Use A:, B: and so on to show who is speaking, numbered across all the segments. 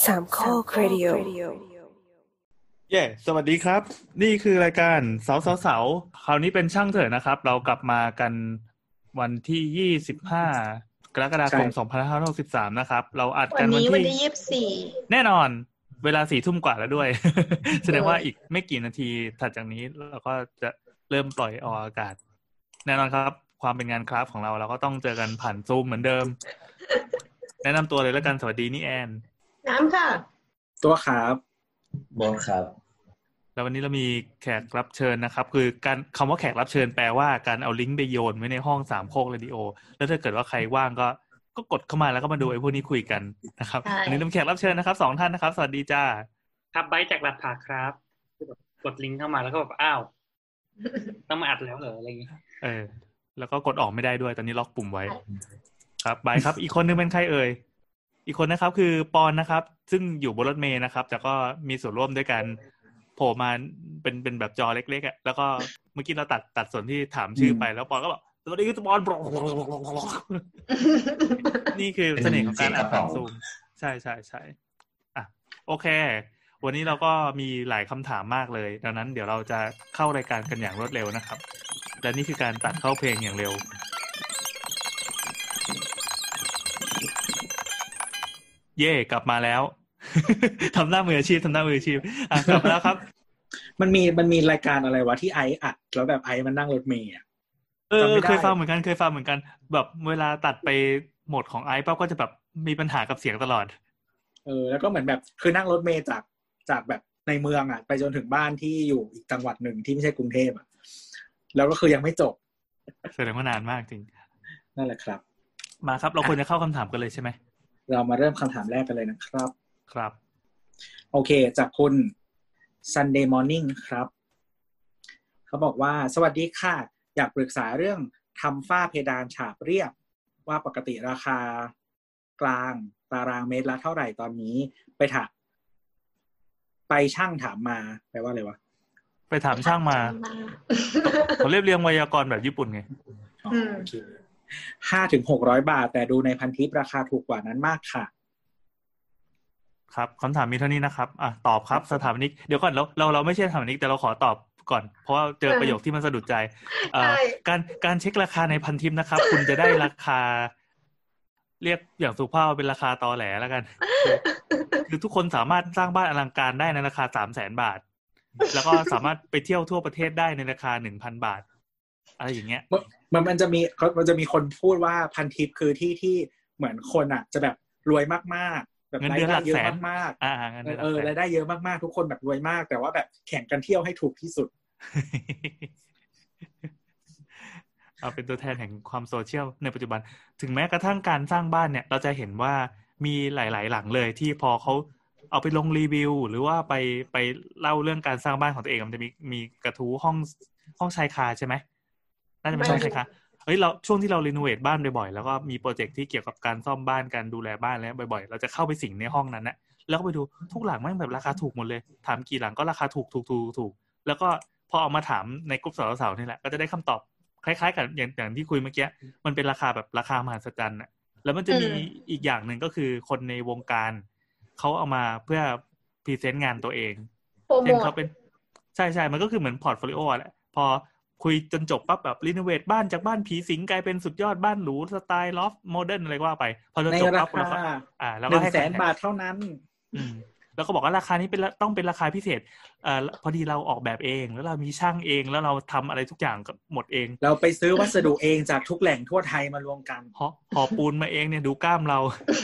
A: สามข้อครดิโอ
B: สวัสดีครับนี่คือรายการเสาคราวนี้เป็นช่างเถอะนะครับเรากลับมากันวันที่25กรกฎาคม2563นะครับเราอัดกันวันที่
C: 24
B: แน่นอนเวลา 4 ทุ่มกว่าแล้วด้วย แสดงว่าอีกไม่กี่นาทีถัดจากนี้เราก็จะเริ่มปล่อยออกอากาศแน่นอนครับความเป็นงานคราฟของเราก็ต้องเจอกันผ่านซูมเหมือนเดิม แนะนำตัวเลยแล้วกันสวัสดีนี่แอน
C: น้ำค่ะ
D: ตัวครับ
E: บอลครับ
B: แล้ววันนี้เรามีแขกรับเชิญนะครับคือการคำว่าแขกรับเชิญแปลว่าการเอาลิงก์ไปโยนไว้ในห้องสามโคกเรดิโอแล้วถ้าเกิดว่าใครว่างก็กดเข้ามาแล้วก็มาดูไอ้พวกนี้คุยกันนะครับวันนี้เรามีแขกรับเชิญนะครับ2ท่านนะครับสวัสดีจ้า
F: ครับไบค์จากหลัดผักครับกดลิงก์เข้ามาแล้วก็แบบอ้าวต้องมาอัดแล้วเหรออะไรอย่างงี้
B: แล้วก็กดออกไม่ได้ด้วยตอนนี้ล็อกปุ่มไว้ครับไบค์ครับอีกคนนึงเป็นใครเอ่ยอีกคนนะครับคือปอนนะครับซึ่งอยู่บนรถเมล์นะครับแต่ก็มีส่วนร่วมด้วยกันโผล่มาเป็นแบบจอเล็กๆอ่ะแล้วก็เมื่อกี้เราตัดส่วนที่ถามชื่อไปแล้วปอนก็บอกสวัสดีครับปอนนี่คือเสน่ห์ของการอัดผ่านซูมใช่อ่ะโอเควันนี้เราก็มีหลายคำถามมากเลยดังนั้นเดี๋ยวเราจะเข้ารายการกันอย่างรวดเร็วนะครับและนี่คือการตัดเข้าเพลงอย่างเร็วกลับมาแล้ว ทำหน้ามืออาชีพกลับมาแล้วครับ
D: มันมีรายการอะไรวะที่ไออัดแล้วแบบไอมันนั่งรถเมล์
B: เคยฟังเหมือนกันแบบเวลาตัดไปโหมดของไอป้าก็จะแบบมีปัญหากับเสียงตลอด
D: แล้วก็เหมือนแบบคือนั่งรถเมล์จากแบบในเมืองไปจนถึงบ้านที่อยู่อีกจังหวัดหนึ่งที่ไม่ใช่กรุงเทพแล้วก็คือยังไม่จบ
B: แสดงว่านานมากจริง
D: นั่นแหละครับ
B: มาครับเราควรจะเข้าคำถามกันเลยใช่ไหม
D: เรามาเริ่มคำถามแรกกันเลยนะครับ
B: ครับ
D: โอเคจากคุณ Sunday Morning ครับเขาบอกว่าสวัสดีค่ะอยากปรึกษาเรื่องทำฝ้าเพดานฉาบเรียบว่าปกติราคากลางตารางเมตรละเท่าไหร่ตอนนี้ไปช่างถามมาแปลว่าอะไรวะ
B: ไปถามช่างมาเขาเรียบเรียงไวยากรณ์แบบญี่ปุ่นไง
D: 500-600 บาทแต่ดูในพันทิปราคาถูกกว่านั้นมากค่ะ
B: ครับคำถามมีเท่านี้นะครับตอบครับสถาปนิกเดี๋ยวก่อนเราไม่ใช่สถาปนิกแต่เราขอตอบก่อนเพราะว่าเจอประโยคที่มันสะดุดใจการเช็คราคาในพันทิปนะครับ คุณจะได้ราคาเรียกอย่างสุภาพเป็นราคาตอแหลแล้วกันคือทุกคนสามารถสร้างบ้านอลังการได้ในราคา 300,000 บาทแล้วก็สามารถไปเที่ยวทั่วประเทศได้ในราคา 1,000 บาทอะไรอย่างเงี้ย
D: มันจะมีคนพูดว่าพันทิปคือที่เหมือนคนจะแบบรวยมากๆแบบรายได้เยอะมากๆรายได้เยอะมากๆทุกคนแบบรวยมากแต่ว่าแบบแข่งกันเที่ยวให้ถูกที่สุด
B: เอาเป็นตัวแทนแห่งความโซเชียลในปัจจุบันถึงแม้กระทั่งการสร้างบ้านเนี่ยเราจะเห็นว่ามีหลายๆหลังเลยที่พอเขาเอาไปลงรีวิวหรือว่าไปเล่าเรื่องการสร้างบ้านของตัวเองมันจะมีกระทู้ห้องชายคาใช่ไหมน่าจะเป็นห้องชายคาเราช่วงที่เรารีโนเวทบ้านบ่อยๆแล้วก็มีโปรเจกต์ที่เกี่ยวกับการซ่อมบ้านการดูแลบ้านแล้วบ่อยๆเราจะเข้าไปสิงในห้องนั้นนะแล้วก็ไปดูทุกหลังแม่งแบบราคาถูกหมดเลยถามกี่หลังก็ราคาถูกแล้วก็พอเอามาถามในกลุ่มสาวๆนี่แหละก็จะได้คำตอบคล้ายๆกันอย่างที่คุยเมื่อกี้มันเป็นราคาแบบราคามหัศจรรย์น่ะแล้วมันจะมีอีกอย่างนึงก็คือคนในวงการเขาเอามาเพื่อพรีเซนต์งานตัวเองเช่นเขาเป็นใช่มันก็คือเหมือนพอร์ตโฟลิโอแหละพอคุยจนจบปั๊บแบบรีโนเวทบ้านจากบ้านผีสิงกลายเป็นสุดยอดบ้านหรูสไตล์ลอฟโมเดิร์นอะไรก็ว่าไปพอจะจบปั๊บ
D: แล้วก็ให้100,000 บาทเท่านั้น
B: แล้วก็บอกว่าราคานี้ต้องเป็นราคาพิเศษพอดีเราออกแบบเองแล้วเรามีช่างเองแล้วเราทำอะไรทุกอย่างหมดเอง
D: เราไปซื้อวัสดุเองจากทุกแหล่งทั่วไทยมารวมกัน
B: ห่อปูนมาเองเนี่ยดูกล้ามเรา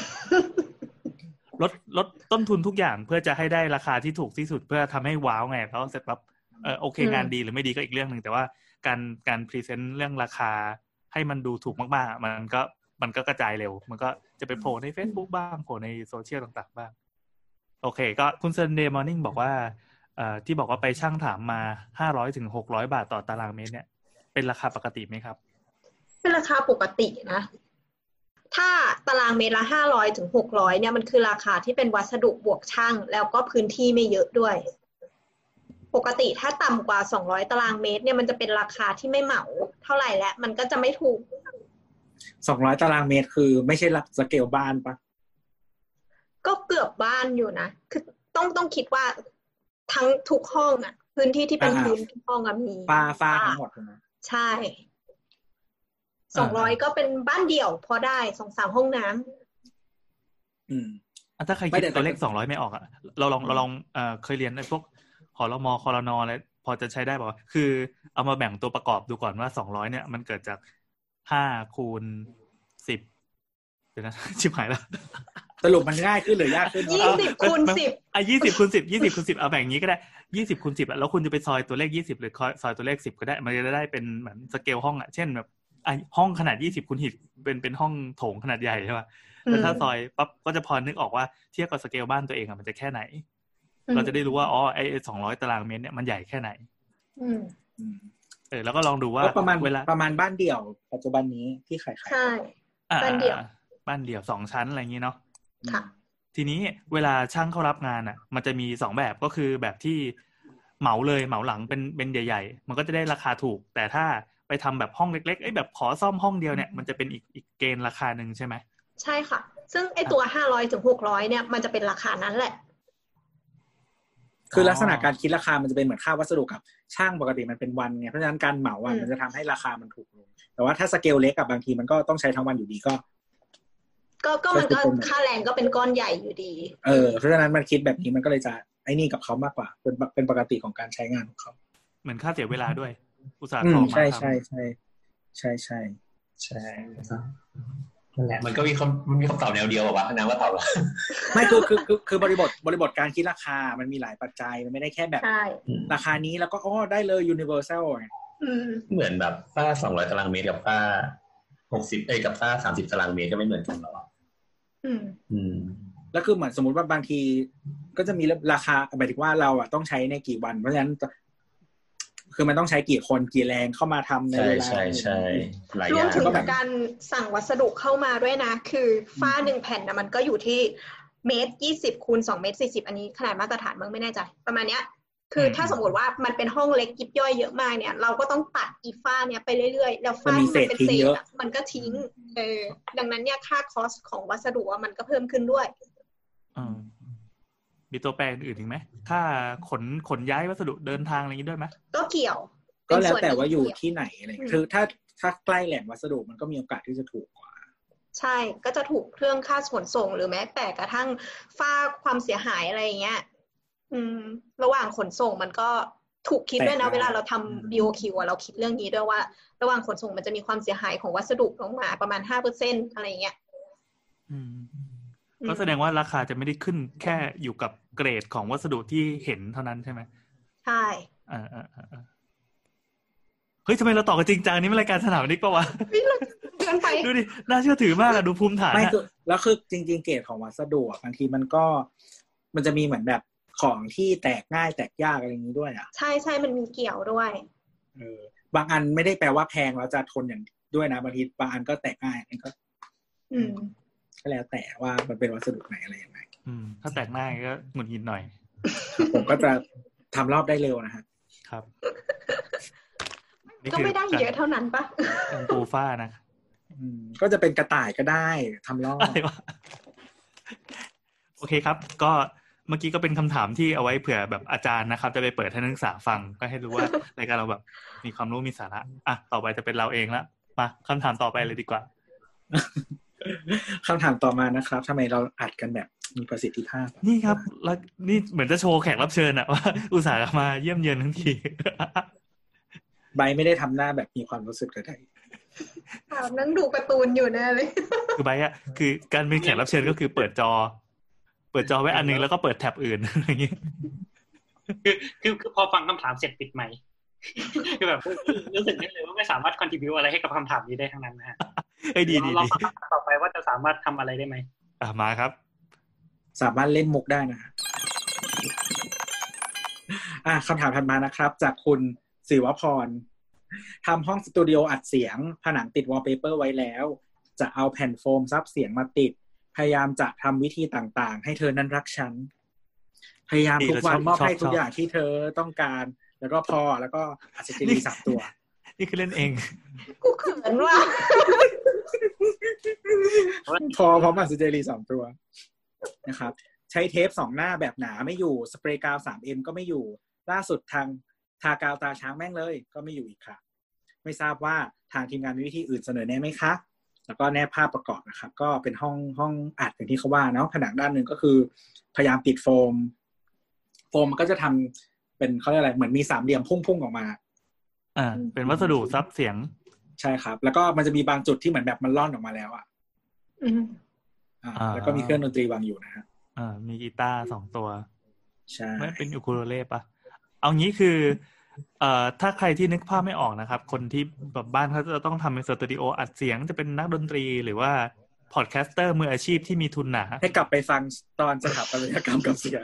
B: ลดต้นทุนทุกอย่างเพื่อจะให้ได้ราคาที่ถูกที่สุดเพื่อทำให้ว้าวไงแล้วเสร็จปั๊บโอเคงานดีหรือไม่ดีก็อีกเรื่องนึงแต่ว่าการพรีเซนต์เรื่องราคาให้มันดูถูกมากๆมันก็กระจายเร็วมันก็จะไปโผล่ใน Facebook บ้างโผล่ในโซเชียลต่างๆบ้างโอเคก็คุณ Sunday Morning บอกว่าที่บอกว่าไปช่างถามมา500-600 บาทต่อตารางเมตรเนี่ยเป็นราคาปกติไหมครับ
C: เป็นราคาปกตินะถ้าตารางเมตรละ500-600เนี่ยมันคือราคาที่เป็นวัสดุบวกช่างแล้วก็พื้นที่ไม่เยอะด้วยปกติถ้าต่ำกว่า200ตารางเมตรเนี่ยมันจะเป็นราคาที่ไม่เหมาเท่าไหร่แล้วมันก็จะไม่ถูก
D: 200ตารางเมตรคือไม่ใช่สเกลบ้านปะ
C: ก็เกือบบ้านอยู่นะคือต้องคิดว่าทั้งทุกห้องอ่ะพื้นที่ที่เป็นพื้นทุกห้องอะมี
D: ฝ้าทั้งหมดถูกไหม
C: ใช่200ก็เป็นบ้านเดี่ยวพอได้ 2-3 ห้องน้
B: ำถ้าใครคิดตัวเลข200ไม่ออกอ่ะเราลองเคยเรียนไอ้พวกหรมครนอะไรพอจะใช้ได้ป่ะคือเอามาแบ่งตัวประกอบดูก่อนว่า200เนี่ยมันเกิดจาก5คูณ10เดี๋ยวนะชิบหายแล้ว
D: สรุปมันง่ายขึ้นหรือยากขึ้น
C: 20คูณ10
B: 20คูณ10 20คูณ10เอาแบ่งงี้ก็ได้20คูณ10อ่ะแล้วคุณจะไปซอยตัวเลข20หรือซอยตัวเลข10ก็ได้มันจะได้เป็นเหมือนสเกลห้องอ่ะเช่นแบบห้องขนาด20คูณ10เป็นห้องโถงขนาดใหญ่ใช่ป่ะแล้วถ้าซอยปั๊บก็จะพอนึกออกว่าเทียบกับสเกลบ้านตัวเองอ่ะมันจะแค่ไหนเราจะได้รู้ว่าอ๋อไอ้200ตารางเมตรเนี่ยมันใหญ่แค่ไหนแล้วก็ลองดูว่า
D: ประมาณบ้านเดี่ยวปัจจุบันนี้ที่ขาย
C: ใช่บ้านเดี่
B: ยว2ชั้นอะไรอย่างงี้เนาะ
C: ค่ะ
B: ทีนี้เวลาช่างเข้ารับงานอ่ะมันจะมี2แบบก็คือแบบที่เหมาเลยเหมาหลังเป็นใหญ่ๆมันก็จะได้ราคาถูกแต่ถ้าไปทำแบบห้องเล็กๆแบบขอซ่อมห้องเดียวเนี่ยมันจะเป็นอีกเกณฑ์ราคานึงใช่ไหม
C: ใช่ค่ะซึ่งไอ้ตัว500ถึง600เนี่ยมันจะเป็นราคานั้นแหละ
D: คือลักษณะการคิดราคามันจะเป็นเหมือนค่าวัสดุกับช่างปกติมันเป็นวันไงเพราะฉะนั้นการเหมามันจะทำให้ราคามันถูกลงแต่ว่าถ้าสเกลเล็กกับบางทีมันก็ต้องใช้ทั้งวันอยู่ดีก็
C: มันก็ค่าแรงก็เป็นก้อนใหญ่อยู่ดี
D: เพราะฉะนั้นมันคิดแบบนี้มันก็เลยจะไอ้นี่กับเขามากกว่าเป็นปกติของการใช้งานของเขา
B: เหมือนค่าเสียเวลาด้วยอุตสาหกรรม
D: ใช่
A: นั่นแหละมันมีคำตอบแนวเดียวป่ะนะว่าตอบ
D: ไม่คือบริบทการคิดราคามันมีหลายปัจจัยมันไม่ได้แค่แบบราคานี้แล้วก็ได้เลย universal ไง
A: เหมือนแบบฝ้า200ตารางเมตรกับฝ้า60กับฝ้า30ตารางเมตรก็ไม่เหมือนกันหรอ
D: แล้วคือเหมือนสมมุติว่าบางทีก็จะมีราคาหมายถึงว่าเราอ่ะต้องใช้ในกี่วันเพราะฉะนั้นคือมันต้องใช้กี่คนกี่แรงเข้ามาทำในเวลา
A: ใช่หลายอ
C: ย่างรวมถึง
A: การ
C: สั่งวัสดุเข้ามาด้วยนะคือฝ้า1แผ่นนะมันก็อยู่ที่1.20 คูณ2.40 เมตรอันนี้ขนาดมาตรฐานมึงไม่แน่ใจประมาณเนี้ยคือถ้าสมมติว่ามันเป็นห้องเล็กยิบย่อยเยอะมากเนี่ยเราก็ต้องตัดอีฝ้าเนี้ยไปเรื่อยๆแล้วฝ้าที่มันเป็นเศษมันก็ทิ้งดังนั้นเนี่ยค่าคอสของวัสดุมันก็เพิ่มขึ้นด้วย
B: มีตัวแปรอื่นอีกไหมถ้าขนย้ายวัสดุเดินทางอะไรอย่างนี้ด้วยไหม
C: ก็เกี่ยว
D: ก็แล้วแต่ว่าอยู่ที่ไหนอะไรคือถ้าใกล้แหล่งวัสดุมันก็มีโอกาสที่จะถูกกว่า
C: ใช่ก็จะถูกเครื่องค่าขนส่งหรือแม้แต่กระทั่งฝ้าความเสียหายอะไรอย่างเงี้ยระหว่างขนส่งมันก็ถูกคิดด้วยนะเวลาเราทำ BOQ เราคิดเรื่องนี้ด้วยว่าระหว่างขนส่งมันจะมีความเสียหายของวัสดุลงมาประมาณ 5% อะไรอย่างเงี้ย
B: ก็แสดงว่าราคาจะไม่ได้ขึ้นแค่อยู่กับเกรดของวัสดุที่เห็นเท่านั้นใช่ไหม
C: ใช่
B: เฮ้ยทำไมเราต่อกันจริงจังนี่มันรายการสนามนิกปะวะ
C: เกินไป
B: ดูดิน่าเชื่อถือมากอะดูภูมิฐาน
D: ไม่แล้วคือจริงๆเกรดของวัสดุบางทีมันจะมีเหมือนแบบของที่แตกง่ายแตกยากอะไรอย่างนี้ด้วยอ่ะ
C: ใช่มันมีเกี่ยวด้วย
D: บางอันไม่ได้แปลว่าแพงแล้วจะทนอย่างด้วยนะบางทีบางอันก็แตกง่ายอันก็ก็แล้วแต่ว่ามันเป็นวัสดุไหนอะไรยังไง
B: ถ้าแตกง่ายก็หงุดหงิดหน่อย
D: ผมก็จะทำรอบได้เร็วนะฮะ
B: ครับ
C: ก็ไม่ได้เยอะเท่านั้นปะ
B: ปูฟ้านะ
D: ก็จะเป็นกระต่ายก็ได้ทำรอบ
B: โอเคครับก็เมื่อกี้ก็เป็นคำถามที่เอาไว้เผื่อแบบอาจารย์นะครับจะไปเปิดให้นักศึกษาฟังก็ให้รู้ว่ารายการเราแบบมีความรู้มีสาระต่อไปจะเป็นเราเองละมาคำถามต่อไปเลยดีกว่า
D: คำถามต่อมานะครับทำไมเราอัดกันแบบมีประสิทธิภาพ
B: นี่ครับแล้วนี่เหมือนจะโชว์แขกรับเชิญอะว่าอุตส่าห์มาเยี่ยมเยือนทั้งที
D: ใบไม่ได้ทำหน้าแบบมีความรู้สึกใด
C: ๆนั่งดูการ์ตูนอยู่แน่เลย
B: คือใบอะคือการเป็นแขกรับเชิญก็คือเปิดจอไว้อันนึงแล้วก็เปิดแท็บอื่นอะไรอย่างงี้
F: คือพอฟังคำถามเสร็จปิดไมค์คือแบบรู้สึกเลยว่าไม่สามารถคอนทริบิวอะไรให้กับคำถามนี้ได้ทั้งนั้นนะฮะ
B: ดี
F: เราต่อไปว่าจะสามารถทำอะไรได้ไหม
B: มาครับ
D: สามารถเล่นมุกได้นะคำถามถัดมานะครับจากคุณศิวพรทำห้องสตูดิโออัดเสียงผนังติดวอลเปเปอร์ไว้แล้วจะเอาแผ่นโฟมซับเสียงมาติดพยายามจะทำวิธีต่างๆให้เธอนั้นรักฉันพยายามทุกวันมอบให้ทุกอย่างที่เธอต้องการแล้วก็แล้วก็อัศจรรย์3ตัว
B: นี่คือเล่นเอง
C: กูเขินว่ะ
D: พร้อมอัศจรรย์3ตัวนะครับใช้เทป2หน้าแบบหนาไม่อยู่สเปรย์กาว 3M ก็ไม่อยู่ล่าสุดทากาวตาช้างแม่งเลยก็ไม่อยู่อีกค่ะไม่ทราบว่าทางทีมงานมีวิธีอื่นเสนอแนะไหมคะแล้วก็แนบภาพประกอบนะครับก็เป็นห้องอัดอย่างที่เขาว่าเนาะผนังด้านนึงก็คือพยายามติดโฟมมันก็จะทำเป็นเขาเรียกอะไรเหมือนมีสามเหลี่ยมพุ่งออกมา
B: เป็นวัสดุซับเสียง
D: ใช่ครับแล้วก็มันจะมีบางจุดที่เหมือนแบบมันล่อนออกมาแล้วแล้วก็มีเครื่องดนตรีวางอยู่นะฮะ
B: มีกีตาร์2ตัว
D: ใช่
B: ไม่เป็นอูคูเลเล่ปะเอางี้คือถ้าใครที่นึกภาพไม่ออกนะครับคนที่แบบบ้านเขาจะต้องทำเป็นสตูดิโออัดเสียงจะเป็นนักดนตรีหรือว่าพอดแคสเตอร์มืออาชีพที่มีทุนหนา
D: ให้กลับไปฟังตอนสถาปัตยกรรมกับเสียง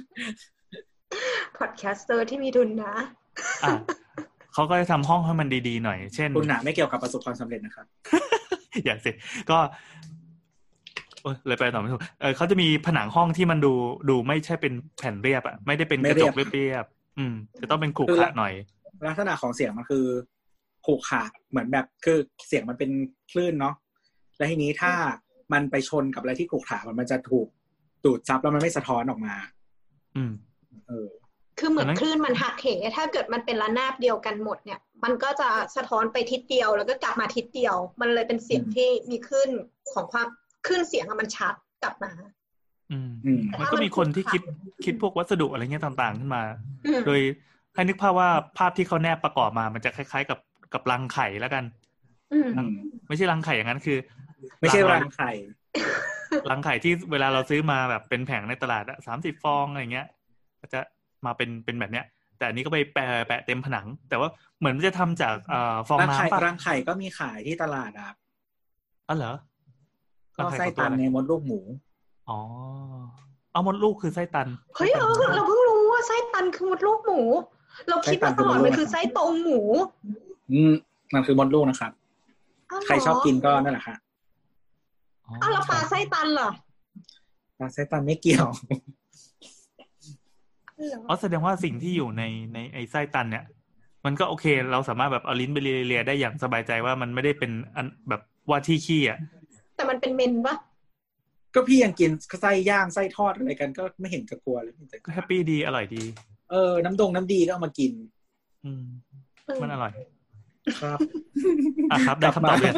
C: พอดแคสเตอร์ที่มีทุนหนา
B: เขาก็จะทำห้องให้มันดีๆหน่อยเช่น
D: ทุนหนาไม่เกี่ยวกับประสบความสำเร็จนะครับ
B: อย่าสิก็เลยไปต่อไม่ถูกเขาจะมีผนังห้องที่มันดูไม่ใช่เป็นแผ่นเรียบอ่ะไม่ได้เป็นกระจกเรียบจะต้องเป็นขรุขระหน่อย
D: ลักษณะของเสียงมันคือขรุขระเหมือนแบบคือเสียงมันเป็นคลื่นเนาะแล้วทีนี้ถ้ามันไปชนกับอะไรที่ขรุขระมันจะถูกดูดซับแล้วมันไม่สะท้อนออกมา
C: คือเหมือนคลื่นมันหักเหถ้าเกิดมันเป็นระนาบเดียวกันหมดเนี่ยมันก็จะสะท้อนไปทิศเดียวแล้วก็กลับมาทิศเดียวมันเลยเป็นเสียงที่มีคลื่นของความคลื่นเสียงมันชัดกลับมา
B: มันก็มีคนที่คิดพวกวัสดุอะไรเงี้ยต่างๆขึ้นมาโดยให้นึกภาพว่าภาพที่เขาแนบประกอบมามันจะคล้ายๆกับรังไข่แล้วกันไม่ใช่รังไข่อย่างนั้นคือ
D: ไม่ใช่รังไข่
B: รังไข่ที่เวลาเราซื้อมาแบบเป็นแผงในตลาด30 ฟองอะไรเงี้ยก็จะมาเป็นแบบเนี้ยแต่อันนี้ก็ไปแปะเต็มผนังแต่ว่าเหมือนมันจะทำจากฟองน้ำ
D: รังไข่ก็มีขายที่ตลาดครับ
B: เหรอ
D: ก็ไส้ตันในมดลูกหมู
B: เอามดลูกคือไส้ตัน
C: เฮ้ยเราเพิ่งรู้ว่าไส้ตันคือมดลูกหมูเราคิดมาก่อนมันคือไส้ตรงหมู
D: มันคือมดลูกนะครับใครชอบกินก็นั่นแหละค่ะ
C: แล้วปลาไส้ตันเหรอ
D: ปลาไส้ตันไม่เกี่ยว
B: แสดงว่าสิ่งที่อยู่ในไอ้ไส้ตันเนี่ยมันก็โอเคเราสามารถแบบเอาลิ้นไปเลียได้อย่างสบายใจว่ามันไม่ได้เป็นอันแบบว่าที่ขี้อ่ะ
C: แต่มันเป็นเมนปะ
D: ก็พี่ยังกินไส้ย่างไส้ทอดอะไรกันก็ไม่เห็นจะกลัวเลย
B: ก็แฮปปี้ดีอร่อยดี
D: น้ำดีก็เอามากิน
B: มันอร่อย
D: ครับ
B: ครับได้คำตอบเลย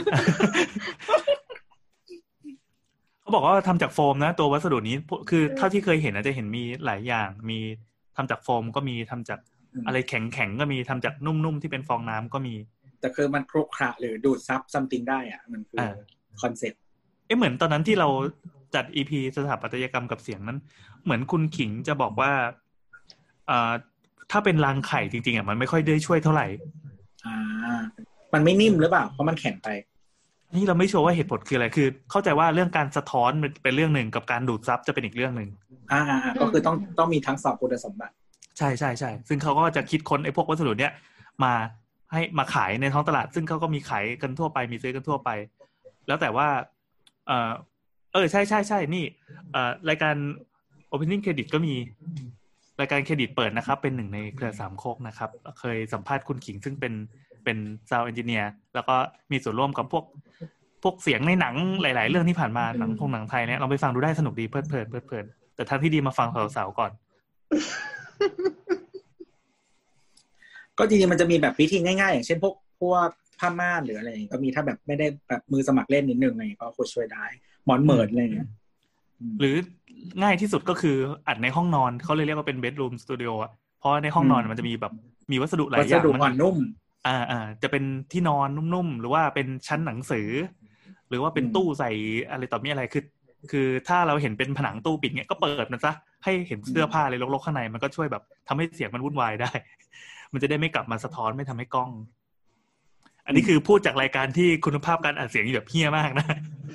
B: เขาบอกว่าทำจากโฟมนะตัววัสดุนี้คือเท่าที่เคยเห็นจะเห็นมีหลายอย่างมีทำจากโฟมก็มีทำจากอะไรแข็งก็มีทำจากนุ่มๆที่เป็นฟองน้ำก็มี
D: แต่คือมันครุขระหรือดูดซับซัมติงได้อ่ะมันคือคอนเซ็ปต์
B: เหมือนตอนนั้นที่เราจัด EP สถาปัตยกรรมกับเสียงนั้นเหมือนคุณขิงจะบอกว่าถ้าเป็นรังไข่จริงๆมันไม่ค่อยได้ช่วยเท่าไหร่
D: มันไม่นิ่มหรือเปล่าเพราะมันแข็งไป
B: นี่เราไม่ชัวร์ว่าเหตุผลคืออะไรคือเข้าใจว่าเรื่องการสะท้อนเป็นเรื่องหนึ่งกับการดูดซับจะเป็นอีกเรื่องนึง
D: ก็คือต้องมีทั้งสองคุณสมบัติ
B: ใช่ซึ่งเขาก็จะคิดค้นไอ้พวกวัสดุเนี้ยมาขายในท้องตลาดซึ่งเขาก็มีขายกันทั่วไปมีซื้อกันทั่วไปแล้วแต่ว่าใช่นี่รายการ Opening Credit ก็มีรายการเครดิตเปิดนะครับเป็นหนึ่งในเครือสามโคกนะครับเคยสัมภาษณ์คุณขิงซึ่งเป็นซาวด์เอนจิเนียร์แล้วก็มีส่วนร่วมกับพวกเสียงในหนังหลายๆเรื่องที่ผ่านมาหนังไทยเนี่ยเราไปฟังดูได้สนุกดีเพลิดแต่ทางที่ดีมาฟังสาวๆก่อน
D: ก็จริงๆมันจะมีแบบวิธีง่ายๆอย่างเช่นพวกผ้าม่านหรืออะไรอย่างงี้ก็มีถ้าแบบไม่ได้แบบมือสมัครเล่นนิดนึงอะไรก็ควรช่วยได้หมอนเหมิดอะไรอย่างเงี้ย
B: หรือง่ายที่สุดก็คืออัดในห้องนอนเขาเลยเรียกว่าเป็นเบดรูมสตูดิโออ่ะเพราะในห้องนอนมันจะมีแบบมีวัสดุหลายอย่าง
D: มันนุ่ม
B: จะเป็นที่นอนนุ่มๆหรือว่าเป็นชั้นหนังสือหรือว่าเป็นตู้ใส่อะไรต่อมีอะไรคือถ้าเราเห็นเป็นผนังตู้ปิดเงี้ยก็เปิดมันซะให้เห็นเสื้อผ้าอะไรรกๆข้างในมันก็ช่วยแบบทำให้เสียงมันวุ่นวายได้มันจะได้ไม่กลับมาสะท้อนไม่ทำให้กล้องอันนี้คือพูดจากรายการที่คุณภาพการอัดเสียงแบบเหี้ยมากนะ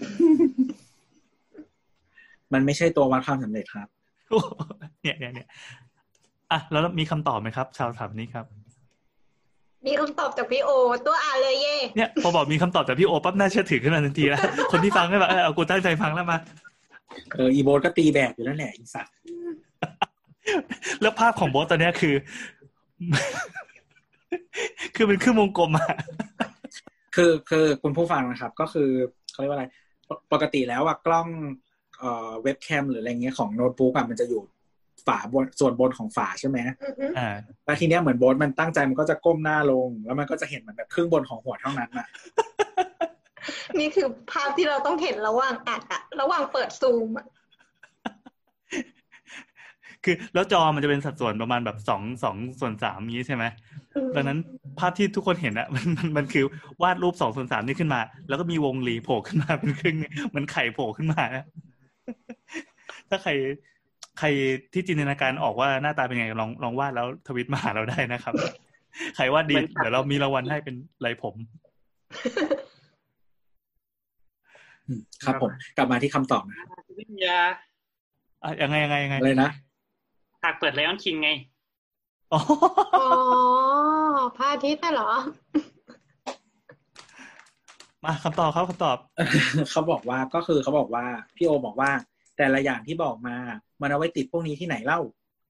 D: มันไม่ใช่ตัววัดความสำเร็จครับ
B: เนี่ยแล้วมีคำตอบไหมครับชาวถามนี้ครับ
C: มีคำตอบจากพี่โอตัวอ่านเลยเย่
B: เนี่ยพอบอกมีคำตอบจากพี่โอปั๊บน่าเชื่อถือขึ้นมาทันทีแล้วคนที่ฟังก็แบบเอากูตั้งใจฟังแล้วมา
D: อีโบสก็ตีแบบอยู่แล้วแหละอีสัตว์
B: แล้วภาพของโบสตอนนี้คือเป็นเครื่องวงกลมอะ
D: คือคุณผู้ฟังนะครับก็คือเขาเรียกว่าอะไรปกติแล้วอะกล้องเว็บแคมหรืออะไรเงี้ยของโน้ตบุ๊กอ่ะมันจะอยู่ฝาบนส่วนบนของฝาใช่ไหมแล้วทีเนี้ยเหมือนโบ๊ทมันตั้งใจมันก็จะก้มหน้าลงแล้วมันก็จะเห็นเหมือนแบบครึ่งบนของหัวเท่านั้นอ่ะ
C: นี่คือภาพที่เราต้องเห็นระหว่างอัดอะระหว่างเปิดซูมอะ
B: คือแล้วจอมันจะเป็นสัดส่วนประมาณแบบ2/3นี้ใช่ไหมดังนั้นภาพที่ทุกคนเห็นอะมันคือวาดรูป2/3นี่ขึ้นมาแล้วก็มีวงรีโผล่ขึ้นมาเป็นครึ่งนึงเหมือนไข่โผล่ขึ้นมาถ้าใครที่จินตนาการออกว่าหน้าตาเป็นไงลองวาดแล้วทวิตมาหาเราได้นะครับใครวาดดีเดี๋ยวเรามีรางวัลให้เป็นไรผม
D: ครับผมกลับมาที่คำตอบนะ
F: วิทยา
B: ยังไง
D: อะไรนะ
F: ฉากเปิดไลออนคิงไง
C: อ๋อพระอาทิตย์น่ะเหรอ
B: มาคำตอบครับคำตอบ
D: เขาบอกว่าก็คือเขาบอกว่าพี่โอบอกว่าแต่ละอย่างที่บอกมามันเอาไว้ติดพวกนี้ที่ไหนเล่า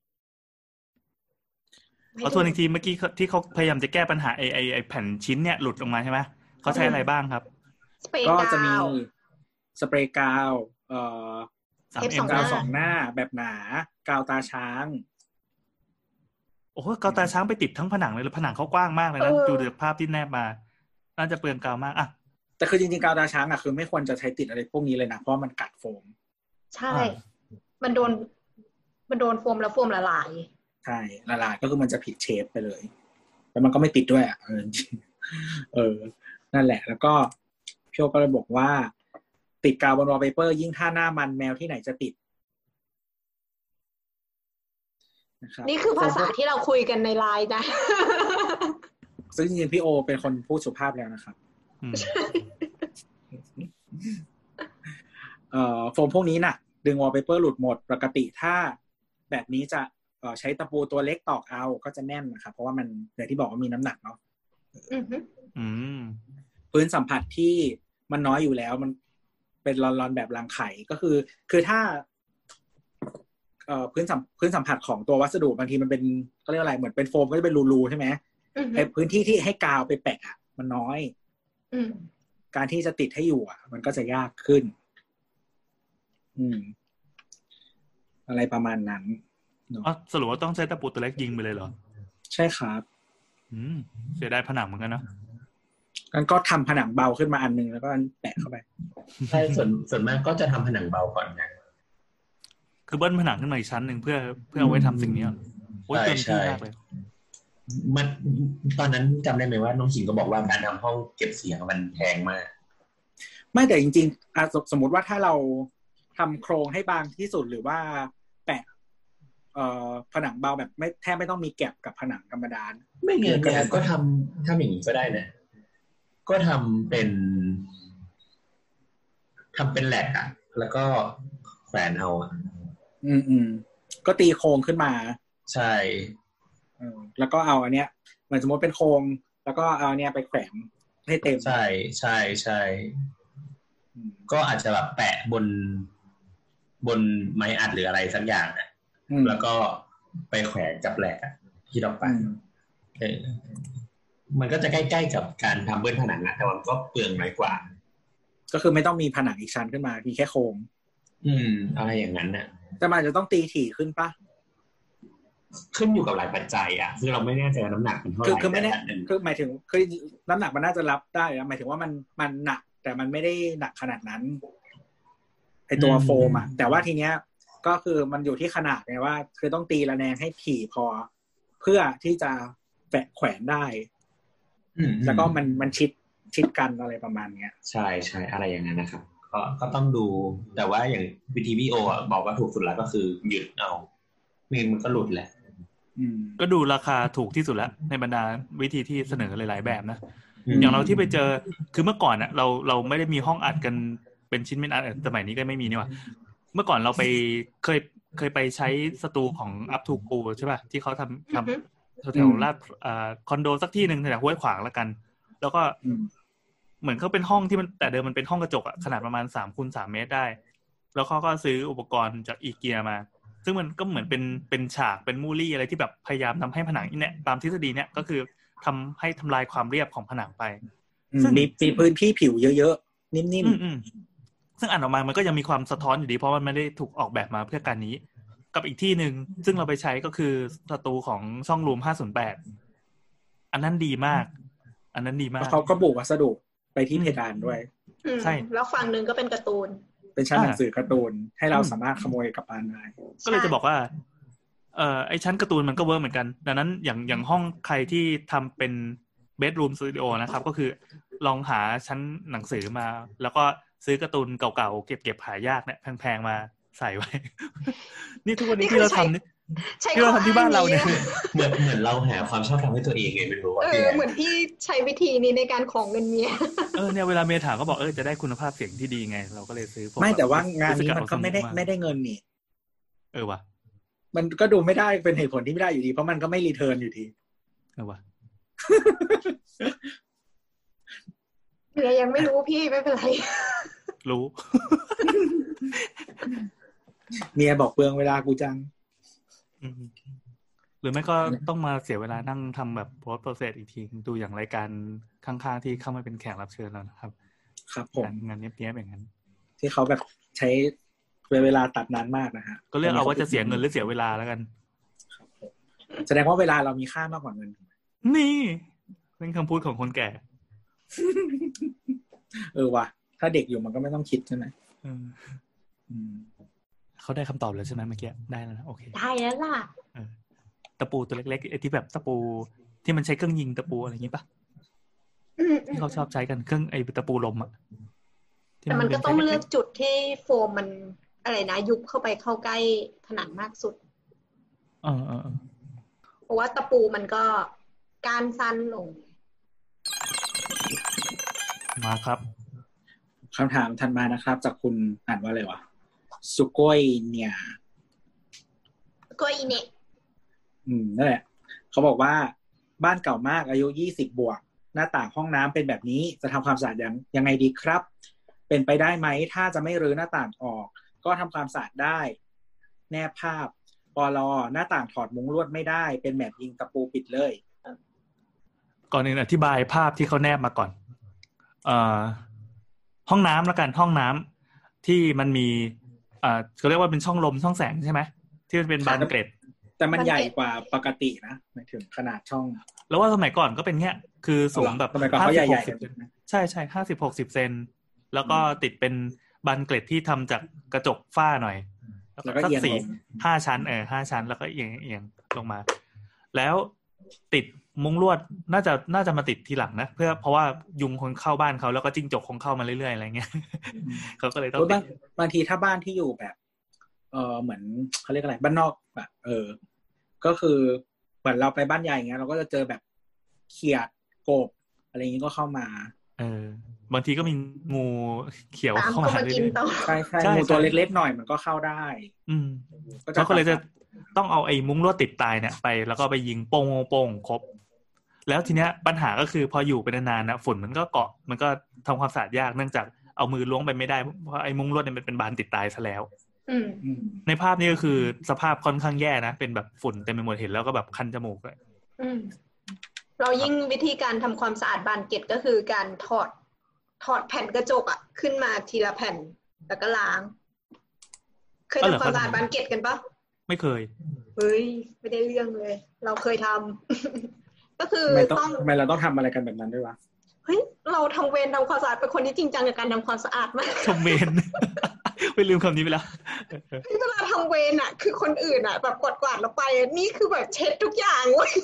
B: เอาทวนอีกทีเมื่อกี้ที่เขาพยายามจะแก้ปัญหาไอแผ่นชิ้นเนี่ยหลุดออกมาใช่ไหมเขาใช้อะไรบ้างครับ
D: ก็จะมีสเปรย์กาวกาว2หน้าแบบหนากาวตาช้าง
B: โอ้โหกาวตาช้างไปติดทั้งผนังเลยหรือผนังเขากว้างมากเลยนะดูจากภาพที่แนบมาน่าจะเปลืองกาวมากอะ
D: แต่คือจริงๆกาวตาช้างอะคือไม่ควรจะใช้ติดอะไรพวกนี้เลยนะเพราะมันกัดโฟม
C: ใช่มันโดนโฟมแล้วโฟมละลาย
D: ใช่ละลายก็คือมันจะผิดเชฟไปเลยแล้วมันก็ไม่ติดด้วยอ่ะนั่นแหละแล้วก็พี่โอก็เลยบอกว่าติดกาวบนวอลเปเปอร์ยิ่งถ้าหน้ามันแมวที่ไหนจะติด
C: นี่คือภาษาที่เราคุยกันในไลน์นะ
D: ซึ่งจริงๆพี่โอเป็นคนพูดสุภาพแล้วนะครับโฟมพวกนี้น่ะดึงวอลเปเปอร์หลุดหมดปกติถ้าแบบนี้จะใช้ตะปูตัวเล็กตอกเอาก็จะแน่นนะครับเพราะว่ามันอย่างที่บอกว่ามีน้ำหนักเนาะพื้นสัมผัสที่มันน้อยอยู่แล้วมันเป็นรอนๆแบบรังไข่ก็คือถ้าพื้นสัมผัสของตัววัสดุบางทีมันเป็นเขาเรียกอะไรเหมือนเป็นโฟมก็จะเป็นรูๆใช่ไหมไอ้พื้นที่ที่ให้กาวไปแปะมันน้อยการที่จะติดให้อยู่มันก็จะยากขึ้นอะไรประมาณนั้น
B: สรุปว่าต้องใช้ตะปูตัวเล็กยิงไปเลยเหรอ
D: ใช่ครับ
B: เสียดายผนังเหมือนกันเนาะ
D: งั้นก็ทำผนังเบาขึ้นมาอันนึงแล้วก็แปะเข้าไป
A: ใช่ส่วนมากก็จะทำผนังเบาก่อนนะ
B: คือเบิ้ลผนังขึ้นมาอีกชั้นหนึ่งเพื่อเอาไว้ทำสิ่งนี้โอ้ยเต็มที่มากเลย
A: มันตอนนั้นจำได้ไหมว่าน้องขิงก็บอกว่าการทำห้องเก็บเสียงมันแพงมาก
D: ไม่แต่จริงๆสมมติว่าถ้าเราทำโครงให้บางที่สุดหรือว่าแปะผนังเบาแบบแทบไม่ต้องมีแก็บกับผนังธรรมดา
A: ไม่เงี้ยก็ทำอย่างนี้ก็ได้นะก็ทำเป็นแหลกอ่ะแล้วก็แขวนเอา
D: ก็ตีโครงขึ้นมา
A: ใช่
D: แล้วก็เอาอันเนี้ยเหมือนสมมติเป็นโครงแล้วก็เอาเนี้ยไปแขวนให้เต็ม
A: ใช่ก็อาจจะแบบแปะบนไม้อัดหรืออะไรสักอย่างอ่ะแล้วก็ไปแขวนกับแหลกที่เราปั้นมันก็จะใกล้ๆกับการทำเบิ้ลผนังนะแต่มันก็เปลืองน้อยกว่า
D: ก็คือไม่ต้องมีผนังอีกชั้นขึ้นมามีแค่โครง
A: อะไรอย่างนั้นน่ะ
D: แต่มันจะต้องตีถี่ขึ้นปะ
A: ขึ้นอยู่กับหลายปัจจัยคือเราไม่แน่ใจน้ำหนักเป็นเท่าไหร่
D: คือไม่แน่คือหมายถึงคือน้ำหนักมันน่าจะรับได้นะหมายถึงว่ามันหนักแต่มันไม่ได้หนักขนาดนั้นไอตัวโฟมแต่ว่าทีเนี้ยก็คือมันอยู่ที่ขนาดไงว่าคือต้องตีระแนงให้ถี่พอเพื่อที่จะแขวนได้แล้วก็มันชิดกันอะไรประมาณเนี้ย
A: ใช่อะไรอย่างนั้นนะครับก็ต้องดูแต่ว่าอย่างวิธีพี่โอบอกว่าถูกสุดแล้วก็คือหยุดเอามันก็หลุดแหละ
B: ก็ดูราคาถูกที่สุดแล้วในบรรดาวิธีที่เสนอหลายๆแบบนะอย่างเราที่ไปเจอคือเมื่อก่อนเราไม่ได้มีห้องอัดกันเป็นชิ้นเป็นอัดสมัยนี้ก็ไม่มีนี่หว่าเมื่อก่อนเราไปเคยไปใช้สตูของ Up to Go ใช่ป่ะที่เขาทำแถวลาดคอนโดสักที่นึงแถวห้วยขวางแล้วกันแล้วก็เหมือนเขาเป็นห้องที่มันแต่เดิมมันเป็นห้องกระจกขนาดประมาณ3x3 เมตรได้แล้วเขาก็ซื้ออุปกรณ์จากอีเกียมาซึ่งมันก็เหมือนเป็นฉากเป็นมูลี่อะไรที่แบบพยายามทำให้ผนังเนี่ยตามทฤษฎีเนี่ยก็คือทำให้ทำลายความเรียบของผนังไป
D: ซึ่งมีพื้นที่ผิวเยอะๆนิ่ม
B: ซึ่งอ่านออกมามันก็ยังมีความสะท้อนอยู่ดีเพราะมันไม่ได้ถูกออกแบบมาเพื่อการนี้กับอีกที่หนึ่งซึ่งเราไปใช้ก็คือสตูของช่องรูม508อันนั้นดีมากแล้ว
D: เขาก็บุวัสดุไปที่เพดานด้วย
B: ใช่
C: แล้วฝั่งนึงก็เป็นการ์ตูน
D: เป็นชั้นหนังสือการ์ตูนให้เราสามารถขโมยกลับบ้านได้
B: ก็เลยจะบอกว่าไอชั้นการ์ตูนมันก็เวิร์กเหมือนกันดังนั้นอย่างห้องใครที่ทำเป็นเบดรูมสตูดิโอนะครับก็คือลองหาชั้นหนังสือมาแล้วก็ซื้อการ์ตูนเก่าๆเก็บหายากเนี่ยแพงๆมาใส่ไว้ นี่ทุกวันนี้ที่เราทำนี่ที่เราทำที่บ้านเราเนี่ย
A: เหมือนเราหาความชอบทำให้ตัวเองไงไม่รู้ว่า
C: เหมือนพี่ใช้วิธีนี้ในการของเงินเมีย
B: เนี่ยเวลาเมียถามก็บอกจะได้คุณภาพเสียงที่ดีไงเราก็เลยซื้อ
D: ไม่แต่ว่างานนี้มันก็ไม่ได้เงินนี่
B: ว่ะ
D: มันก็ดูไม่ได้เป็นเหตุผลที่ไม่ได้อยู่ดีเพราะมันก็ไม่รีเทิร์นอยู่ดี
B: ว่ะ
C: เมียยังไม่รู้พี่ไม่เป็นไร
B: รู้
D: เมียบอกเปลืองเวลากูจัง
B: หรือไม่ก็ต้องมาเสียเวลานั่งทำแบบโพสต์โปรเซสอีกทีดูอย่างรายการข้างๆที่เข้ามาเป็นแขกรับเชิญเรานะครับ
D: ครับผม
B: งานเนี้ยๆอย่างนั้น
D: ที่เขาแบบใช้เวลาตัดนานมากนะฮะ
B: ก็เลือกเอาว่าจะเสียเงินหรือเสียเวลาแล้วกัน
D: แสดงว่าเวลาเรามีค่ามากกว่าเงิน
B: นี่เป็นคำพูดของคนแก่
D: ว่ะถ้าเด็กอยู่มันก็ไม่ต้องคิดใช่ไหม
B: เขาได้คำตอบแล้วใช่ไหมเมื่อกี้ได้แล้วนะโอเค
C: ได้แล้วล่ะ
B: ตะปูตัวเล็กๆไอ้ที่แบบตะปูที่มันใช้เครื่องยิงตะปูอะไรอย่างงี้ป่ะที่เขาชอบใช้กันเครื่องไอ้ตะปูลมอ่ะ
C: แต่มันก็ต้องเลือกจุดที่โฟมมันอะไรนะยุบเข้าไปเข้าใกล้ผนังมากสุดเพราะว่าตะปูมันก็การสั้นลง
B: มาครับ
D: คำถามถัดมานะครับจากคุณอ่านว่าอะไรวะสุโกยเนี่ย
C: ก็อีเนะ
D: นั่นแหละเขาบอกว่าบ้านเก่ามากอายุ20 บวกหน้าต่างห้องน้ำเป็นแบบนี้จะทำความสะอาดยังไงดีครับเป็นไปได้ไหมถ้าจะไม่รื้อหน้าต่างออกก็ทำความสะอาดได้แนบภาพปลหน้าต่างถอดมุ้งลวดไม่ได้เป็นแบบยิงตะปูปิดเลย
B: ก่อนอื่นอธิบายภาพที่เขาแนบมาก่อนห้องน้ำแล้วกันห้องน้ำที่มันมีเขาเรียกว่าเป็นช่องลมช่องแสงใช่ไหมที่มันเป็นบานเกล็ด
D: แต่มันใหญ่กว่าปกตินะหมายถึงขนาดช่อง
B: แล้วว่าสมัยก่อนก็เป็นเงี้ยคือสูงแบบ50-60ใช่50-60 เซนแล้วก็ติดเป็นบานเกล็ดที่ทำจากกระจกฝ้าหน่อย
D: แล้วก็สัก
B: 4-5 ชั้น5 ชั้นแล้วก็เอียงลงมาแล้วติดมุ้งลวดน่าจะมาติดทีหลังนะเพราะว่ายุงคงเข้าบ้านเขาแล้วก็จิ้งจกคงเข้ามาเรื่อยๆอะไรเงี้ยเขาก็เลยต้อง
D: บางทีถ้าบ้านที่อยู่แบบเหมือนเขาเรียกอะไรบ้านนอกแบบก็คือเหมือนเราไปบ้านใหญ่เงี้ยเราก็จะเจอแบบเขียดกบอะไรอย่างงี้ก็เข้ามา
B: บางทีก็มีงูเขียวเข้ามาเรื่อย
D: ๆใช่งูตัวเล็กๆหน่อยมันก็เข้าได้
B: เขาก็เลยจะต้องเอาไอ้มุ้งลวดติดตายเนี่ยไปแล้วก็ไปยิงโป่งครบแล้วทีเนี้ยปัญหาก็คือพออยู่ไปนานๆนะฝุ่นมันก็เกาะมันก็ทำความสะอาดยากเนื่องจากเอามือล้วงไปไม่ได้เพราะไอ้มุ้งลวดเนี่ยมันเป็นบานติดตายซะแล้วในภาพนี้ก็คือสภาพค่อนข้างแย่นะเป็นแบบฝุ่นเต็มไปหมดเห็นแล้วก็แบบคันจมูกเลย
C: เรายิ่งวิธีการทำความสะอาดบานเกล็ดก็คือการถอดแผ่นกระจกขึ้นมาทีละแผ่นแล้วก็ล้างเคยทำความสะอาดบานเกล็ดกันปะ
B: ไม่เคย
C: เฮ้ยไม่ได้เรื่องเลยเราเคยทำก็คือ
D: ทำไมเราต้องทำอะไรกันแบบนั้นด้วยวะ
C: เฮ้ยเราทำเวรทำความสะอาดเป็นคนที่จริงจังกับการทำความสะอาดมาก
B: ทำเวรไม่ลืมคำนี้ไปแล้ว
C: เวลาทำเวรคือคนอื่นแบบกวาดแล้วไปนี่คือแบบเช็ดทุกอย่างเว้ย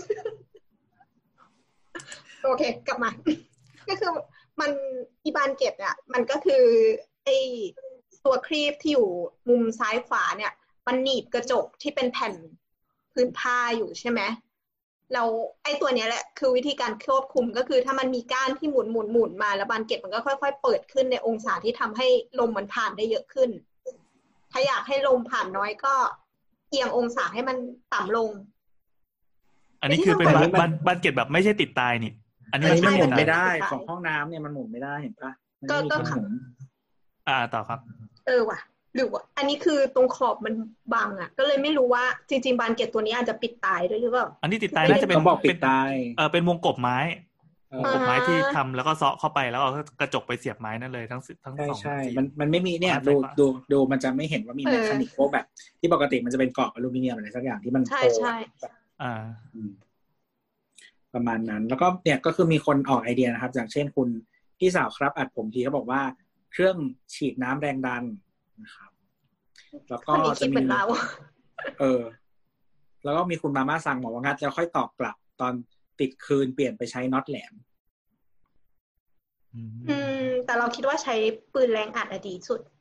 C: โอเคกลับมาก็คือมันอีบานเก็บเนี่ยมันก็คือไอตัวครีบที่อยู่มุมซ้ายขวาเนี่ยมันหนีบกระจกที่เป็นแผ่นพื้นผ้าอยู่ใช่ไหมแล้วไอ้ตัวนี้แหละคือวิธีการควบคุมก็คือถ้ามันมีก้านที่หมุนมาแล้วบานเก็บมันก็ค่อยๆเปิดขึ้นในองศาที่ทำให้ลมมันผ่านได้เยอะขึ้นถ้าอยากให้ลมผ่านน้อยก็เอียงองศาให้มันต่ำลง
B: อันนี้คือเป็นบานเก็บแบบไม่ใช่ติดตายนี่
D: อันนี้มันหมุนไม่ได้ของห้องน้ำเนี่ยมันหมุนไม่ได้เห็นปะ
C: ก็ขัง
B: ต่อครับ
C: ว่ะหรือว่าอันนี้คือตรงขอบมันบังก็เลยไม่รู้ว่าจริงๆบานเก็ตตัวนี้อาจจะปิดตายด้วยหรือเปล่า
B: อันนี้ติดตายน่าจะเป็น
D: บอกปิดตาย
B: เป็นวงกบไม้ไม้ที่ทำแล้วก็เซาะเข้าไปแล้วเอากระจกไปเสียบไม้นั่นเลยทั้งสอง
D: ใช่มันไม่มีเนี่ยดูมันจะไม่เห็นว่ามีแมคานิกพวกแบบที่ปกติมันจะเป็นกรอบอลูมิเนียมอะไรสักอย่างที่มันโตประมาณนั้นแล้วก็เนี่ยก็คือมีคนออกไอเดียนะครับอย่างเช่นคุณพี่สาวครับอัดผมทีเขาบอกว่าเครื่องฉีดน้ำแรงดันนะครับแล้วก็จะมีแล้วก็มีคุณมาม่าสั่งบอกว่างัดแล้วค่อยตอกกลับตอนติดคืนเปลี่ยนไปใช้น็อตแหลม
C: แต่เราคิดว่าใช้ปืนแรงอัดดีสุด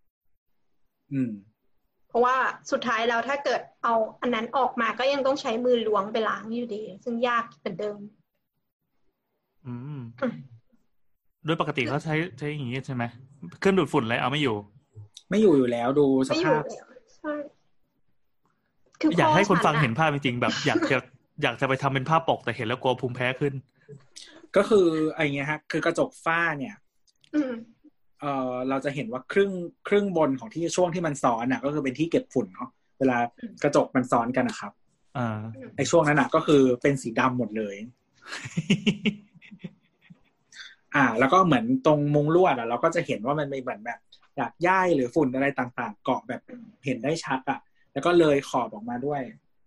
C: เพราะว่าสุดท้ายแล้วถ้าเกิดเอาอันนั้นออกมาก็ยังต้องใช้มือล้วงไปล้างอยู่ดีซึ่งยากเหมือนเดิม
B: โดยปกติเขาใช้อย่างนี้ใช่ไหมเครื่องดูดฝุ่นอะไรเอาไม่อยู่
D: อยู่แล้วดูสภาพ
C: ใช่
B: อยากให้คนฟังเห็นภาพจริงๆแบบอยากจะไปทำเป็นภาพปกแต่เห็นแล้วกลัวภูมิแพ้ขึ้น
D: ก็คืออะไรเงี้ยฮะคือกระจกฝ้าเนี่ยเราจะเห็นว่าครึ่งบนของที่ช่วงที่มันซ้อนอ่ะก็คือเป็นที่เก็บฝุ่นเนาะเวลากระจกมันซ้อนกันนะครับไอ้ช่วงนั้นน่ะก็คือเป็นสีดำหมดเลย แล้วก็เหมือนตรงมุ้งลวดเราก็จะเห็นว่ามันมีแบบหยากหญ้าหรือฝุ่นอะไรต่างๆเกาะแบบเห็นได้ชัดอ่ะแล้วก็เลยขอบออกมาด้วย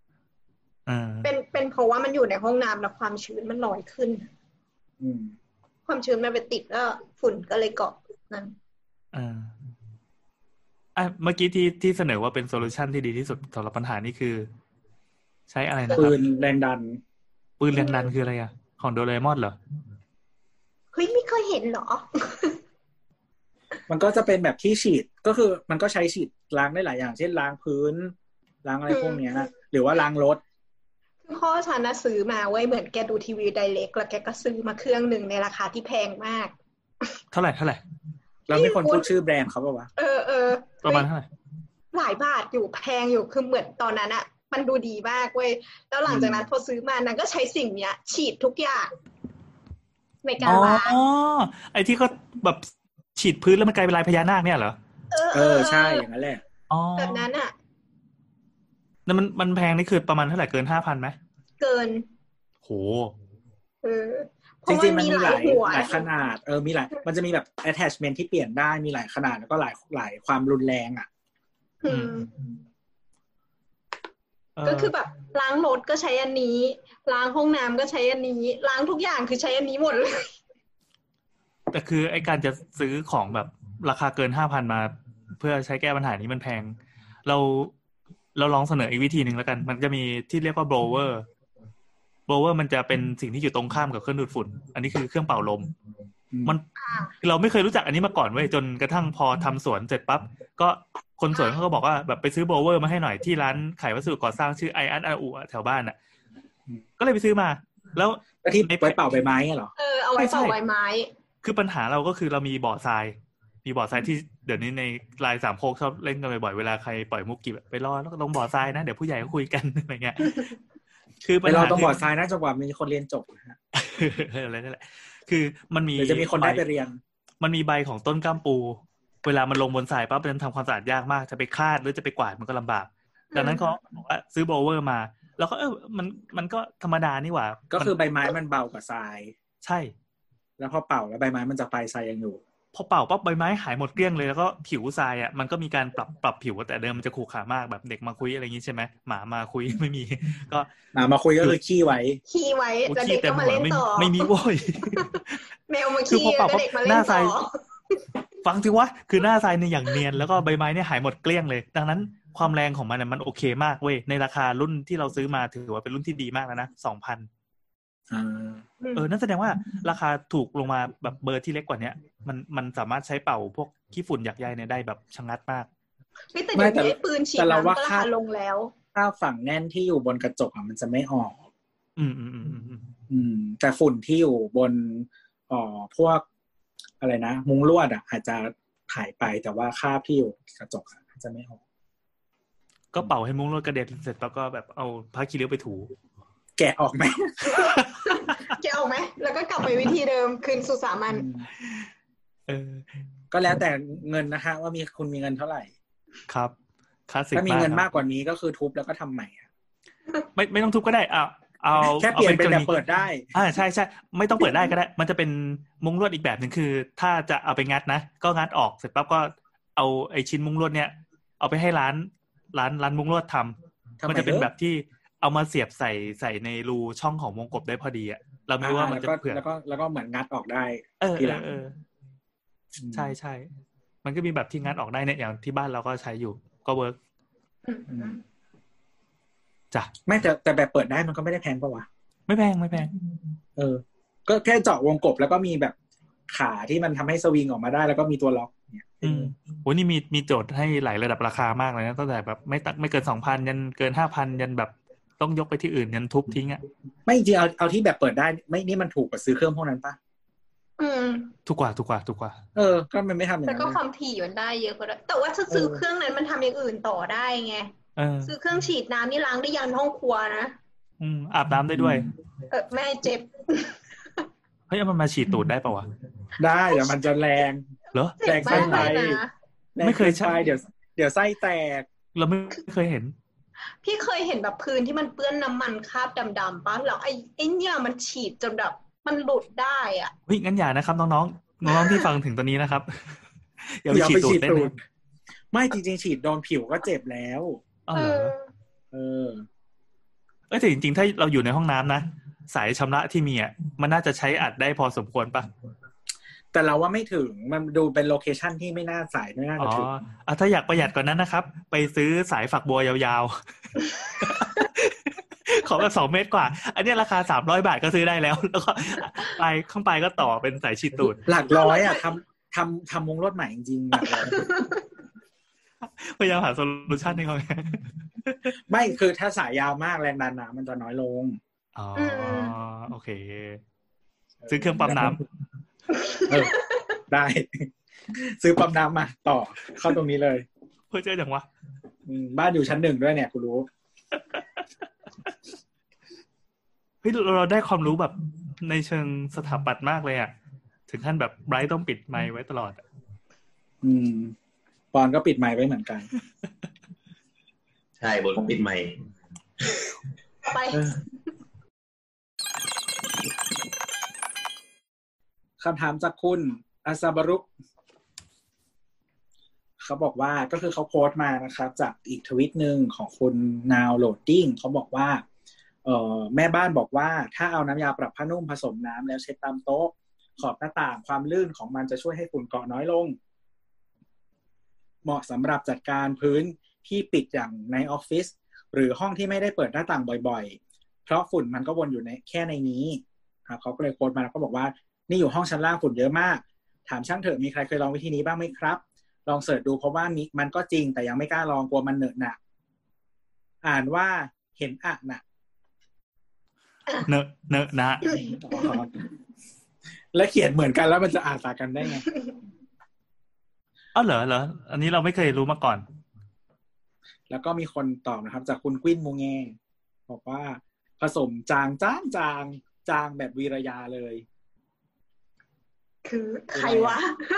C: เป็นเพราะว่ามันอยู่ในห้องน้ำแล้วความชื้นมันลอยขึ้นความชื้นมันไปติดแล้วฝุ่นก็เลยเกาะนั่น
B: เมื่อกี้ที่เสนอว่าเป็นโซลูชันที่ดีที่สุดสำหรับปัญหานี้คือใช้อะไรนะครับ
D: ปืนแรงดัน
B: คืออะไรอ่ะของโดเรมอนเหรอ
C: เฮ้ยไม่เคยเห็นเหรอ
D: มันก็จะเป็นแบบที่ฉีดก็คือมันก็ใช้ฉีดล้างได้หลายอย่างเช่นล้างพื้นล้างอะไรพวกนี้นะหรือว่าล้างรถ
C: พ่อฉันน่ะซื้อมาไว้เหมือนแกดูทีวีไดเรกแล้วแกก็ซื้อมาเครื่องนึงในราคาที่แพงมาก
B: เท่าไหร่
D: เราไม่ควรพูดชื่อแบรนด์เขาป่าววะ
B: ประมาณเท่าไหร่
C: หลายบาทอยู่แพงอยู่คือเหมือนตอนนั้นอะมันดูดีมากเว้ยแล้วหลังจากนั้นพอซื้อมานางก็ใช้สิ่งเนี้ยฉีดทุกอย่างในการล้าง
B: ไอ้ที่เขาแบบฉีดพื้นแล้วมันกลายเป็นลายพญานาคเนี่ยเหรอ
D: ใช่อย่างนั้นแหละ
C: แบบนั้นอะ
B: แล้วมันแพงนี่คือประมาณเท่าไหร่เกิน 5,000 มั้ย
C: เกิน
B: โห
D: จริงๆมันมีหลายขนาดมีหลายมันจะมีแบบ attachment ที่เปลี่ยนได้มีหลายขนาดแล้วก็หลายความรุนแรงอ่ะ
C: ก็คือแบบล้างรถก็ใช้อันนี้ล้างห้องน้ำก็ใช้อันนี้ล้างทุกอย่างคือใช้อันนี้หมดเลย
B: แต่คือไอ้การจะซื้อของแบบราคาเกิน 5,000 มาเพื่อใช้แก้ปัญหานี้มันแพงเราลองเสนออีกวิธีนึงแล้วกันมันจะมีที่เรียกว่า blower มันจะเป็นสิ่งที่อยู่ตรงข้ามกับเครื่องดูดฝุ่นอันนี้คือเครื่องเป่าลมมันเราไม่เคยรู้จักอันนี้มาก่อนเว้ยจนกระทั่งพอทำสวนเสร็จปั๊บก็คนสวนเขาก็บอกว่าแบบไปซื้อ blower มาให้หน่อยที่ร้านขายวัสดุก่อสร้างชื่อไออันอาอูแถวบ้านอ่ะก็เลยไปซื้อมาแล้ว
D: ที่ไว้เป่าใบไม้เหรอ
C: เอาไว้เป่าใบไม้
B: คือปัญหาเราก็คือเรามีบ่อทรายที่เดี๋ยวนี้ในไลน์สามโคกชอบเล่นกันบ่อยๆเวลาใครปล่อยมุกกีบไปรอแล้วลงบ่อทรายนะเดี๋ยวผู้ใหญ่ก็คุยกันอะไรเงี้ย
D: คือปัญหาต้องบ่อทรายนะจนกว่ามีคนเรียนจบนะฮะ
B: อะไรนั่นแหละคือมันมี
D: จะมีคนได้ไปเรียน
B: มันมีใบของต้นก้ามปูเวลามันลงบนทรายปั๊บมันทำความสะอาดยากมากจะไปคาดหรือจะไปกวาดมันก็ลำบากดังนั้นเขาบอกว่าซื้อโบเวอร์มาแล้วก็มันก็ธรรมดานี่หว่า
D: ก็คือใบไม้มันเบากว่าทราย
B: ใช่
D: แล้วพอเป่าแล้วใบไม้มันจะไปทรายยังอยู่
B: พอเป่าปั๊บใบไม้หายหมดเกลี้ยงเลยแล้วก็ผิวทรายอ่ะมันก็มีการปรับผิวแต่เดิมมันจะขรุขระมากแบบเด็กมาคุยอะไรอย่างงี้ใช่ไหมหมามาคุยไม่มีก็
D: หมามาคุยก็คือขี้ไว้
C: แล้วเด็กก็มาเล่นต่อ
B: ไม่มีโว้ย
C: แมวมาขี้แล้วเด็กมาเล่นต่อ
B: ฟังสิวะคือหน้าทรายเนี่ยอย่างเนียนแล้วก็ใบไม้เนี่ยหายหมดเกลี้ยงเลยดังนั้นความแรงของมันมันโอเคมากเว้ยในราคารุ่นที่เราซื้อมาถือว่าเป็นรุ่นที่ดีมากแล้วนะ 2,000 นั่นแสดงว่าราคาถูกลงมาแบบเบอร์ที่เล็กกว่านี้มันสามารถใช้เป่าพวกขี้ฝุ่นหยักใยเนี่ยได้แบบชะงัดมาก
C: แต่เดี๋ยวนี้ปืนฉีดน้ำก็ราคาลงแล้ว
D: ถ้าฝั่งแน่นที่อยู่บนกระจกมันจะไม่ออกแต่ฝุ่นที่อยู่บนพวกอะไรนะมุ้งลวดอาจจะหายไปแต่ว่าคราบที่อยู่กระจกจะไม่ออก
B: ก็เป่าให้มุ้งลวดกระเด็นเสร็จแล้วก็แบบเอาผ้าคีริ้วไปถู
D: แกะออกไหม
C: แกะออกไหมแล้วก็กลับไปวิธีเดิมคืนสู่สามัญ
D: ก็แล้วแต่เงินนะฮะว่าคุณมีเงินเท่าไหร่
B: ครับคลาสสิก
D: ถ้ามีเงินมากกว่านี้ก็คือทุบแล้วก็ทำใหม่
B: ไม่ต้องทุบก็ได้
D: แค่เปลี่ยนเป็นแบบเปิดได้
B: ใช่ไม่ต้องเปิดได้ก็ได้มันจะเป็นมุ้งลวดอีกแบบนึงคือถ้าจะเอาไปงัดนะก็งัดออกเสร็จปั๊บก็เอาไอ้ชิ้นมุ้งลวดเนี่ยเอาไปให้ร้านมุ้งลวดทำมันจะเป็นแบบที่เอามาเสียบใส่ในรูช่องของวงกบได้พอดีอ่ะเราไม่รู้ว่ามันจะเผื่อ
D: แล้วก็เหมือนงัดออกได้
B: ทีหลังใช่มันก็มีแบบที่งัดออกได้เนี่ยอย่างที่บ้านเราก็ใช้อยู่ก็เวิร์กจ้ะ
D: ไม่แต่แบบเปิดได้มันก็ไม่ได้แพงป่ะวะ
B: ไม่แพง
D: ก็แค่เจาะวงกบแล้วก็มีแบบขาที่มันทำให้สวิงออกมาได้แล้วก็มีตัวล็อกเนี่ย
B: โหนี่มีโจทย์ให้หลายระดับราคามากเลยนะตั้งแต่แบบไม่เกิน 2,000 ยันเกิน 5,000 ยันแบบต้องยกไปที่อื่นยันทุบทิ้งอ่ะ
D: ไม่จริงเอาที่แบบเปิดได้ไม่นี่มันถูกกว่าซื้อเครื่องพวกนั้นป่ะ
B: ถูกกว่า
D: ก็มันไม่ทำอย่างนั้น
C: แต่ก็ความถี่มันได้เยอะกว่าแต่ว่าถ้าซื้อเครื่องนั้นมันทำอย่างอื่นต่อได้ไงซื้อเครื่องฉีดน้ำนี่ล้างได้ยันห้องครัวนะ
B: อาบน้ำได้ด้วย
C: แม่เจ็บ
B: เฮ้ยมันมาฉีดตูดได้ป่าววะ
D: ได้แต่มันจะแรง
B: เหรอ
D: แรงไส้ไป
B: ไม่เคยใช่
D: เดี๋ยวไส้แตก
B: เราไม่เคยเห็น
C: พี่เคยเห็นแบบพื้นที่มันเปื้อนน้ำมันคราบดำๆป่ะแล้วไอ้เนี่ยมันฉีดจนแบบมันหลุดได้อ่ะ
B: เฮ้ยงั้นอย่านะครับน้องที่ฟังถึงตอนนี้นะครับอย่าไปฉีดตูดได้ไหม
D: ไม่จริงๆฉีดโดนผิวก็เจ็บแล้ว
B: แต่จริงๆถ้าเราอยู่ในห้องน้ำนะสายชำระที่มีอ่ะมันน่าจะใช้อัดได้พอสมควรป่ะ
D: แต่เราว่าไม่ถึงมันดูเป็นโลเคชั่นที่ไม่น่าสายไม่น่าจะถึง
B: ถ้าอยากประหยัดกว่านั้นนะครับไปซื้อสายฝักบัวยาวๆ ขอแบบ2 เมตรกว่าอันนี้ราคา300 บาทก็ซื้อได้แล้วแล้วก็ไปข้างไปก็ต่อเป็นสายฉีดตูด
D: หลักร้อยอ่ะทำวงลวดใหม่จริงๆหลักร้อย
B: พยายามหาโซลูชันให้เขา
D: ไม่คือถ้าสายยาวมากแรงดันน้ำมันจะน้อยลง
B: โอเคซื้อเครื่องปั๊มน้
D: ำได้ซื้อปั๊มน้ำมาต่อเข้าตรงนี้เลย
B: เพื่อเจอจังวะ
D: บ้านอยู่ชั้น 1ด้วยเนี่ยกูรู้
B: เฮ้ยเราได้ความรู้แบบในเชิงสถาปัตย์มากเลยอ่ะถึงขั้นแบบไบรท์ต้องปิดไมค์ไว้ตลอด
D: ปอนก็ปิดไมค์ไว้เหมือนกัน
A: ใช่บนปิดไมค์
C: ไป
D: คำถามจากคุณอาซาบารุเขาบอกว่าก็คือเขาโพสต์มานะครับจากอีกทวิตหนึ่งของคุณ Now Loading เขาบอกว่าแม่บ้านบอกว่าถ้าเอาน้ำยาปรับผ้านุ่มผสมน้ำแล้วเช็ดตามโต๊ะขอบหน้าต่างความลื่นของมันจะช่วยให้ฝุ่นเกาะน้อยลงเหมาะสำหรับจัดการพื้นที่ปิดอย่างในออฟฟิศหรือห้องที่ไม่ได้เปิดหน้าต่างบ่อยๆเพราะฝุ่นมันก็วนอยู่ในแค่ในนี้เขาก็เลยโพสต์มาแล้วก็บอกว่านี่อยู่ห้องชั้นล่างฝุ่นเยอะมากถามช่างเถอะมีใครเคยลองวิธีนี้บ้างไหมครับลองเสิร์ชดูเพราะว่ามันก็จริงแต่ยังไม่กล้าลองกลัวมันเหนอะหนักอ่านว่าเห็นอะนะ
B: เนอะนะ
D: แล้วเขียนเหมือนกันแล้วมันจะอ่านต่างกันได้ไง
B: เหรออันนี้เราไม่เคยรู้มาก่อน
D: แล้วก็มีคนตอบนะครับจากคุณกวิ้นมูแงบอกว่าผสมจางแบบวีรยาเลย
C: คือใครวะ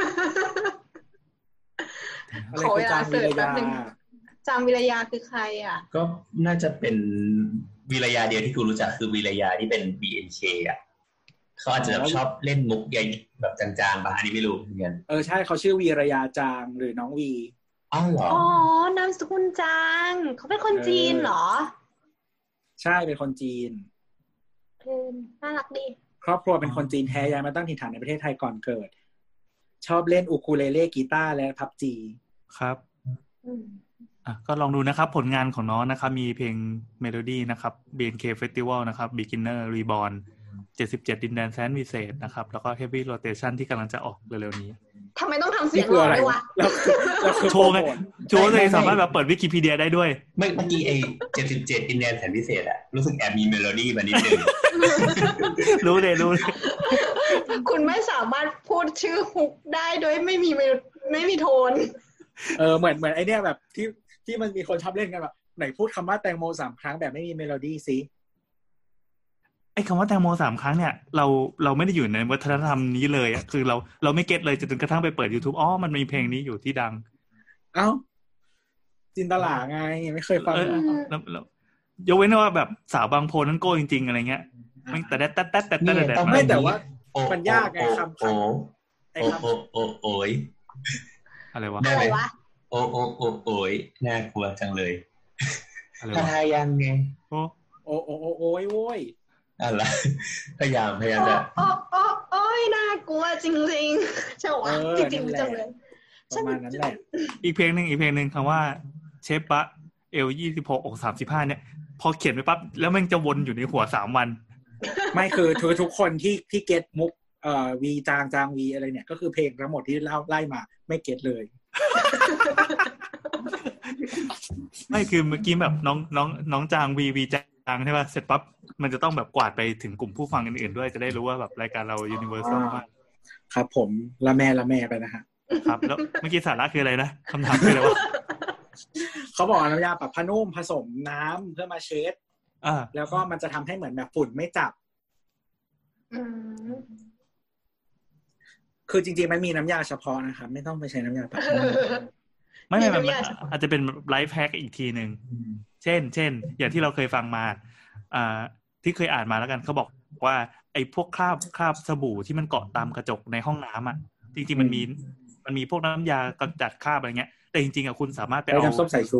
C: ขอเวลาเสิร์ชแป๊บนึงจางวีรยาคือใครอ่ะ
A: ก็น่าจะเป็นวีรยาเดียวที่กูรู้จักคือวีรยาที่เป็น BNK อ่ะเขาอาจจะชอบเล่นมุกใหญ่แบบจางๆป่ะอันนี้ไม่รู้เหมือนกัน
D: ใช่เขาชื่อวีรยาจางหรือน้องวี
A: เหรอ
C: นามสกุลจางเขาเป็นคนจีนเหรอ
D: ใช่เป็นคนจีน
C: น่ารักดี
D: ครอบครัวเป็นคนจีนแท้ย้ายมาตั้งถิ่นฐานในประเทศไทยก่อนเกิดชอบเล่นอูคูเลเล่กีตาร์และพับจี
B: ครับก็ลองดูนะครับผลงานของน้องนะครับมีเพลงเมโลดี้นะครับ BNK Festival นะครับ Beginner Reborn 77 ดินแดนแสนวิเศษนะครับแล้วก็ Heavy Rotation ที่กำลังจะออกเร็วๆนี้
C: ทำไมต้องทำเสียงหล่อด้วยวะ
B: โชว์ไงโชว์เลยสามารถแบบเปิดวิกิพีเดียได้ด้วย
A: เมื่อกี้ไอ้77ดินแดนแสนวิเศษอะรู้สึกแอบมีเมโลดี้มานิดนึง
B: รู้เลย
C: คุณไม่สามารถพูดชื่อฮุกได้โดยไม่มีโทน
D: เหมือนไอเนี้ยแบบที่มันมีคนชอบเล่นกันแบบไหนพูดคำว่าแตงโม3 ครั้งแบบไม่มีเมโลดี้สิ
B: ไอ้คำว่าแตงโม3 ครั้งเนี่ยเราไม่ได้อยู่ในวัฒนธรรมนี้เลยอ่ะคือเราไม่เก็ตเลยจนกระทั่งไปเปิด YouTube มันมีเพลงนี้อยู่ที่ดัง
D: จินตลาไงไม่เคยฟัง
B: ยกเว้นว่าแบบสาวบางโพนั้นโก้จริงๆอะไรเงี้ยมันแต่
D: ไม่แต่ว่ามันยากไงคำ
A: โอ้ย
B: อะไรวะ
A: โอ้ยน่ากลัวจังเลย
B: อะไรวะ
A: ทายังไง
D: โอ้ยโว้ย
A: อะไรพยายามจะ
C: โอ้ยน่ากลัวจริงๆใช่วะจริงๆจังเลย
D: ประมาณนั้นแหละ
B: อีกเพลงหนึ่งคำว่าเชฟปะเอล26อก35เนี่ยพอเขียนไปปั๊บแล้วมันจะวนอยู่ในหัว3วัน
D: ไม่คือทุกคนที่เก็ตมุกวีจางวีอะไรเนี่ยก็คือเพลงทั้งหมดที่ไล่มาไม่เก็ตเลย
B: ไม่คือเมื่อกี้แบบน้องจางวีจางใช่ป่ะเสร็จปั๊บมันจะต้องแบบกวาดไปถึงกลุ่มผู้ฟังอื่นๆด้วยจะได้รู้ว่าแบบรายการเรา Universal มาก
D: ครับผมละแม่ไปนะฮะ
B: ครับแล้วเมื่อกี้สาระคืออะไรนะคำถามคืออะไรวะ
D: เขาบอกน้ำยาปรับผ้านุ่มผสมน้ำเพื่อมาเช็ดแล้วก็มันจะทำให้เหมือนแบบฝุ่นไม่จับคือจริงๆมันมีน้ำยาเฉพาะนะครับไม่ต้องไปใช้น้ำยาปรับ
B: ไม่อาจจะเป็นไลฟ์แฮกอีกทีนึงเช่นอย่างที่เราเคยฟังมาที่เคยอ่านมาแล้วกันเขาบอกว่าไอ้พวกคราบสบู่ที่มันเกาะตามกระจกในห้องน้ำอ่ะจริงๆมันมีพวกน้ำยากำจัดคราบอะไรเงี้ยแต่จริงๆคุณสามารถไปเอา
D: น้ำส้มสายชู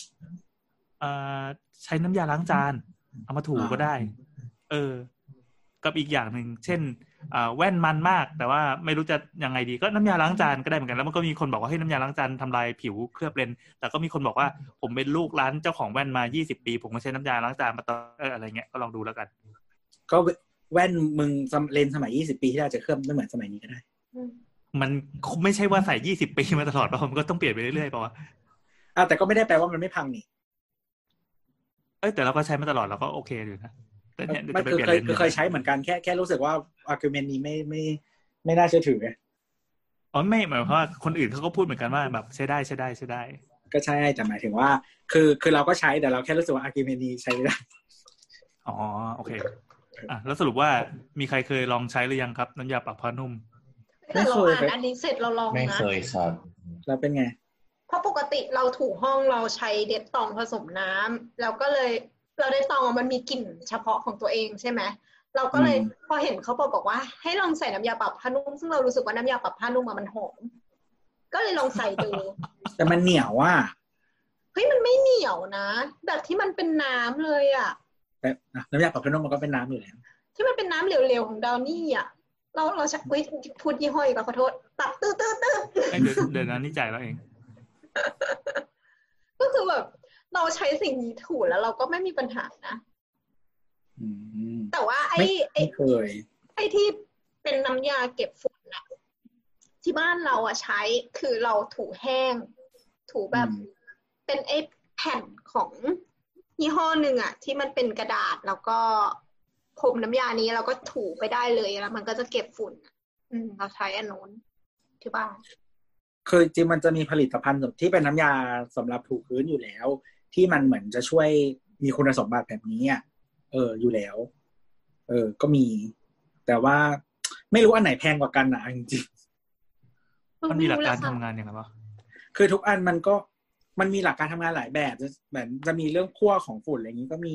B: ใช้น้ำยาล้างจานเอามาถูก็ได้กับอีกอย่างหนึ่งเช่นแว่นมันมากแต่ว่าไม่รู้จะยังไงดีก็น้ำยาล้างจานก็ได้เหมือนกันแล้วมันก็มีคนบอกว่าให้น้ำยาล้างจานทำลายผิวเคลือบเลนแต่ก็มีคนบอกว่าผมเป็นลูกร้านเจ้าของแว่นมา20ปีผมก็ใช้น้ำยาล้างจานมาตลอดอะไรเงี้ยก็ลองดูแล้วกัน
D: ก็แว่นมึงเลนสมัย20ปีที่แล้วจะเคลือบไม่เหมือนสมัยนี้ก็ได้
B: มันไม่ใช่ว่าใส่20ปีมาตลอดป่ะมันก็ต้องเปลี่ยนไปเรื่อยๆป่ะวะ
D: แต่ก็ไม่ได้แปลว่ามันไม่พังนี่
B: แต่เราก็ใช้มาตลอดเราก็โอเคอยู่นะแต่เนี่ย
D: จะไปเปลี่ยนเลนเคยใช้เหมือนกันแค่รู้สึกว่าอาร์กิวเมนต์นี้ไม่น่าเชื่อถือไง
B: ไม่หมายความว่าคนอื่นเขาก็พูดเหมือนกันว่าแบบใช้ได้
D: ก็ใช่แต่หมายถึงว่าคือเราก็ใช้แต่เราแค่รู้สึกว่าอาร์กิวเมนต์นี้ใช้ไม่ได้
B: อ๋อโอเคแล้วสรุปว่ามีใครเคยลองใช้หรือยังครับน้ำยาปรับผ้านุ่ม
C: แต่เราอ่านอันนี้เสร็จเราลองนะ
A: ไม่เคยครับ
D: แล้วเป็นไง
C: เพราะปกติเราถูห้องเราใช้เดปตองผสมน้ำแล้วก็เลยเราเดปตองมันมีกลิ่นเฉพาะของตัวเองใช่ไหมเราก็เลยพอเห็นเขาบอกว่าให้ลองใส่น้ำยาปรับผ้านุ่มซึ่งเรารู้สึกว่าน้ำยาปรับผ้านุ่มมันหอมก็เลยลองใส่ดู
D: แต่มันเหนียวอ่ะ
C: เฮ้ยมันไม่เหนียวนะแบบที่มันเป็นน้ำเลยอ่ะ
D: แบบน้ำยาปรับผ้านุ่มมันก็เป็นน้ำอยู่แล้ว
C: ที่มันเป็นน้ำเหลวๆของดาวนี่อ่ะเราชักพูดยี่ห้ออีกแล้วขอโทษตัดตื้อ
B: เดี๋ยวนั้นนี่จ่ายเราเอง
C: ก็คือแบบเราใช้สิ่งนี้ถูแล้วเราก็ไม่มีปัญหานะแต่ว่าไอ้ที่เป็นน้ำยาเก็บฝุ่นอะที่บ้านเราอะใช้คือเราถูแห้งถูแบบเป็นไอ้แผ่นของยี่ห้อหนึ่งอะที่มันเป็นกระดาษแล้วก็พรมน้ำยานี้เราก็ถูไปได้เลยแล้วมันก็จะเก็บฝุ่นเราใช้อันโน้นที่บ้าน
D: คือจริงมันจะมีผลิตภัณฑ์ที่เป็นน้ำยาสำหรับถูพื้นอยู่แล้วที่มันเหมือนจะช่วยมีคุณสมบัติแบบนี้อ่ะอยู่แล้วก็มีแต่ว่าไม่รู้อันไหนแพงกว่ากันนะจริง
B: ๆมันมีหลักการทำงานอย่างไรบ้าง
D: คือทุกอันมันมีหลักการทำงานหลายแบบแบบจะมีเรื่องคั่วของฝุ่นอะไรอย่างนี้ก็มี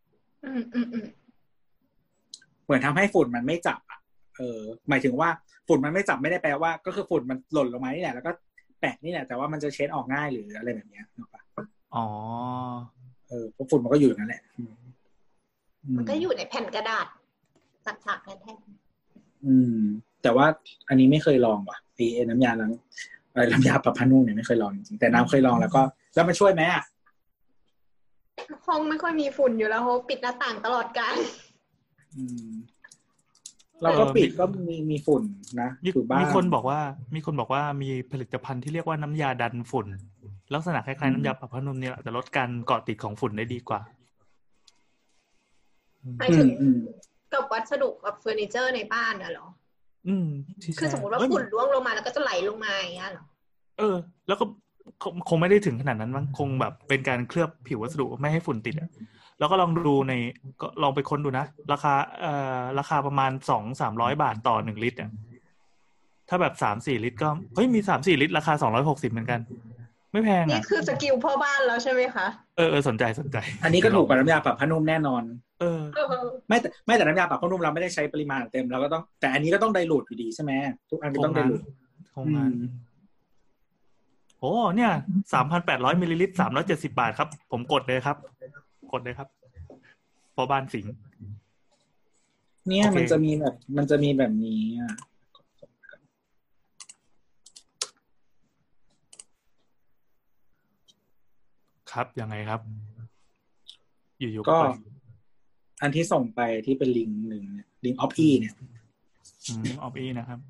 D: เหมือนทำให้ฝุ่นมันไม่จับหมายถึงว่าฝุ่นมันไม่จับไม่ได้แปลว่าก็คือฝุ่นมันหล่นลงมานี่แหละแล้วก็แปะนี่แหละแต่ว่ามันจะเช็ดออกง่ายหรืออะไรแบบนี้ถูกปะ
B: อ๋อ
D: เพราะฝุ่นมันก็อยู่อย่างนั้นแหละ
C: มันก็อยู่ในแผ่นกระดาษสักๆแท่ง
D: แต่ว่าอันนี้ไม่เคยลองว่ะไอ้น้ำยาล้างน้ำยาปรับผ้านุ่มเนี่ยไม่เคยลองจริงๆแต่น้ำเคยลองแล้วมันช่วยไหมอ่ะ
C: ห้องไม่ค่อยมีฝุ่นอยู่แล้วเพราะปิดหน้าต่างตลอดกาล
D: เราก็ปิดก็มีฝุ่นนะอยู่บ้าน
B: มีคนบอกว่ามีผลิตภัณฑ์ที่เรียกว่าน้ำยาดันฝุ่นลักษณะคล้ายๆน้ำยาปรับผ้านุ่มเนี่ยจะลดการเกาะติดของฝุ่นได้ดีกว่า
C: หมายถึงกับวัสดุกับเฟอร์นิเจอร์ในบ้านน่ะเหรอคือสมมติว่าฝุ่นร่วงลงมาแล้วก็จะไหลลงมาอย่างเงี้ยเหรอ
B: แล้วก็คงไม่ได้ถึงขนาดนั้นมั้งคงแบบเป็นการเคลือบผิววัสดุไม่ให้ฝุ่นติดอ่ะแล้วก็ลองดูก็ลองไปค้นดูนะราคาประมาณ 200-300 บาทต่อ1ลิตรอ่ะถ้าแบบ 3-4 ลิตรก็มี 3-4 ลิตรราคา260เหมือนกันไม่แพง
C: นี่คือสกิลพ่อบ้านแล้วใช่ไหมคะ
B: สนใจ
D: อันนี้ก็ถูกกว่าน้ำยาปรับผ้านุ่มแน่นอนไม่แต่น้ำยาปรับผ้านุ่มเราไม่ได้ใช้ปริมาณเต็มเราก็ต้องแต่อันนี้ก็ต้องไดลูทอยู่ดีใช่ไหมทุกอันก็ต้องไดลูท
B: โอ้เนี่ย 3,800 มิลลิลิตร370 บาทครับผมกดเลยครับพอบ้านสิง
D: เนี่ยมันจะมีแบบนี้อ่ะ
B: ครับยังไงครับอยู่
D: ก็อันที่ส่งไปที่เป็นลิงก์หนึ่งเนี่ยลิงก์ออฟอีเนี่ย
B: ออฟอีนะครับ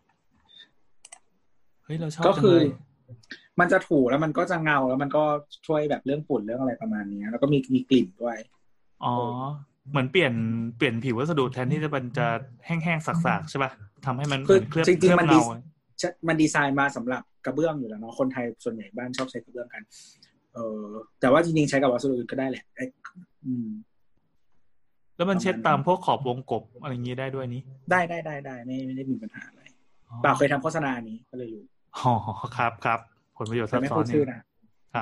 B: เฮ้ยเราชอบ
D: ก็คือมันจะถูแล้วมันก็จะเงาแล้วมันก็ช่วยแบบเรื่องฝุ่นเรื่องอะไรประมาณนี้แล้วก็มีกลิ่นด้วย
B: อ๋อเหมือนเปลี่ยนผิววัสดุแทนที่จะแห้งๆสักๆใช่ป่ะทำให้มันเคลือบเงา
D: มันดีไซน์มาสำหรับกระเบื้องอยู่แล้วเนาะคนไทยส่วนใหญ่บ้านชอบใช้กระเบื้องกันแต่ว่าจริงๆใช้กับวัสดุอื่นก็ได้แหละ
B: แล้วมันเช็ดตามพวกขอบวงกบอะไรอย่างนี้ได้ด้วยนี้
D: ได้ไม่ได้มีปัญหาอะไรเปล่าเคยทำโฆษณานี้ก็เลยอยู่
B: อ๋อครับผลประโยชน์ซับซ้อน
D: เนี่ยครับ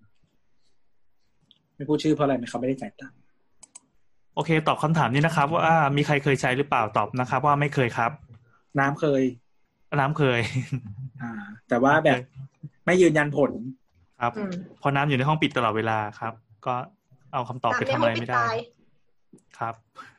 D: ไม่พูดชื่อเพราะอะไรเขาไม่ได้จ่ายตังค์
B: โอเคตอบคำถามนี้นะครับว่ามีใครเคยใช้หรือเปล่าตอบนะครับว่าไม่เคยครับ
D: น้ำเคยแต่ว่าแบบไม่ยืนยันผล
B: ครับพอน้ำอยู่ในห้องปิดตลอดเวลาครับก็เอาคำตอบไปทำอะไรไม่ได้ครับ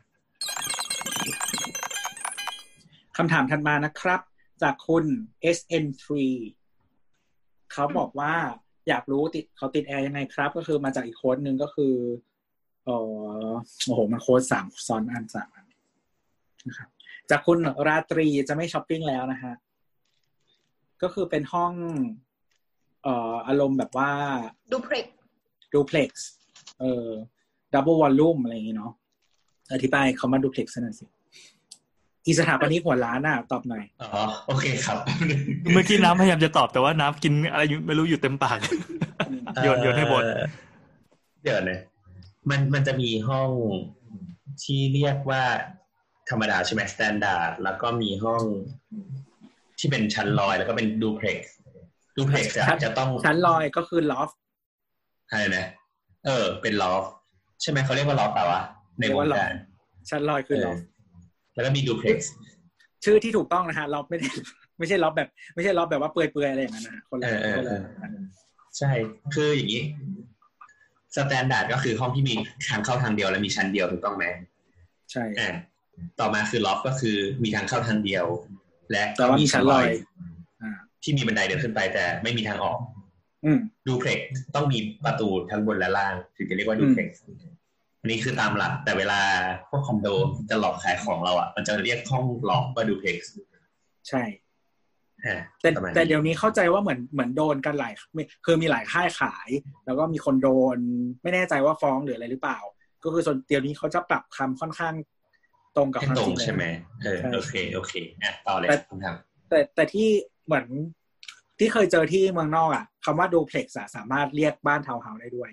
D: คำถามถัดมานะครับจากคุณ SN3 เขาบอกว่าอยากรู้เขาติดแอร์ยังไงครับก็คือมาจากอีกโค้ดนึงก็คือโอ้โหมันโค้ด3ซ้อนอัน3นะครับจากคุณราตรีจะไม่ช้อปปิ้งแล้วนะฮะก็คือเป็นห้องอารมณ์แบบว่า
C: ดูเพล็กซ์
D: ดับเบิลวอลลุ่มอะไรอย่างงี้เนาะอธิบายคำว่าดูเพล็กซ์หน่อยสิอีสถาปนิกหัวล้านน่ะตอบหน่อย
A: อ๋อโอเคครับ
B: เมื่อกี้น้ำพยายามจะตอบแต่ว่าน้ำกินอะไรไม่รู้อยู่เต็มปากโยนให้บด
A: เดี๋ยวนะมันจะมีห้องที่เรียกว่าธรรมดาใช่ไหมสแตนดาร์ดแล้วก็มีห้องที่เป็นชั้นลอยแล้วก็เป็นดูเพล็กซ์จะต้อง
D: ชั้นลอยก็คือลอฟ
A: อะไรนะเป็นลอฟใช่ไหมเขาเรียกว่าลอฟเปล่าวะในวงการ
D: ชั้นลอยคือลอฟ
A: แล้วก็มีดูเพล็กซ์
D: ชื่อที่ถูกต้องนะฮะลอฟไม่ใช่ลอฟแบบว่าเปื่อยๆอะไรอย่างนั้นนะคนละ
A: ใช่คืออย่างนี้สแตนดาร์ดก็คือห้องที่มีทางเข้าทางเดียวและมีชั้นเดียวถูกต้องไหม
D: ใช่
A: ต่อมาคือลอฟก็คือมีทางเข้าทางเดียวและ
D: ก็มีชั้นลอย
A: ที่มีบันไดเดินขึ้นไปแต่ไม่มีทางออกดูเพล็กซ์ต้องมีประตูทั้งบนและล่างถึงจะเรียกว่าดูเพล็กซ์อันนี้คือตามหลักแต่เวลาพวกคอนโดจะหลอกขายของเราอ่ะมันจะเรียกห้องหลอกว่าดูเพล็กซ์
D: ใช่แต่เดี๋ยวนี้เข้าใจว่าเหมือนโดนกันหลายคือมีหลายค่ายขายแล้วก็มีคนโดนไม่แน่ใจว่าฟ้องหรืออะไรหรือเปล่าก็คือส่วนเดี๋ยวนี้เขาจะปรับคำค่อนข้างตรงกับความจริง
A: ใช่ไหมโอเคต่อเลยครับ
D: แต่ที่เหมือนที่เคยเจอที่เมืองนอกอ่ะคำว่าดูเพล็กซ์สามารถเรียกบ้านทาวน์เฮาส์ได้ด้วย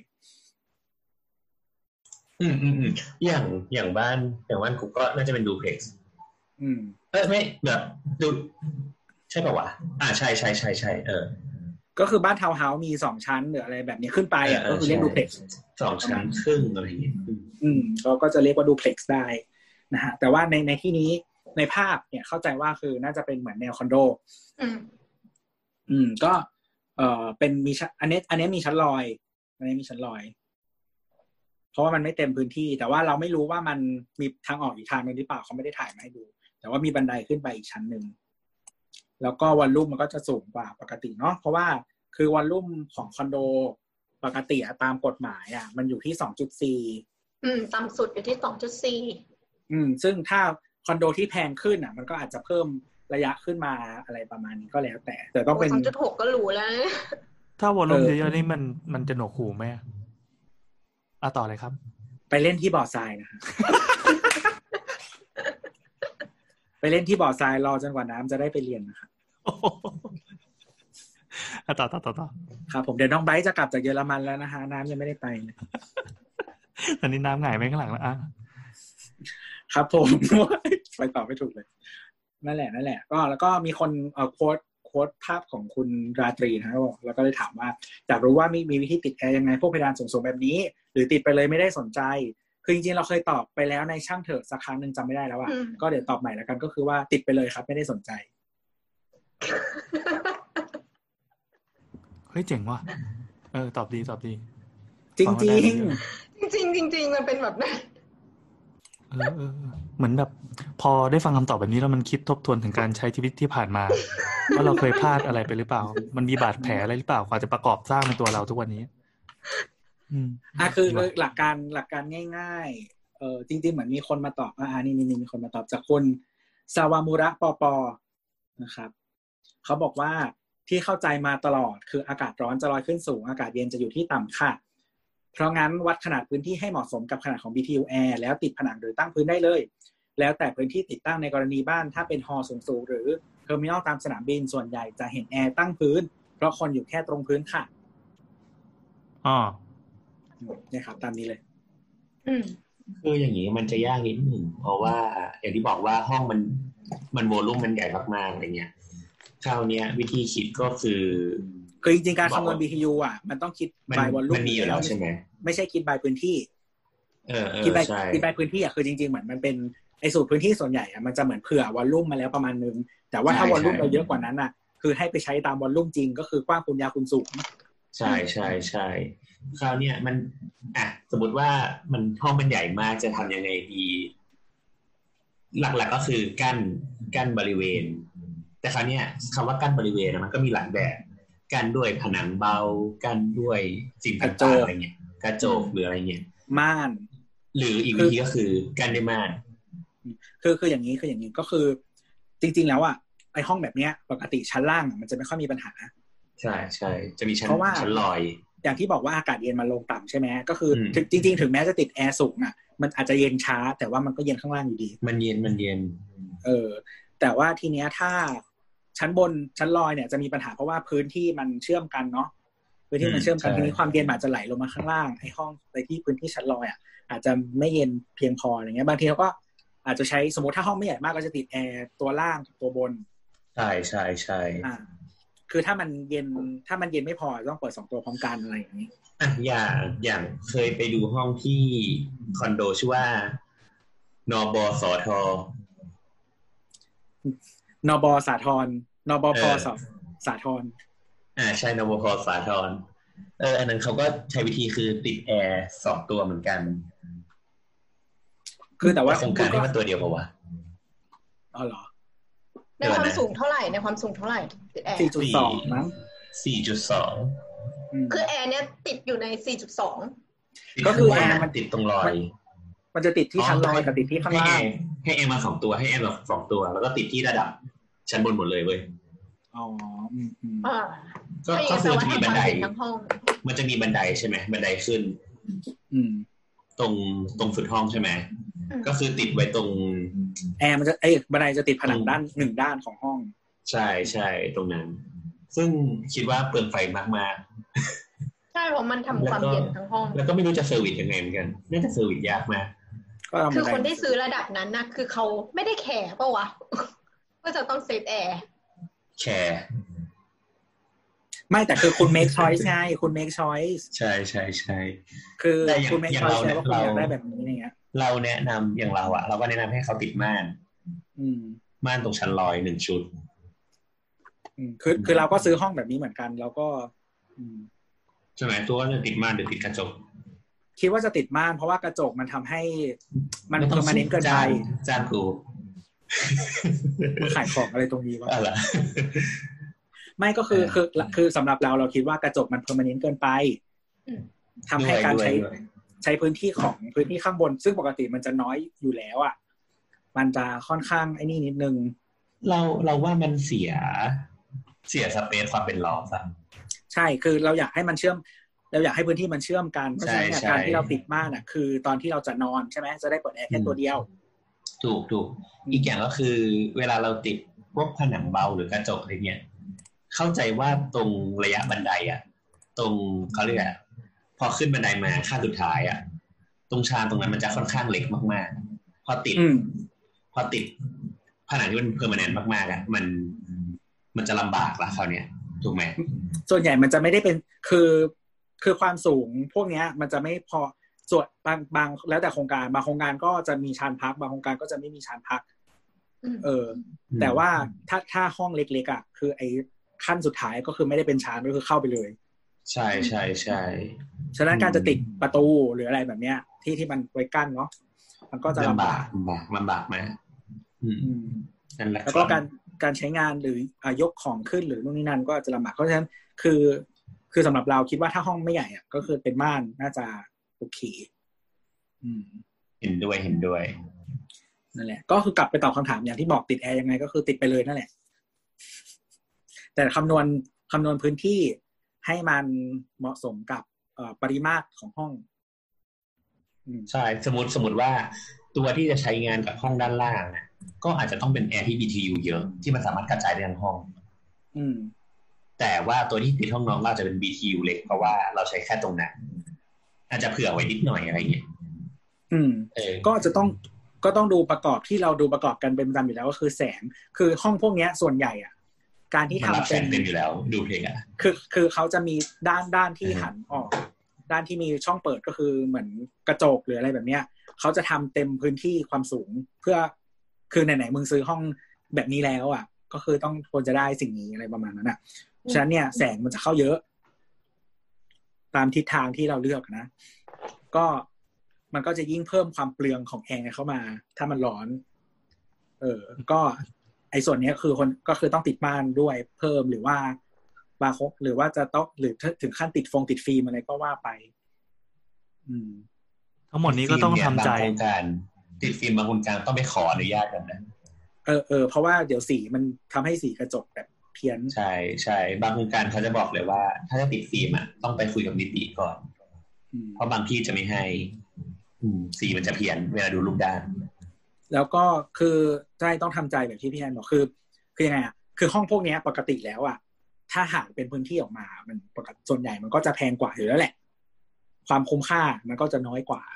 A: อย่างบ้านกูก็น่าจะเป็นดูเพล็กซ์ไม่แบบดูใช่ป่าววะใช่
D: ก็คือบ้านทาวน์เฮาส์มี2ชั้นหรืออะไรแบบนี้ขึ้นไปก็คือเรียกดูเพล็กซ์
A: 2ชั้นครึ่งอะไรอย่างเงี้ย
D: ก็จะเรียกว่าดูเพล็กซ์ได้นะฮะแต่ว่าในที่นี้ในภาพเนี่ยเข้าใจว่าคือน่าจะเป็นเหมือนแนวคอนโดก็เป็นมีอันนี้มีชั้นลอยเพราะว่ามันไม่เต็มพื้นที่แต่ว่าเราไม่รู้ว่ามันมีทางออกอีกทางนึงหรือเปล่าเขาไม่ได้ถ่ายมาให้ดูแต่ว่ามีบันไดขึ้นไปอีกชั้นนึงแล้วก็วอลลุ่มมันก็จะสูงกว่าปกติเนาะเพราะว่าคือวอลลุ่มของคอนโดปกติตามกฎหมายมันอยู่ที่ 2.4
C: ต่ำสุดอยู่ที่ 2.4
D: ซึ่งถ้าคอนโดที่แพงขึ้นมันก็อาจจะเพิ่มระยะขึ้นมาอะไรประมาณนี้ก็แล้วแต่ต้องเป็น
C: 2.6 ก็หรูแล้ว
B: ถ้าวอลลุ่มเยอะๆนี่มันจะหนวกหูไหมต่อเลยครับ
D: ไปเล่นที่บ่อทรายนะฮะ ไปเล่นที่บ่อทรายรอจนกว่าน้ำจะได้ไปเรียนนะครับ
B: ต่อ
D: ครับผมเดี๋ยวน้องไบร์ทจะกลับจากเยอรมันแล้วนะฮะน้ำยังไม่ได้ไปเลย
B: ตอนนี้น้ำหงายไปข้างหลังแล้ว
D: ครับผมไปต่อไม่ถูกเลยนั่นแหละก็แล้วก็มีคนโค้โค้ดภาพของคุณราตรีนะครับแล้วก็เลยถามว่าอยากรู้ว่ามีวิธีติดแอร์ยังไงพวกเพดานสูงๆแบบนี้หรือติดไปเลยไม่ได้สนใจคือจริงๆเราเคยตอบไปแล้วในช่างเถอะสักครั้งนึงจำไม่ได้แล้วก็เดี๋ยวตอบใหม่แล้วกันก็คือว่าติดไปเลยครับไม่ได้สนใจ
B: เฮ้ยเจ๋งว่ะตอบดี
D: จริงจริง
C: มันเป็นแบบนั้น
B: เหมือนแบบพอได้ฟังคำตอบแบบนี้แล้วมันคิดทบทวนถึงการใช้ชีวิตที่ผ่านมาว่าเราเคยพลาดอะไรไปหรือเปล่ามันมีบาดแผลอะไรหรือเปล่ากว่าจะประกอบสร้างในตัวเราทุกวันนี้
D: คือหลักการง่ายๆจริงๆเหมือนมีคนมาตอบนี่มีคนมาตอบจากคุณซาวามุระปอนะครับเขาบอกว่าที่เข้าใจมาตลอดคืออากาศร้อนจะลอยขึ้นสูงอากาศเย็นจะอยู่ที่ต่ำค่ะเพราะงั้นวัดขนาดพื้นที่ให้เหมาะสมกับขนาดของ BTU Air แล้วติดผนังหรือตั้งพื้นได้เลยแล้วแต่พื้นที่ติดตั้งในกรณีบ้านถ้าเป็นฮอลล์สูงๆหรือเทอร์มินอลตามสนามบินส่วนใหญ่จะเห็นแอร์ตั้งพื้นเพราะคนอยู่แค่ตรงพื้นค่ะเนี่ยครับตามนี้เลย
A: คืออย่างนี้มันจะยากนิดหนึ่งเพราะว่าอย่างที่บอกว่าห้องมันโวลุ่มมันใหญ่มากๆอะไรเงี้ยคราวนี้วิธีคิดก็คือ
D: จริงๆการคำนวณ BTU มันต้องคิด by volume
A: มันมีอยู่แล้วใช่ไหม
D: ไม่ใช่คิด by พื้นที่คิด by พื้นที่คือจริงๆเหมือนมันเป็นไอ้สูตรพื้นที่ส่วนใหญ่มันจะเหมือนเผื่อวอลลุ่มมาแล้วประมาณนึงแต่ว่าถ้าวอลลุ่มเราเยอะกว่านั้นคือให้ไปใช้ตามวอลลุ่มจริงก็คือกว้างคูณยาวคูณสูง
A: ใช่คราวนี้มันสมมติว่ามันห้องมันใหญ่มากจะทำยังไงดีหลักๆก็คือกั้นบริเวณแต่คราวนี้คำว่ากั้นบริเวณมันก็มีหลายแบบกั้นด้วยผนังเบากั้นด้วยสิ่งต่างๆอะไรเงี้ยกระจกหรืออะไรเงี้ย
D: ม่าน
A: หรืออีกวิธีก็คือกั้นด้วยม่าน
D: คืออย่างนี้ก็คือจริงๆแล้วไอห้องแบบเนี้ยปกติชั้นล่างมันจะไม่ค่อยมีปัญหา
A: ใช่จะมีชั้นลอย
D: อย่างที่บอกว่าอากาศเย็นมันลงต่ำใช่ไหมก็คือจริงๆถึงแม้จะติดแอร์สูงมันอาจจะเย็นช้าแต่ว่ามันก็เย็นข้างล่างอยู่ดี
A: มันเย็น
D: แต่ว่าทีเนี้ยถ้าชั้นบนชั้นลอยเนี่ยจะมีปัญหาเพราะว่าพื้นที่มันเชื่อมกันเนาะพื้นที่มันเชื่อมกันทีนี้ความเย็นอาจจะไหลลงมาข้างล่างไอ้ห้องในที่พื้นที่ชั้นลอยอาจจะไม่เย็นเพียงพออะไรเงี้ยบางทีเราก็อาจจะใช้สมมติถ้าห้องไม่ใหญ่มากก็จะติดแอร์ตัวล่างกับตัวบน
A: ใช่
D: คือถ้ามันเย็นไม่พอต้องเปิด2ตัวพร้อมกันอะไรอย่างนี้
A: อย่างเคยไปดูห้องที่คอนโดชื่อว่านบสท
D: นบสาทรนบพสาทร
A: ใช่นบพสาทรอันนั้นเขาก็ใช้วิธีคือติดแอร์2ตัวเหมือนกัน
D: คือแต่ว่า
A: โครงการที่มันตัวเดียวป่าววะ
D: เหรอ
C: ในความสูงเท่าไหร่ติดแอร์
D: 4.2 มั้ง
A: 4.2
C: คือแอร์เนี่ยติดอยู่ใน 4.2
A: ก็คือแอร์มันติดตรงรอย
D: มันจะติดที่ชั้นลอยกับติดที่ข้างล่าง
A: ให้แอร์มา2ตัวให้แอร์แบบ2ตัวแล้วก็ติดที่ระดับชั้นบนหมดเลยเว้ยก็คือจะมีบันไดมันจะมีบันไดใช่ไหมบันไดขึ้นตรงสุดห้องใช่ไหมก็คือติดไว้ตรง
D: แอร์มันจะบันไดจะติดผนังด้าน1ด้านของห้อง
A: ใช่ตรงนั้นซึ่งคิดว่าเปลืองไฟมาก
C: ๆใช่เพราะมันทำความเย็นทั้งห้อง
A: แล้วก็ไม่รู้จะเซอร์วิสยังไงเหมือนกันน่าจะเซอร์วิสยากมาก
C: คือคนที่ซื้อระดับนั้นนะคือเขาไม่ได้แคร์ป่ะวะว่าจะต้องเซฟแอร์
A: แคร์
D: ไม่แต่คือคุณ make choice ไงคุณ make choice
A: ใช่
D: คือคุณ make choice แล้วว่าคุณอยากได้แบบนี้อย่างเงี้ย
A: เราแนะนำอย่างเราเราก็แนะนำให้เขาติดม่านม่านตรงชั้นลอย1ชุด
D: คือเราก็ซื้อห้องแบบนี้เหมือนกันแล้วก็
A: ใช่ไหมตัวจะติดม่านหรือติดกระจก
D: คิดว่าจะติดม่านเพราะว่ากระจกมันทำให้มันเพอร์มาเนนต์เกินไป
A: จ้างกู
D: ขายของอะไรตรงนี้วะ
A: อะไร
D: ไม่ก็คือสำหรับเราคิดว่ากระจกมันเพอร์มาเนนต์เกินไปทำให้การใช้พื้นที่ข้างบนซึ่งปกติมันจะน้อยอยู่แล้วมันจะค่อนข้างไอ้นี่นิดนึง
A: เราว่ามันเสียสเปซความเป็นล็อก
D: ใช่คือเราอยากให้มันเชื่อมเราอยากให้พื้นที่มันเชื่อมกันเพราะฉะนั้นการที่เราติดม่านคือตอนที่เราจะนอนใช่ไหมจะได้เปิดแอร์แค่ตัวเดียว
A: ถูกอีกอย่างก็คือเวลาเราติดพวกผนังเบาหรือกระจกอะไรเงี้ยเข้าใจว่าตรงระยะบันไดตรงเขาเรียกพอขึ้นบันไดมาขั้นสุดท้ายตรงชานตรงนั้นมันจะค่อนข้างเล็กมากๆพอติดผนังที่มันเพอร์มาแนนต์มากๆมันมันจะลำบากละคราวเนี้ยถูกไหม
D: ส่วนใหญ่มันจะไม่ได้เป็นคือความสูงพวกนี้มันจะไม่พอส่วนบางแล้วแต่โครงการบางโครงการก็จะมีชานพักบางโครงการก็จะไม่มีชานพักแต่ว่าถ้าห้องเล็กๆอ่ะคือไอ้ขั้นสุดท้ายก็คือไม่ได้เป็นชานก็คือเข้าไปเลย
A: ใช่ใช่ใช่
D: ฉะนั้นการจะติดประตูหรืออะไรแบบเนี้ยที่มันไว้กั้นเนาะมันก็จะลำบาก
A: ไหม
D: แล้วก็การใช้งานหรือยกของขึ้นหรือนู่นนี่นั่นก็จะลำบากเพราะฉะนั้นคือสำหรับเราคิดว่าถ้าห้องไม่ใหญ่อ่ะก็คือเป็นม่านน่าจะโอเค
A: เห็นด้วย
D: นั่นแหละก็คือกลับไปตอบคำถามอย่างที่บอกติดแอร์ยังไงก็คือติดไปเลยนั่นแหละแต่คำนวณพื้นที่ให้มันเหมาะสมกับปริมาตรของห้อง
A: ใช่สมมติว่าตัวที่จะใช้งานกับห้องด้านล่างนะก็อาจจะต้องเป็นแอร์ที่ BTU เยอะที่มันสามารถกระจายได้ทั้งห้องแต่ว่าตัวที่ติดห้องน้องเราจะเป็น BTU เล็กเพราะว่าเราใช้แค่ตรงนั้นอาจจะเผื่อไว้นิดหน่อยอะไรเงี้ย
D: ก็ต้องดูประกอบที่เราดูประกอบกันเป็นประจำอยู่แล้วก็คือแสงคือห้องพวกนี้ส่วนใหญ่อ่ะการที่ทำ
A: เป็นเต็มอยู่แล้วดูเพลงอ่ะ
D: คือเขาจะมีด้านที่หันออกด้านที่มีช่องเปิดก็คือเหมือนกระจกหรืออะไรแบบเนี้ยเขาจะทำเต็มพื้นที่ความสูงเพื่อคือไหนๆมึงซื้อห้องแบบนี้แล้วอ่ะก็คือต้องควรจะได้สิ่งนี้อะไรประมาณนั้นอ่ะฉะนั้นเนี่ยแสงมันจะเข้าเยอะตามทิศทางที่เราเลือกนะก็มันก็จะยิ่งเพิ่มความเปลืองของแอร์เข้ามาถ้ามันร้อนก็ไอ้ส่วนนี้คือคนก็คือต้องติดม่านด้วยเพิ่มหรือว่าบาร์โค้ดหรือว่าจะต้องหรือถึงขั้นติดฟิล์มอะไรก็ว่าไป
B: ทั้งหมดนี้ก็ต้องทำใจ
A: การติดฟิล์มบางโครงการต้องไปขออนุญาตกันนะ
D: เพราะว่าเดี๋ยวสีมันทำให้สีกระจกแบบเพี้ยน
A: ใช่ใช่บางโครงการเขาจะบอกเลยว่าถ้าจะติดฟิล์มอ่ะต้องไปคุยกับนิติก่อนเพราะบางที่จะไม่ให้สีมันจะเพี้ยนเวลาดูรูปด้าน
D: แล้วก็คือใช่ต้องทำใจแบบที่พี่แอนบอกคือยังไงอ่ะคือห้องพวกนี้ปกติแล้วอ่ะถ้าหากเป็นพื้นที่ออกมามันปกติส่วนใหญ่มันก็จะแพงกว่าอยู่แล้วแหละความคุ้มค่ามันก็จะน้อยกว่า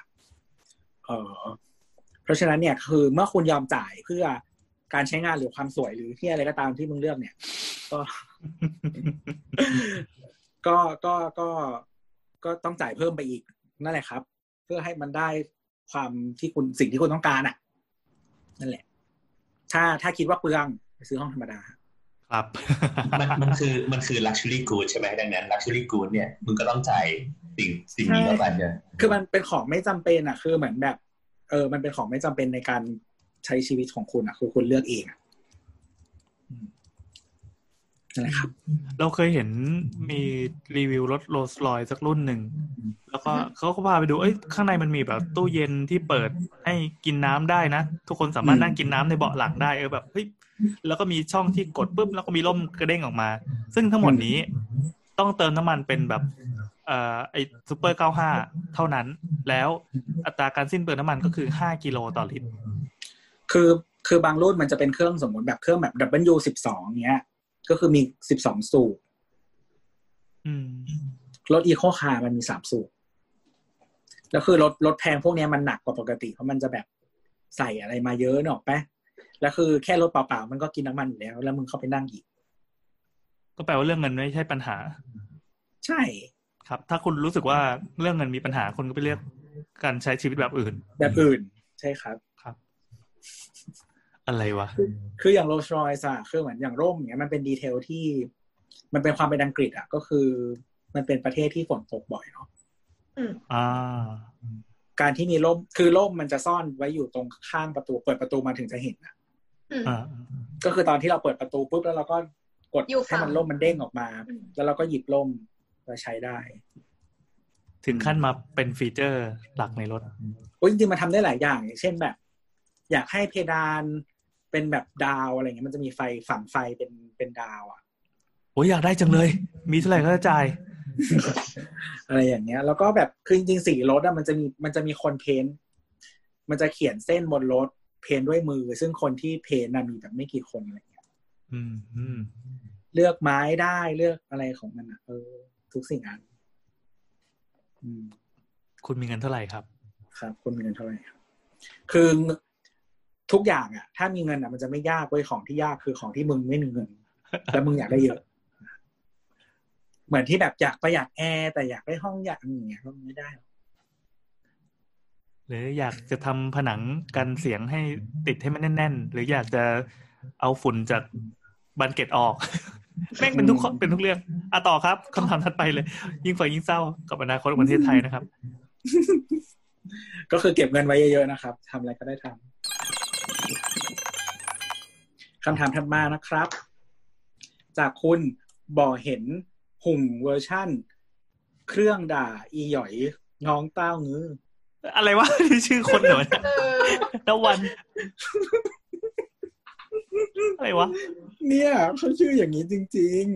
D: เพราะฉะนั้นเนี่ยคือเมื่อคุณยอมจ่ายเพื่อการใช้งานหรือความสวยหรือที่อะไรก็ตามที่มึงเลือกเนี่ยก็ต้องจ่ายเพิ่มไปอีกนั่นแหละครับเพื่อให้มันได้ความที่คุณสิ่งที่คุณต้องการอ่ะนั่นแหละถ้าคิดว่าเปลืองไปซื้อห้องธรรมดา
B: ครับ
A: มันคือ luxury good ใช่ไหมดังนั้น luxury good เนี่ยมึงก็ต้องจ่ายสิ่งนี้เข้าไปเนี่ย
D: คือมันเป็นของไม่จำเป็นอ่ะคือเหมือนแบบมันเป็นของไม่จำเป็นในการใช้ชีวิตของคุณอ่ะคือคุณเลือกเองอ่ะนั่นแหละครับ
B: เราเคยเห็นมีรีวิวรถโรลส์รอยซ์สักรุ่นหนึ่งแล้วก็เขาก็พาไปดูข้างในมันมีแบบตู้เย็นที่เปิดให้กินน้ำได้นะทุกคนสามารถนั่งกินน้ำในเบาะหลังได้แบบเฮ้ยแล้วก็มีช่องที่กดปุ๊บแล้วก็มีร่มกระเด้งออกมาซึ่งทั้งหมดนี้ต้องเติมน้ำมันเป็นแบบไอ้ซูเปอร์95เท่านั้นแล้วอัตราการสิ้นเปลืองน้ำมันก็คือ5กิโลต่อลิตร
D: คือบางรุ่นมันจะเป็นเครื่องสมมติแบบเครื่องแบบ W12 เงี้ยก็คือมี12สูบรถอีโคคาร์มันมี3สูบแล้วคือรถแพงพวกนี้มันหนักกว่าปกติเพราะมันจะแบบใส่อะไรมาเยอะเนอะปะแล้วคือแค่รถเปล่าๆมันก็กินน้ำมันอยู่แล้วมึงเข้าไปนั่งอีก
B: ก็แปลว่าเรื่องเงินไม่ใช่ปัญหา
D: ใช่
B: ครับถ้าคุณรู้สึกว่าเรื่องเงินมีปัญหาคุณก็ไปเลือกการใช้ชีวิตแบบอื่น
D: ใช่ครับ
B: อะไรวะ
D: คืออย่างโรลส์รอยซ์อะคือเหมือนอย่างร่มเงี้ยมันเป็นดีเทลที่มันเป็นความเป็นอังกฤษอะก็คือมันเป็นประเทศที่ฝนตกบ่อยเนาะการที่มีร่มคือร่มมันจะซ่อนไว้อยู่ตรงข้างประตูเปิดประตูมาถึงจะเห็นอะก็คือตอนที่เราเปิดประตูปุ๊บแล้วเราก็กดให้มันร่มมันเด้งออกมาแล้วเราก็หยิบร่มมาใช้ได้
B: ถึงขั้นมาเป็นฟีเจอร์หลักในรถ
D: จริงๆมันทำได้หลายอย่างอย่างเช่นแบบอยากให้เพดานเป็นแบบดาวอะไรเงี้ยมันจะมีไฟฝังไฟเป็นดาวอ่ะ
B: โอ้ยอยากได้จังเลยมีเท่าไหร่ก็จ่าย
D: อะไรอย่างเงี้ยแล้วก็แบบคือจริงๆสีรถอ่ะมันจะมีคนเพ้นมันจะเขียนเส้นบนรถเพ้นด้วยมือซึ่งคนที่เพ้นน่ะมีแบบไม่กี่คนอะไรเงี้ยเลือกไม้ได้เลือกอะไรของมันอ่ะทุกสิ่งอัน
B: คุณมีเงินเท่าไหร่ครับ
D: คุณมีเงินเท่าไหร่ครับคือทุกอย่างอ่ะถ้ามีเงินอ่ะมันจะไม่ยากเว้ยของที่ยากคือของที่มึงไม่มีเงินแล้วมึงอยากได้เยอะเหมือนที่แบบอยากประหยัดแอร์แต่อยากได้ห้องอย่างเงี้ยก็ไม่ได้
B: หรืออยากจะทำผนังกันเสียงให้ติดให้มันแน่นๆหรืออยากจะเอาฝุ่นจากบานเกล็ดออก แม่งเป็นทุกเรื่องต่อครับคำถามถัดไปเลยยิ่งฝังยิ่งเศร้ากับอนาคตของประเทศไทยนะครับ
D: ก็คือเก็บเงินไว้เยอะๆนะครับทำอะไรก็ได้ทำคำถามถัดมานะครับ จากคุณบ่อเห็นหุ่งเวอร์ชั่นเครื่องด่าอีหยอยน้องเต้างื้อ
B: อะไรวะที่ชื่อคนเหรอตะวันอะไรวะ
D: เนี่ยเขาชื่ออย่างนี้จริง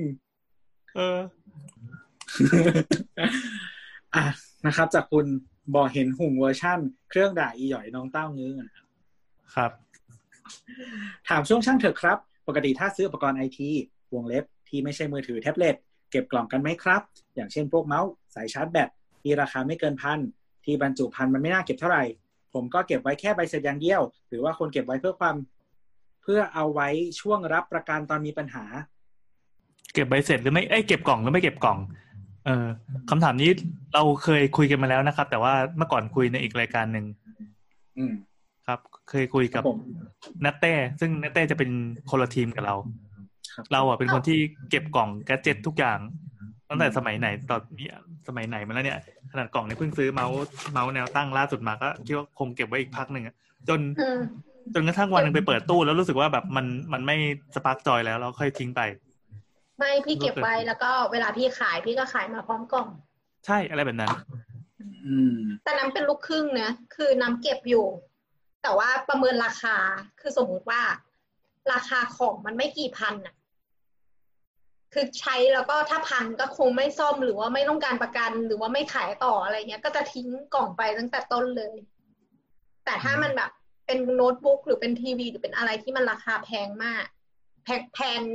D: ๆนะครับจากคุณบ่อเห็นหุ่งเวอร์ชั่นเครื่องด่าอีหยอยน้องเต้างื้อ
B: ครับ
D: ถามช่วงช่างเถอะครับปกติถ้าซื้ออุปกรณ์ไอทีวงเล็บที่ไม่ใช่มือถือแท็บเล็ตเก็บกล่องกันไหมครับอย่างเช่นพวกเมาส์สายชาร์จแบตที่ราคาไม่เกิน1,000ที่บรรจุภัณฑ์มันไม่น่าเก็บเท่าไหร่ผมก็เก็บไว้แค่ใบเสร็จอย่างเดียวหรือว่าคนเก็บไว้เพื่อเอาไว้ช่วงรับประกันตอนมีปัญหา
B: เก็บใบเสร็จหรือไม่เก็บกล่องหรือไม่เก็บกล่องคำถามนี้เราเคยคุยกันมาแล้วนะครับแต่ว่าเมื่อก่อนคุยในอีกรายการหนึ่งครับเคยคุยกับนัตเต้ซึ่งนัตเต้จะเป็นคนละทีมกับเราเป็นคนที่เก็บกล่องแกดเจ็ตทุกอย่างตั้งแต่สมัยไหนตอนนี้สมัยไหนมาแล้วเนี่ยขนาดกล่องเนี่ยเพิ่งซื้อเมาส์แนวตั้งล่าสุดมาก็คิดว่าคงเก็บไว้อีกพักหนึ่งจนกระทั่งวันนึงไปเปิดตู้แล้วรู้สึกว่าแบบมันไม่สปาร์กจอยแล้วเราค่อยทิ้งไป
C: ไม่พี่เก็บไว้แล้วก็เวลาพี่ขายพี่ก็ขายมาพร้อมกล่อง
B: ใช่อะไรแบบนั้น
C: แต่น้ำเป็นลูกครึ่งนะคือน้ำเก็บอยู่แต่ว่าประเมินราคาคือสมมุติว่าราคาของมันไม่กี่พันน่ะคือใช้แล้วก็ถ้าพังก็คงไม่ซ่อมหรือว่าไม่ต้องการประกันหรือว่าไม่ขายต่ออะไรเงี้ยก็จะทิ้งกล่องไปตั้งแต่ต้นเลยแต่ถ้ามันแบบเป็นโน้ตบุ๊กหรือเป็นทีวีหรือเป็นอะไรที่มันราคาแพงมากแพง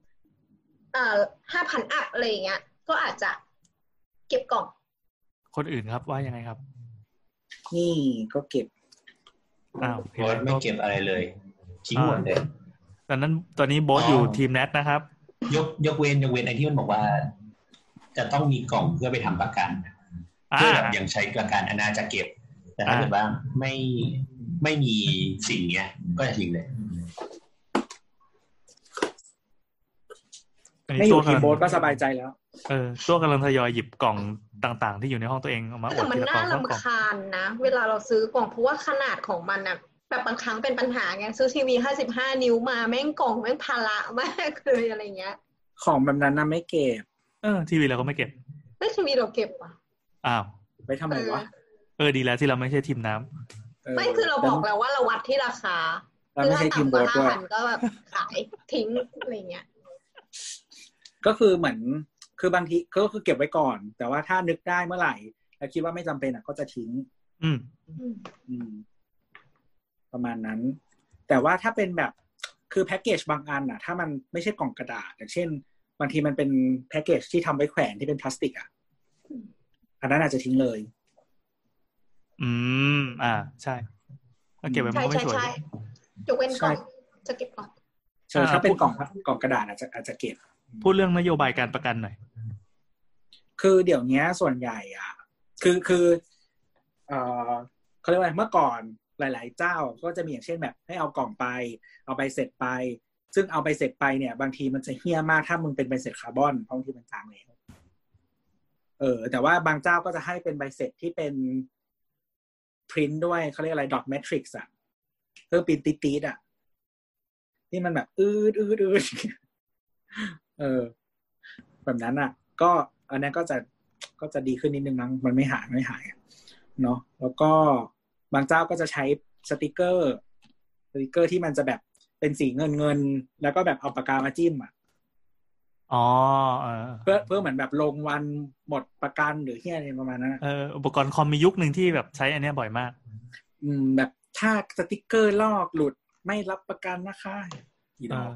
C: 5,000 อัพอะไรเงี้ยก็อาจจะเก็บกล่อง
B: คนอื่นครับว่ายังไงครับ
D: นี่ก็เก็บ
A: โบ๊ทไม่เก็บอะไรเลยทิ้งหมดเลย
B: ตอนนี้โบ๊ทอยู่ทีมแนทนะครับ
A: ยกเว้นไอ้ที่มันบอกว่าจะต้องมีกล่องเพื่อไปทำประกันเพื่อแบบยังใช้ประกันน่าจะเก็บแต่ถ้าเกิดว่าไม่มีสิ่งเนี้ยก็จะทิ้งเลย
D: ไม่อยู่ทีมโบ๊ทก็สบายใจแล้ว
B: ตัวกำลังทยอยหยิบกล่องต่างๆที่อยู่ในห้องตัวเองออกมา
C: แต่มันน่ารำคาญนะเวลาเราซื้อกล่องเพราะว่าขนาดของมันนะแบบบางครั้งเป็นปัญหาไงซื้อทีวี55 นิ้วมาแม่งกล่องแม่งภาระมากเลยอะไรเงี้ย
D: ของแบบนั้นน่ะไม่เก็บ
B: ทีวีเราก็ไม่เก็บ
C: ทีวีเราเก็บอ่ะ
D: ไปทำไมวะ
B: ดีแล้วที่เราไม่ใช่ทีมน้
C: ำไม่คือเราบอกแล้วว่าเราวัดที่ราคา
D: คือถ้าต่ำกว่า
C: 5,000 ก็แบบขายทิ้งอะไรเงี้ย
D: ก็คือเหมือนคือบางทีก็คือเก็บไว้ก่อนแต่ว่าถ้านึกได้เมื่อไหร่แล้วคิดว่าไม่จำเป็นก็จะทิ้งประมาณนั้นแต่ว่าถ้าเป็นแบบคือแพ็กเกจบางอันถ้ามันไม่ใช่กล่องกระดาษอย่างเช่นบางทีมันเป็นแพ็กเกจที่ทำไว้แขวนที่เป็นพลาสติกอันนั้นอาจจะทิ้งเลย
B: ใช่เก็บไว้มันก็ไม่สวย
C: ยกเว้นกล่องจะเก็บก่อน
D: ถ้าเป็นกล่องกระดาษอาจจะเก็บ
B: พูดเรื่องนโยบายการประกันหน่อย
D: คือเดี๋ยวนี้ส่วนใหญ่คือเขาเรียกว่าเมื่อก่อนหลายๆเจ้าก็จะมีอย่างเช่นแบบให้เอากล่องไปเอาใบเสร็จไปซึ่งเอาใบเสร็จไปเนี่ยบางทีมันจะเหี้ยมากถ้ามึงเป็นใบเสร็จคาร์บอนเพราะที่มันจางแล้วแต่ว่าบางเจ้าก็จะให้เป็นใบเสร็จที่เป็นพรินท์ด้วยเขาเรียกอะไรดอทแมทริกซ์เพื่อปริ้นติดที่มันแบบแบบนั้นก็อันนั้นก็จะดีขึ้นนิดนึงมั้งมันไม่หายเนาะแล้วก็บางเจ้าก็จะใช้สติกเกอร์ที่มันจะแบบเป็นสีเงินแล้วก็แบบเอาปากกามาจิ้มเพื่อเหมือนแบบลงวันหมดประกันหรืออะไรประมาณนั้น
B: อุปกรณ์คอมมียุคนึงที่แบบใช้อันนี้บ่อยมาก
D: แบบถ้าสติกเกอร์ลอกหลุดไม่รับประกันนะคะอีดอก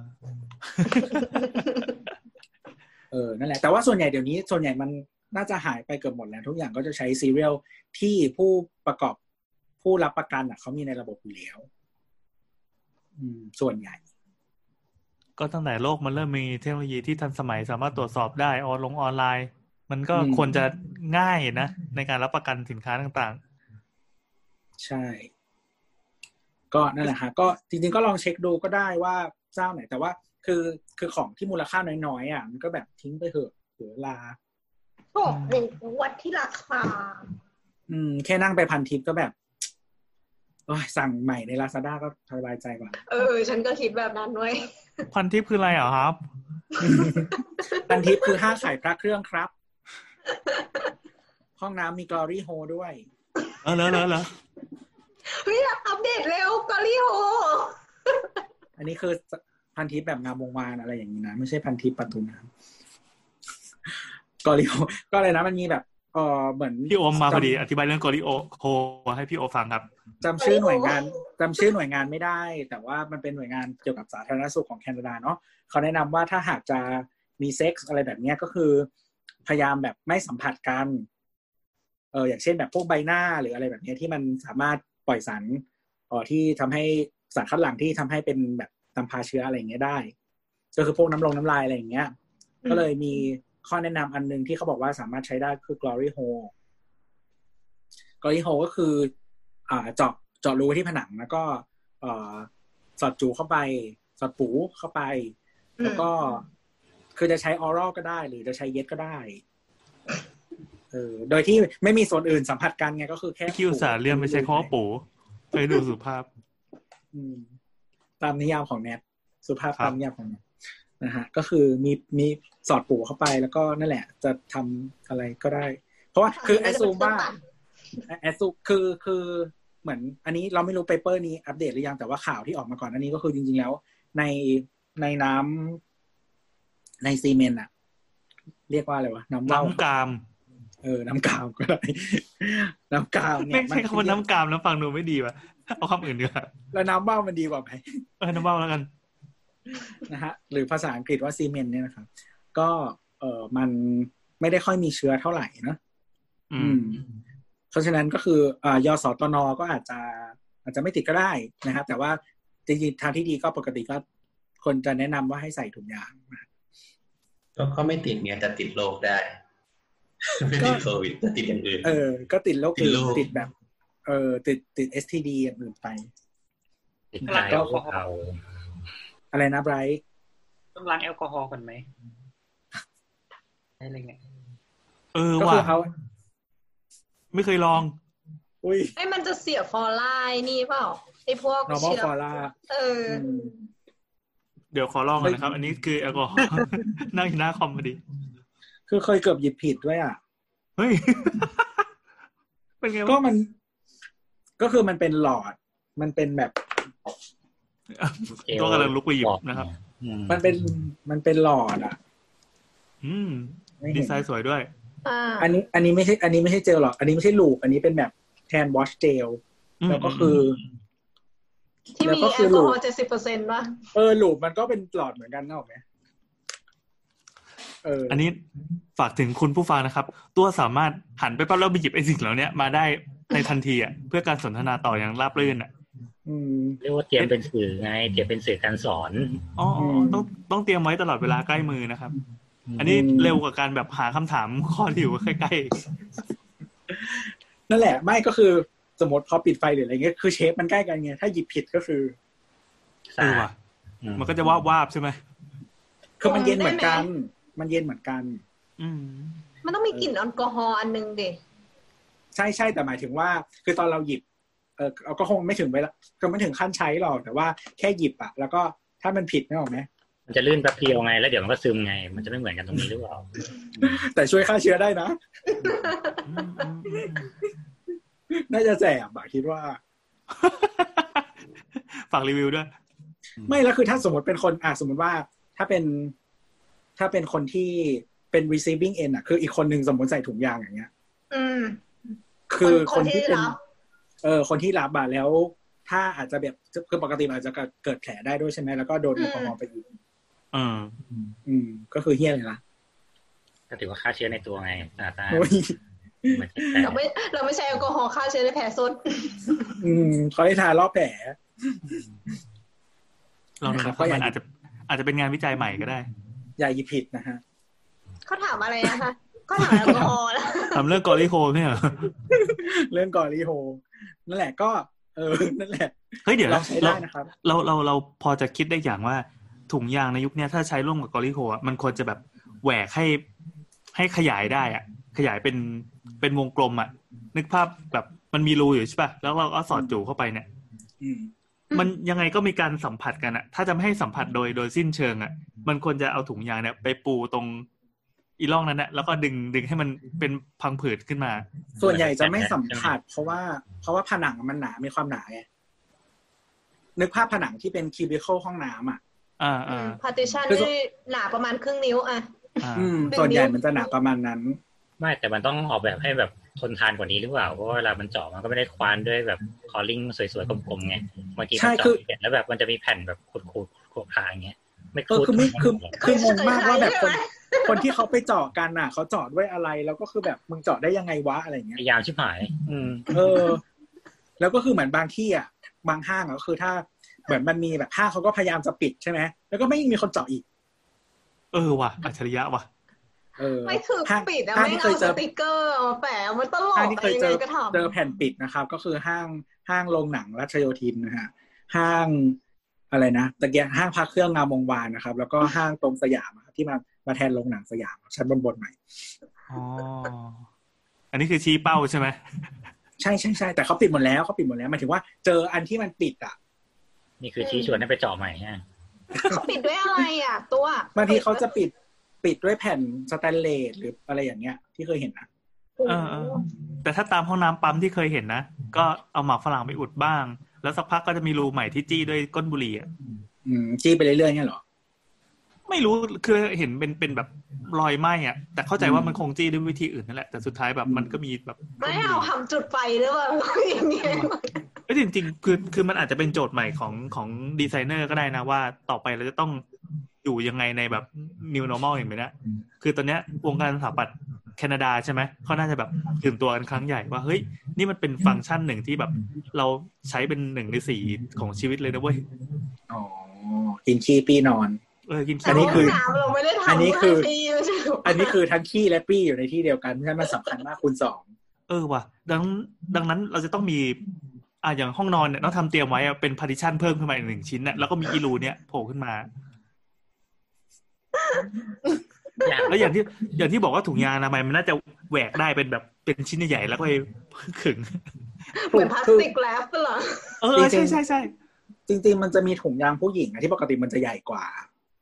D: นั่นแหละแต่ว่าส่วนใหญ่เดี๋ยวนี้ส่วนใหญ่มันน่าจะหายไปเกือบหมดแล้วทุกอย่างก็จะใช้ซีเรียลที่ผู้รับประกันเขามีในระบบอยู่แล้วส่วนใหญ่
B: ก็ตั้งแต่โลกมันเริ่มมีเทคโนโลยีที่ทันสมัยสามารถตรวจสอบได้ออนไลน์มันก็ควรจะง่ายนะในการรับประกันสินค้าต่าง
D: ๆใช่ก็นั่นแหละฮะก็จริงๆก็ลองเช็คดูก็ได้ว่าเจ้าไหนแต่ว่าคือของที่มูลค่าน้อยๆอ่ะมันก็แบบทิ้งไปเถอะเสียเวลา
C: บอกเลยวัดที่ราคา
D: แค่นั่งไปพันทิปก็แบบสั่งใหม่ใน Lazada ก็สบายใจกว่า
C: ฉันก็คิดแบบนั้นด้วย
B: พันทิปคืออะไรเหรอครับ
D: พันทิปคือห้างขายพระเครื่องครับห้องน้ำมี Glory Hole ด้วย
B: เหรอ
C: เฮ้ยอัปเดตเร็ว Glory Hole
D: อันนี้คือพันทิปแบบงามวงวานอะไรอย่างนี้นะไม่ใช่พันทิปประตูน้ำ Glory Hole ก็อะไรนะมันมีแบบเหมือน
B: พี่โอมมาพอดีอธิบายเรื่อง Glory Hole ให้พี่โอฟังครับ
D: จำชื่อหน่วยงานไม่ได้แต่ว่ามันเป็นหน่วยงานเกี่ยวกับสาธารณสุขของแคนาดาเนาะเขาแนะนำว่าถ้าหากจะมีเซ็กส์อะไรแบบนี้ก็คือพยายามแบบไม่สัมผัสกันอย่างเช่นแบบพวกใบหน้าหรืออะไรแบบนี้ที่มันสามารถปล่อยสารที่ทำให้สารคัดหลั่งที่ทำให้เป็นแบบนำพาเชื้ออะไรอย่างเงี้ยได้ก็คือพวกน้ำลายอะไรอย่างเงี้ยก็เลยมีข้อแนะนำอันนึงที่เขาบอกว่าสามารถใช้ได้คือ Glory Hole ก็คือเจาะรูที่ผนังแล้วก็สอดจูเข้าไปสอดปูเข้าไปแล้วก็คือจะใช้ออรัลก็ได้หรือจะใช้เย็ดก็ได้โดยที่ไม่มีส่วนอื่นสัมผัสกันไงก็คือแค่
B: คิวสาเรียมไม่ใช่ข้อปูไปดูสุภาพ
D: ตามนิยามของแนทสุภาพตามนิยามของแนทนะฮะก็คือมีสอดปูเข้าไปแล้วก็นั่นแหละจะทำอะไรก็ได้เพราะว่าคือแอสซูมคือเหมือนอันนี้เราไม่รู้เปเปอร์นี้อัปเดตหรือยังแต่ว่าข่าวที่ออกมาก่อนอันนี้ก็คือจริงๆแล้วในน้ำในซีเมนต์อะเรียกว่าอะไรวะน้
B: ำกาม
D: น้ำกามก็ได้น้ำกามเนี่ย
B: ไม่ใช่คำว่าน้ำกามแล้วฟังดูไม่ดีว่ะเอาคำอื่นดีกว่า
D: แล้วน้ำเบ้ามันดีกว่าไหม
B: น้ำเบ้าแล้วกัน
D: นะฮะหรือภาษาอังกฤษว่าซีเมนต์เนี่ยนะครับก็มันไม่ได้ค่อยมีเชื้อเท่าไหร่นะเพราะฉะนั้นก็คือยสตน.ก็อาจจะไม่ติดก็ได้นะครับแต่ว่าจริงๆทางที่ดีก็ปกติก็คนจะแนะนำว่าให้ใส่ถุงยาง
A: ก็ไม่ติดเนี่ยจะติดโรคได้ไม่ติดโควิดจะติดอย่างอื่น
D: ก็ติดโรคอื่นติดแบบติด STD อย่างอื่นไป
F: ติดแอลกอฮอล์
D: อะไรนะไบรท์
F: ต้องล้างแอลกอฮอล์ก่อนไหมอะไรเงี้ย
B: ว่าไม่เคยลอง
C: มันจะเสียฟอร์ไลน์นี่เปล่าไอ้พวก
D: เชื้อฟอร์ไลน์
B: เดี๋ยวขอลองกันนะครับอันนี้คือแอลกอฮอล์นั่งอยู่หน้าคอมพอดี
D: คือเคยเกือบหยิบผิดด้วยอ่ะ
B: เฮ้ยเป็นไง
D: ก็ก็คือมันเป็นหลอดมันเป็นแบบ
B: ตัวกำลังลุกไปหยิบนะครับ
D: มันเป็นหลอดอ่ะ
B: ดีไซน์สวยด้วย
D: อันนี้ไม่ใช่เจลหรอกอันนี้ไม่ใช่ลูปอันนี้เป็นแบบแทนวอชเจลแล้วก็คือ
C: ที่มีแอลกอฮอล์ 70% ป่ะ
D: ลูปมันก็เป็นหลอดเหมือนกันนะถูกไหม
B: อันนี้ฝากถึงคุณผู้ฟังนะครับตัวสามารถหันไปปั๊บแล้วไปหยิบไอ้สิ่งเหล่านี้มาได้ในทันทีอ่ะเพื่อการสนทนาต่ออย่างราบรื่นอ่ะ
F: เรียกว่าเตรียมเป็นสื่อไงเตรียมเป็นสื่อการสอน
B: ต้องเตรียมไว้ตลอดเวลาใกล้มือนะครับอันนี้เร็วกว่าการแบบหาคำถามข้อที่อยู่ใกล้
D: ๆนั่นแหละไม่ก็คือสมมติพอปิดไฟหรืออะไรเงี้ยคือเชฟมันใกล้กันไงถ้าหยิบผิดก็คือ
B: ว่ะมันก็จะวาบใช่ไหม
D: คือมันเย็นเหมือนกัน
C: มันต้องมีกลิ่นแอลกอฮอล์อันนึงดิ
D: ใช่แต่หมายถึงว่าคือตอนเราหยิบเราก็คงไม่ถึงไปแล้วก็ไม่ถึงขั้นใช้หรอกแต่ว่าแค่หยิบอะแล้วก็ถ้ามันผิดไม่ออกไหม
F: มันจะลื่นแป๊บเดียวไงแล้วเดี๋ยวมันก็ซึมไงมันจะไม่เหมือนกันตรงนี้หรือเปล่า
D: แต่ช่วยฆ่าเชื้อได้นะน่าจะแสบอะคิดว่า
B: ฝากรีวิวด้วย
D: ไม่แล้วคือถ้าสมมติเป็นคนสมมติว่าถ้าเป็นคนที่เป็น receiving end อะคืออีกคนนึงสมมติใส่ถุงยางอย่างเงี้ยคือคนที่เป็นคนที่รับอะแล้วถ้าอาจจะแบบคือปกติอาจจะเกิดแผลได้ด้วยใช่ไหมแล้วก็โดนแอลกอฮอล์ไปอีกก็คือเหี้ยเลยนะ
F: ก็ถือว่าฆ่าเชื้อในตัวไงตา
C: เราไม่ใช่แอลกอฮอล์ฆ่าเชื้อในแผลสด
D: เขาให้ทารอบแผล
B: ลองดูนะครับมันอาจจะเป็นงานวิจัยใหม่ก็ได้
D: อย่ายิผิดนะฮะ
C: เขาถามอะไรนะคะก็ถามแอลกอฮอล์แล้ว
B: ทำเรื่องกอริโฮเนี่ย
D: เรื่องกอริโฮนั่นแหละก็นั่นแหละ
B: เฮ้ยเดี๋ยว
D: ใช้ได้นะครับ
B: เราพอจะคิดได้อย่างว่าถุงยางในยุคนี้ถ้าใช้ร่วมกับกอริโฮอ่ะมันควรจะแบบแหวกให้ขยายได้อ่ะขยายเป็นวงกลมอ่ะนึกภาพแบบมันมีรูอยู่ใช่ป่ะแล้วเราก็สอดจู่เข้าไปเนี่ยมันยังไงก็มีการสัมผัสกันอ่ะถ้าจะไม่ให้สัมผัสโดยสิ้นเชิงอ่ะมันควรจะเอาถุงยางเนี่ยไปปูตรงอีร่องนั้นนะแล้วก็ดึงให้มันเป็นพังผืดขึ้นมา
D: ส่วนใหญ่จะไม่สัมผัสเพราะว่าผนังมันหนามีความหนาไงนึกภาพผนังที่เป็นคิวบิเคิลห้องน้ำอ่ะ
C: partition ที่หนาประมาณครึ่งนิ้วอ่ะ
D: ส่วนใหญ่มันจะหนาประมาณนั้น
E: ไม่แต่มันต้องออกแบบให้แบบทนทานกว่านี้หรือเปล่าเพราะเวลามันเจาะมันก็ไม่ได้ควานด้วยแบบคอลลิ่งสวยๆกลมๆไงบางทีมันเจาะเสร็จแล้วแบบมันจะมีแผ่นแบบขูดๆโขกขาอย่างเงี้ยไม่
D: คืองงมากว่าแบบคนที่เขาไปเจาะกันน่ะเขาเจาะด้วยอะไรแล้วก็คือแบบมึงเจาะได้ยังไงวะอะไรเงี้ย
E: ยาวชิบหาย
D: แล้วก็คือเหมือนบางที่อ่ะบางห้างก็คือถ้าเหมือนมันมีแบบห้างเขาก็พยายามจะปิดใช่ไหมแล้วก็ไม่มีคนเจาะอีก
B: ว่ะอัจฉริยะว่ะ
C: ไม่คือปิดอะไม่เอาสติ๊กเกอร์มาแปะมันตลก
D: ยังไงก็ทำเจอแผ่นปิดนะครับก็คือห้างโรงหนังรัชโยธินนะฮะห้างอะไรนะตะเกียงห้างพักเครื่องงามวงวานนะครับแล้วก็ห้างตรงสยามที่มาแทนโรงหนังสยามชั้นบนใหม่
B: อันนี้คือชี้เป้าใช่ไหม
D: ใช่แต่เขาปิดหมดแล้วหมายถึงว่าเจออันที่มันปิดอ่ะ
E: นี่คือชี้ชวนให้ไปเจาะใหม่ฮะ
C: เขาปิดด้วยอะไรอ่ะตัว
D: บางทีเขาจะปิดด้วยแผ่นสแตนเลสหรืออะไรอย่างเงี้ยที่เคยเห็นนะ
B: แต่ถ้าตามห้องน้ำปั๊มที่เคยเห็นนะก็เอาหมากฝรั่งไปอุดบ้างแล้วสักพักก็จะมีรูใหม่ที่จี้ด้วยก้นบุหรี่อ่ะ
D: จี้ไปเรื่อยๆเนี่ยหรอ
B: ไม่รู้คือเห็นเป็นแบบรอยไหม้อ่ะแต่เข้าใจว่ามันคงจี้ด้วยวิธีอื่นนั่นแหละแต่สุดท้ายแบบมันก็มีแบบ
C: ไม่เอาทำจุดไฟหรือเปล่าอย่างเงี้ย
B: จริงๆคือมันอาจจะเป็นโจทย์ใหม่ของดีไซเนอร์ก็ได้นะว่าต่อไปเราจะต้องอยู่ยังไงในแบบ new normal อย่างนี้นะคือตอนเนี้ยวงการสถาปัตย์แคนาดาใช่ไหมเขาน่าจะแบบตื่นตัวกันครั้งใหญ่ว่าเฮ้ยนี่มันเป็นฟังก์ชันหนึ่งที่แบบเราใช้เป็น1/4ของชีวิตเลยนะเว้ย
D: กินขี้ปี้นอน
B: กิน
C: อันนี้คืออันนี้
D: คือทั้งขี้และปี้อยู่ในที่เดียวกันเพราะฉะนั้นมันสำคัญมากคูณ2
B: ว่ะดังนั้นเราจะต้องมีอย่างห้องนอนเนี่ยต้องทำเตรียมไว้เป็น partition เพิ่มขึ้นมาอีก1ชิ้นเนี่ยแล้วก็มีอีรูเนี่ยโผล่ขึ้นมาแล้วอย่างที่บอกว่าถุงยางอนามัยมันน่าจะแหวกได้เป็นแบบเป็นชิ้นใหญ่แล้วก็ไปขึง
C: เหมือนพลาสติกแรปเหรอ
B: ใช่
D: จริงๆมันจะมีถุงยางผู้หญิงที่ปกติมันจะใหญ่กว่า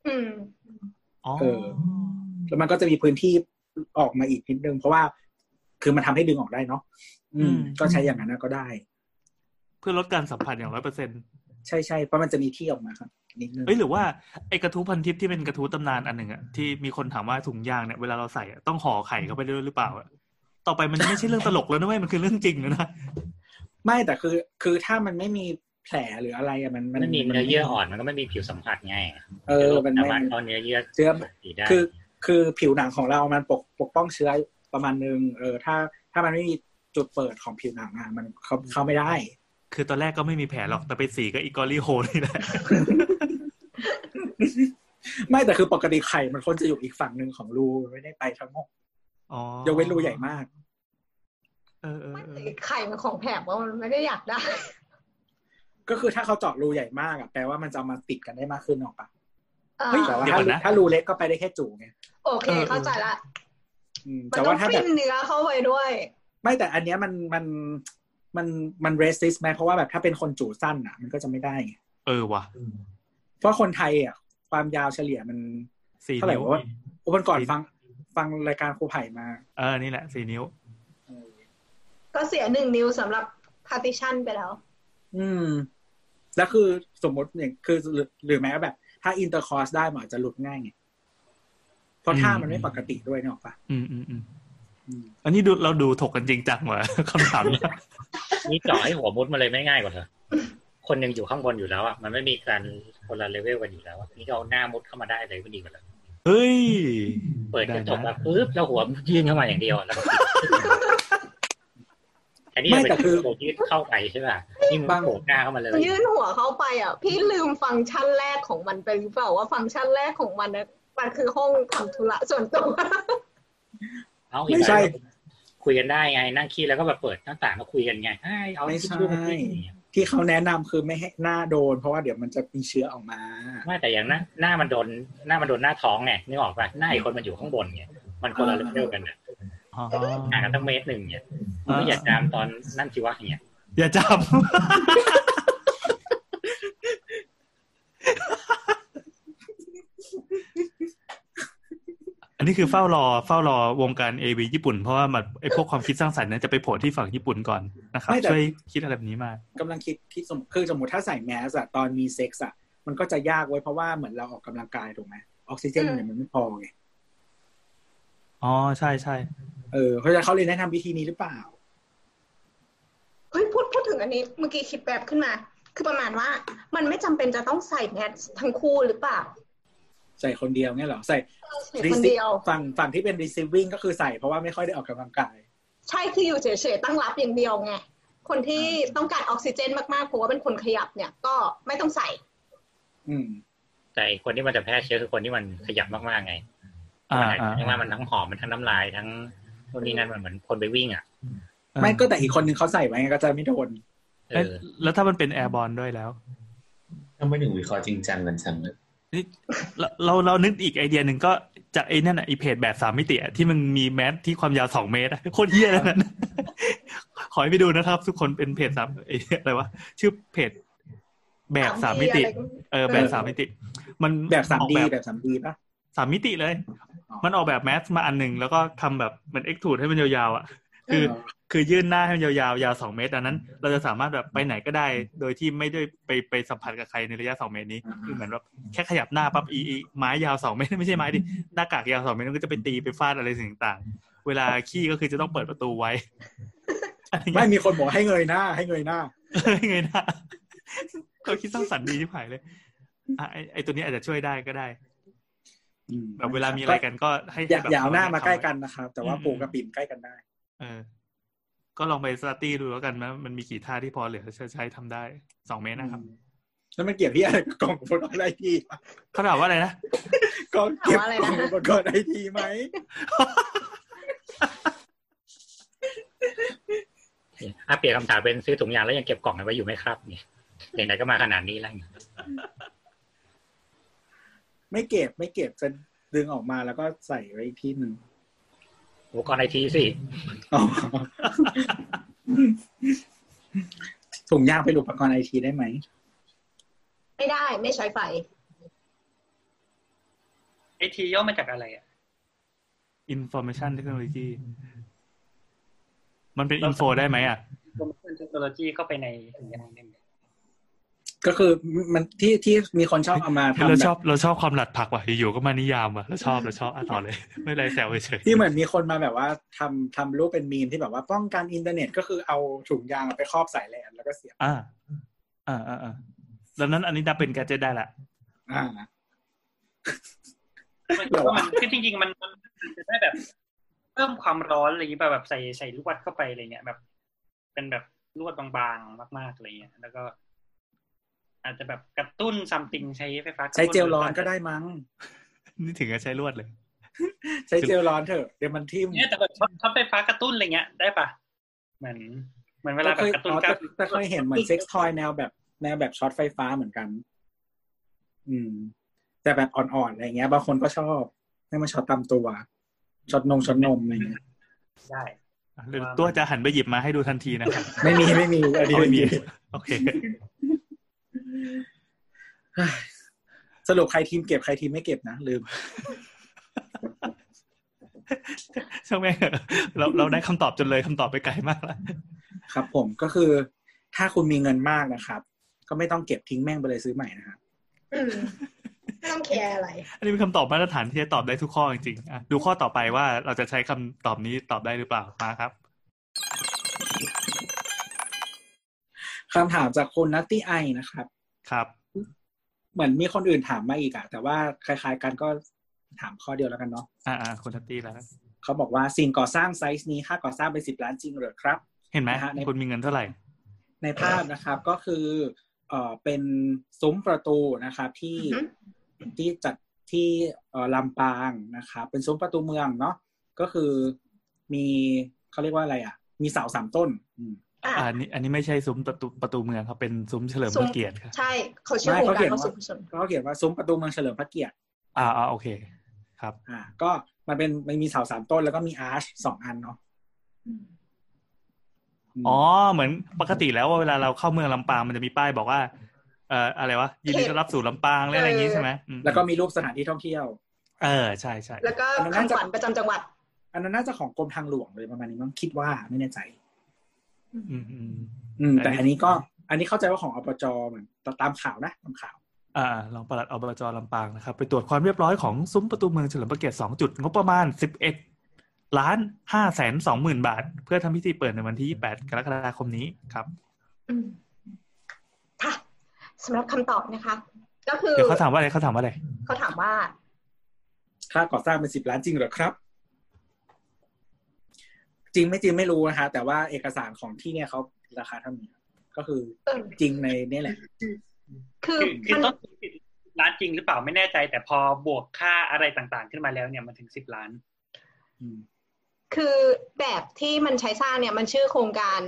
D: แล้วมันก็จะมีพื้นที่ออกมาอีกนิดนึงเพราะว่าคือมันทำให้ดึงออกได้เนาะก็ใช้อย่างนั้นก็ได้
B: เพื่อลดการสัมผัสอย่าง 100%
D: ใช่ๆเพราะมันจะมีที่ออกมาครับนิดนึง
B: หรือว่าไอ้กระทู้พันทิปที่เป็นกระทู้ตำนานอันหนึ่งอ่ะที่มีคนถามว่าถุงยางเนี่ยเวลาเราใส่ต้องห่อไข่เข้าไปด้วยหรือเปล่าต่อไปมันจะไม่ใช่เรื่องตลกแล้วนะเว้ยมันคือเรื่องจริงแล้วนะ
D: ไม่แต่คือถ้ามันไม่มีแผลหรืออะไรมัน
E: ไม่มีเนื้อเยื่ออ่อนมันก็ไม่มีผิวสัมผัสไง
D: มัน
E: ไม่เอาเนื้อเยื่อ
D: เชื้อคือผิวหนังของเรามันปกป้องเชื้อประมาณนึงถ้ามันไม่มีจุดเปิดของผิวหนังมันเข้าไม่ได้
B: คือตอนแรกก็ไม่มีแผลหรอกแต่ไปสีก็อีกอรี่โฮนี่แหละ
D: ไม่แต่คือปกติไข่มันควรจะอยู่อีกฝั่งนึงของรูไม่ได้ไปทั้งหมดยกเว้นรูใหญ่มาก
C: ไข่มันของแผลว่ามันไม่ได้อยากได้
D: ก็คือถ้าเขาเจาะรูใหญ่มากแปลว่ามันจะมาติดกันได้มากขึ้นหรอกปะแต่ว่าถ้ารูเล็กก็ไปได้แค่จู่ไง
C: โอเคเข้าใจละแต่ว่าถ้าแบบเนื้อเข้าไปด้วย
D: ไม่แต่อันเนี้ยมันเรสซิสไหมเพราะว่าแบบถ้าเป็นคนจู่สั้นมันก็จะไม่ได้ไง
B: ว่ะ
D: เพราะคนไทยความยาวเฉลี่ยมันเท่าไหร่ว่าวันก่อนฟังรายการครูไผ่มา
B: นี่แหละ4 นิ้ว
C: ก็เสีย1 นิ้วสำหรับ partition ไปแล้ว
D: แล้วคือสมมติอย่างคือหรือแม้แบบถ้า intercourse ได้มันอาจจะหลุดง่ายไงเพราะท่ามันไม่ปกติด้วยเนาะป่ะ
B: อันนี้เราดูถกกันจริงจังว่ะคำถาม
E: นี่เจาะให้หัวมุดมาเลยไม่ง่ายกว่าเถอะคนนึงอยู่ข้างบนอยู่แล้วอ่ะมันไม่มีการคนละเลเวลกันอยู่แล้วนี่เอาหน้ามุดเข้ามาได้เลยก็ดีกว่าแล้ว
B: เฮ้ย
E: เปิดกระจกแบบปึ๊บแล้วหัวยื่นเข้ามาอย่างเดียวแล้วก็ไม่แต่คือยืดเข้าไปใช่ป่ะนี่บางโผล่หน้าเข้ามาเลย
C: ยื่นหัวเข้าไปอ่ะพี่ลืมฟังก์ชันแรกของมันไปหรือเปล่าว่าฟังก์ชันแรกของมันนะมันคือห้องทำธุระส่วนตัว
E: ไม่ใช่คุยกันได้ไงนั่งคิดแล้วก็แบบเปิดหน้าต่างมาคุยกันไงเอา
D: ไม่ใช่ที่เขาแนะนำคือไม่ให้หน้าโดนเพราะว่าเดี๋ยวมันจะมีเชื้อออกมา
E: ไม่แต่อย่างหน้ามันโดนหน้าท้องไงนึกออกป่ะหน้าอีกคนมันอยู่ข้างบนไงมันคนละเลเวลกันนะห่างกันตั้งเมตรนึงเนี่ยไม่อยากจามตอนนั่นสิวะเนี่ย
B: อย่าจามอันนี้คือเฝ้ารอวงการ AV ญี่ปุ่นเพราะว่ามันไอ้พวกความคิดสร้างสรรค์นั้นจะไปโผล่ที่ฝั่งญี่ปุ่นก่อนนะครับช่วยคิดอะไรแบบนี้มาก
D: ำลังคิดคือสมมติถ้าใส่แมสตอนมีเซ็กซ์มันก็จะยากไว้เพราะว่าเหมือนเราออกกำลังกายถูกไหมออกซิเจนเนี่ยมันไม่พอไง
B: อ๋อใช่ใช่
D: เขาเลยแนะนำวิธีนี้หรือเปล่า
C: เฮ้ยพูดถึงอันนี้เมื่อกี้คิดแบบขึ้นมาคือประมาณว่ามันไม่จำเป็นจะต้องใส่แมสทั้งคู่หรือเปล่า
D: ใส่คนเดียวเนี่ยหรอใส่
C: คนเดียว
D: ฝั่งที่เป็น receiving ก็คือใส่เพราะว่าไม่ค่อยได้ออกกำลังกาย
C: ใช่คืออยู่เฉยๆตั้งรับอย่างเดียวไงคนที่ต้องการออกซิเจนมากๆเพราะว่าเป็นคนขยับเนี่ยก็ไม่ต้องใส่
E: แต่คนที่มันจะแพร่เชื้อคือคนที่มันขยับมากๆไงมันทั้งหอมมันทั้งน้ำลายทั้งพวกนี้นั่นมันเหมือนคนไปวิ่ง
D: ไม่ก็แต่อีกคนนึงเขาใส่ไว้ก็จะไม่โดน
B: แล้วถ้ามันเป็นแอร์บอร์นด้วยแล้ว
A: ทำไมถึงวิเคราะห์จริงจังกันจังเลย
B: นี่เรานึกอีกไอเดียหนึ่งก็จากไอ้นั่นไอเพจแบบ3มิติที่มันมีแมสที่ความยาว2เมตรโคตรเหี้ยเลยนั่นขอให้ไปดูนะครับทุกคนเป็นเพจอะไรวะชื่อเพจแบบ3มิติแบบ3มิติมัน
D: แบบ 3D แบบ 3D ป่ะ
B: 3มิติเลยมันออกแบบแมสมาอันนึงแล้วก็ทำแบบเหมือนเอ็กซ์ทรูดให้มันยาวๆคือยื่นหน้าให้มันยาวๆยาว2เมตรดังนั้นเราจะสามารถแบบไปไหนก็ได้โดยที่ไม่ได้ไปสัมผัสกับใครในระยะ2เมตรนี้คือเหมือนแบบแค่ขยับหน้าปั๊บไม้ยาว2เมตรไม่ใช่ไม้ดิหน้ากากยาว2เมตรมันก็จะไปตีไปฟาดอะไรสิ่งต่างๆเวลาขี้ก็คือจะต้องเปิดประตูไว้
D: ไม่มีคนบอกให้เงยหน้า
B: ก็คิดสร้างสรรค์ดีที่ผ่านเลยไอตัวนี้อาจจะช่วยได้ก็ได้แบบเวลามีอะไรกันก็ให้
D: แบบอย่าเอาหน้ามาใกล้กันนะครับแต่ว่าปูกับปิ่นใกล้กันได้
B: ก็ลองไปสตาร์ตี้ดูแล้วกันนะมันมีกี่ท่าที่พอเหลือใช้ทำได้2เมตรนะครับ
D: แล้วมันเกี่ยวที่อะไรกับกล่องอุปกรณ์ไอที
B: เขาถามว่าอะไรนะ
D: กล่องเก็บอุปกรณ์ไอทีไหม
E: เปลี่ยนคำถามเป็นซื้อถุงยางแล้วยังเก็บกล่องไว้อยู่ไหมครับเนี่ยไหนๆก็มาขนาดนี้แล้ว
D: ไม่เก็บจะดึงออกมาแล้วก็ใส่ไว้ที่นึง
E: อุปกรณ์ไอทีสิ
D: ถุงยางเป็นอุปกรณ์ไอทีได้ไหม
C: ไม่ได้ไม่ใช้ไฟ
F: ไอทีย่อมาจากอะไร
B: Information Technology มันเป็นอินโฟได้ไหม
F: Information Technology เข้าไปในถุงยางได้ไหม
D: ก็คือมันที่มีคนชอบเอามาทำ
B: เราชอบความหลัดผักว่ะอยู่ๆก็มานิยามว่ะเราชอบต่อเลยไม่ไรแซวเฉย
D: ที่เหมือนมีคนมาแบบว่าทำรูปเป็นมีมที่แบบว่าป้องกันอินเทอร์เน็ตก็คือเอาถุงยางไปครอบสายแลนแล้วก็เสียบ
B: ดังนั้นอันนี้นับเป็นแกดเจ็ตได้ละ
F: มันคือจริงๆมันจะได้แบบเพิ่มความร้อนอะไรอย่างงี้แบบใส่ลวดเข้าไปอะไรเงี้ยแบบเป็นแบบลวดบางๆมากๆอะไรเงี้ยแล้วก็อาจจะแบบกระตุ้นซัมติงใช้ไฟฟ้า
D: ใช้เจลร้อนก็ได้มั้ง
B: นี่ถึงจะใช้ลวดเลย
D: ใช้เจลร้อนเถอะเดี๋ยวมันทิ่ม
F: เนี่ยแต่แบบช็อตไฟฟ้ากระตุ้นอะไรเงี้ยได้ปะเหมือนเวลาแบบกระตุ้น
D: แต่เคยเห็นเหมือนเซ็กซ์ทอยแนวแบบช็อตไฟฟ้าเหมือนกันแต่แบบอ่อนๆอะไรเงี้ยบางคนก็ชอบให้มันช็อตตามตัวช็อตนมอะไรเงี้ย
F: ได้
B: ตัวจะหันไปหยิบมาให้ดูทันทีนะครับ
D: ไม่มีอันนี้ไม่มี
B: โอเค
D: สรุปใครทีมเก็บใครทีมไม่เก็บนะลืม
B: ใช่ไหมเราได้คำตอบจนเลยคำตอบไปไกลมากแล้ว
D: ครับผมก็คือถ้าคุณมีเงินมากนะครับก็ไม่ต้องเก็บทิ้งแม่งไปเลยซื้อใหม่นะครับ
C: ไม่ต้องแคร์อะไร
B: อันนี้เป็นคำตอบมาตรฐานที่จะตอบได้ทุกข้อจริงๆดูข้อต่อไปว่าเราจะใช้คำตอบนี้ตอบได้หรือเปล่ามาครับ
D: คำถามจากคุณนัตตี้ไอนะครับ
B: ครับ
D: เหมือนมีคนอื่นถามมาอีกแต่ว่าคล้ายๆกันก็ถามข้อเดียวแล้วกันเนาะ
B: คุณนัตตี้แล้ว
D: เขาบอกว่าสิ่งก่อสร้างไซส์นี้ค่าก่อสร้างเป็น10 ล้านจริงหรือครับ
B: เห็นไหมฮะคุณมีเงินเท่าไหร่
D: ในภาพนะครับก็คือเป็นซุ้มประตูนะครับที่จัดที่ลำปางนะครับเป็นซุ้มประตูเมืองเนาะก็คือมีเขาเรียกว่าอะไรอ่ะมีเสา3ต้น
B: อันนี้ไม่ใช่ซุ้มประตูเมืองครับเป็นซุ้มเฉลิมพระเกียรติครับ
C: ใช่เขาชื่อโครงการว่าซุ้ม
D: เขาเขียนว่าซุ้มประตูเมืองเฉลิมพระเกียรติ
B: โอเคครับ
D: ก็มันมีเสา3ต้นแล้วก็มีอาร์ช2อันเนาะ
B: เหมือนปกติแล้วว่าเวลาเราเข้าเมืองลำปางมันจะมีป้ายบอกว่าอะไรวะยินดีต้อนรับสู่ลำปางอะไรอย่างงี้ใช่ไหม
D: แล้วก็มีรูปสถานที่ท่องเที่ยว
B: ใช่ใช่
C: แล้วก็คำขวัญประจำจังหวัด
D: อันนั้นน่าจะของกรมทางหลวงเลยประมาณนี้มั้งคิดว่าไม่แน่ใจแต่อันนี้เข้าใจว่าของอบจเหมือนตามข่าวนะตามข่าว
B: รองปลัดอบจลำปางนะครับไปตรวจความเรียบร้อยของซุ้มประตูเมืองเฉลิมพระเกียรติ2จุดงบประมาณ11,520,000 บาทเพื่อทำพิธีเปิดในวันที่28กรกฎาคมนี้ครับ
C: ค่ะสำหรับคำตอบนะคะก็คือ
B: เดี๋ยวเขาถามว่าอะไร
C: เขาถามว่า
D: ค่าก่อสร้างเป็น10 ล้านจริงเหรอครับจริงไม่จริงไม่รู้นะคะแต่ว่าเอกสารของที่เนี่ยเขาราคาเท่านี้ก็คือจริงในนี่แหละ
F: คือต้อง10 ล้านจริงหรือเปล่าไม่แน่ใจแต่พอบวกค่าอะไรต่างๆขึ้นมาแล้วเนี่ยมันถึง10 ล้าน
C: คือแบบที่มันใช้สร้างเนี่ยมันชื่อโครงการ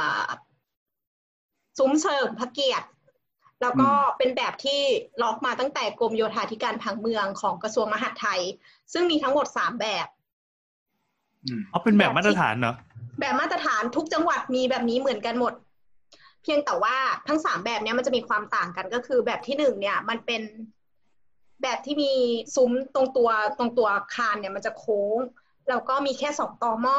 C: ซุ้มเฉลิมพระเกียรติแล้วก็เป็นแบบที่ล็อกมาตั้งแต่กรมโยธาธิการผังเมืองของกระทรวงมหาดไทยซึ่งมีทั้งหมด3แบบ
B: เป็นแบบมาตรฐานเหรอ
C: แบบมาตรฐานทุกจังหวัดมีแบบนี้เหมือนกันหมดเพียงแต่ว่าทั้ง3แบบนี้มันจะมีความต่างกันก็คือแบบที่1เนี่ยมันเป็นแบบที่มีซุ้มตรงตัวคานเนี่ยมันจะโค้งแล้วก็มีแค่2ตอหม้อ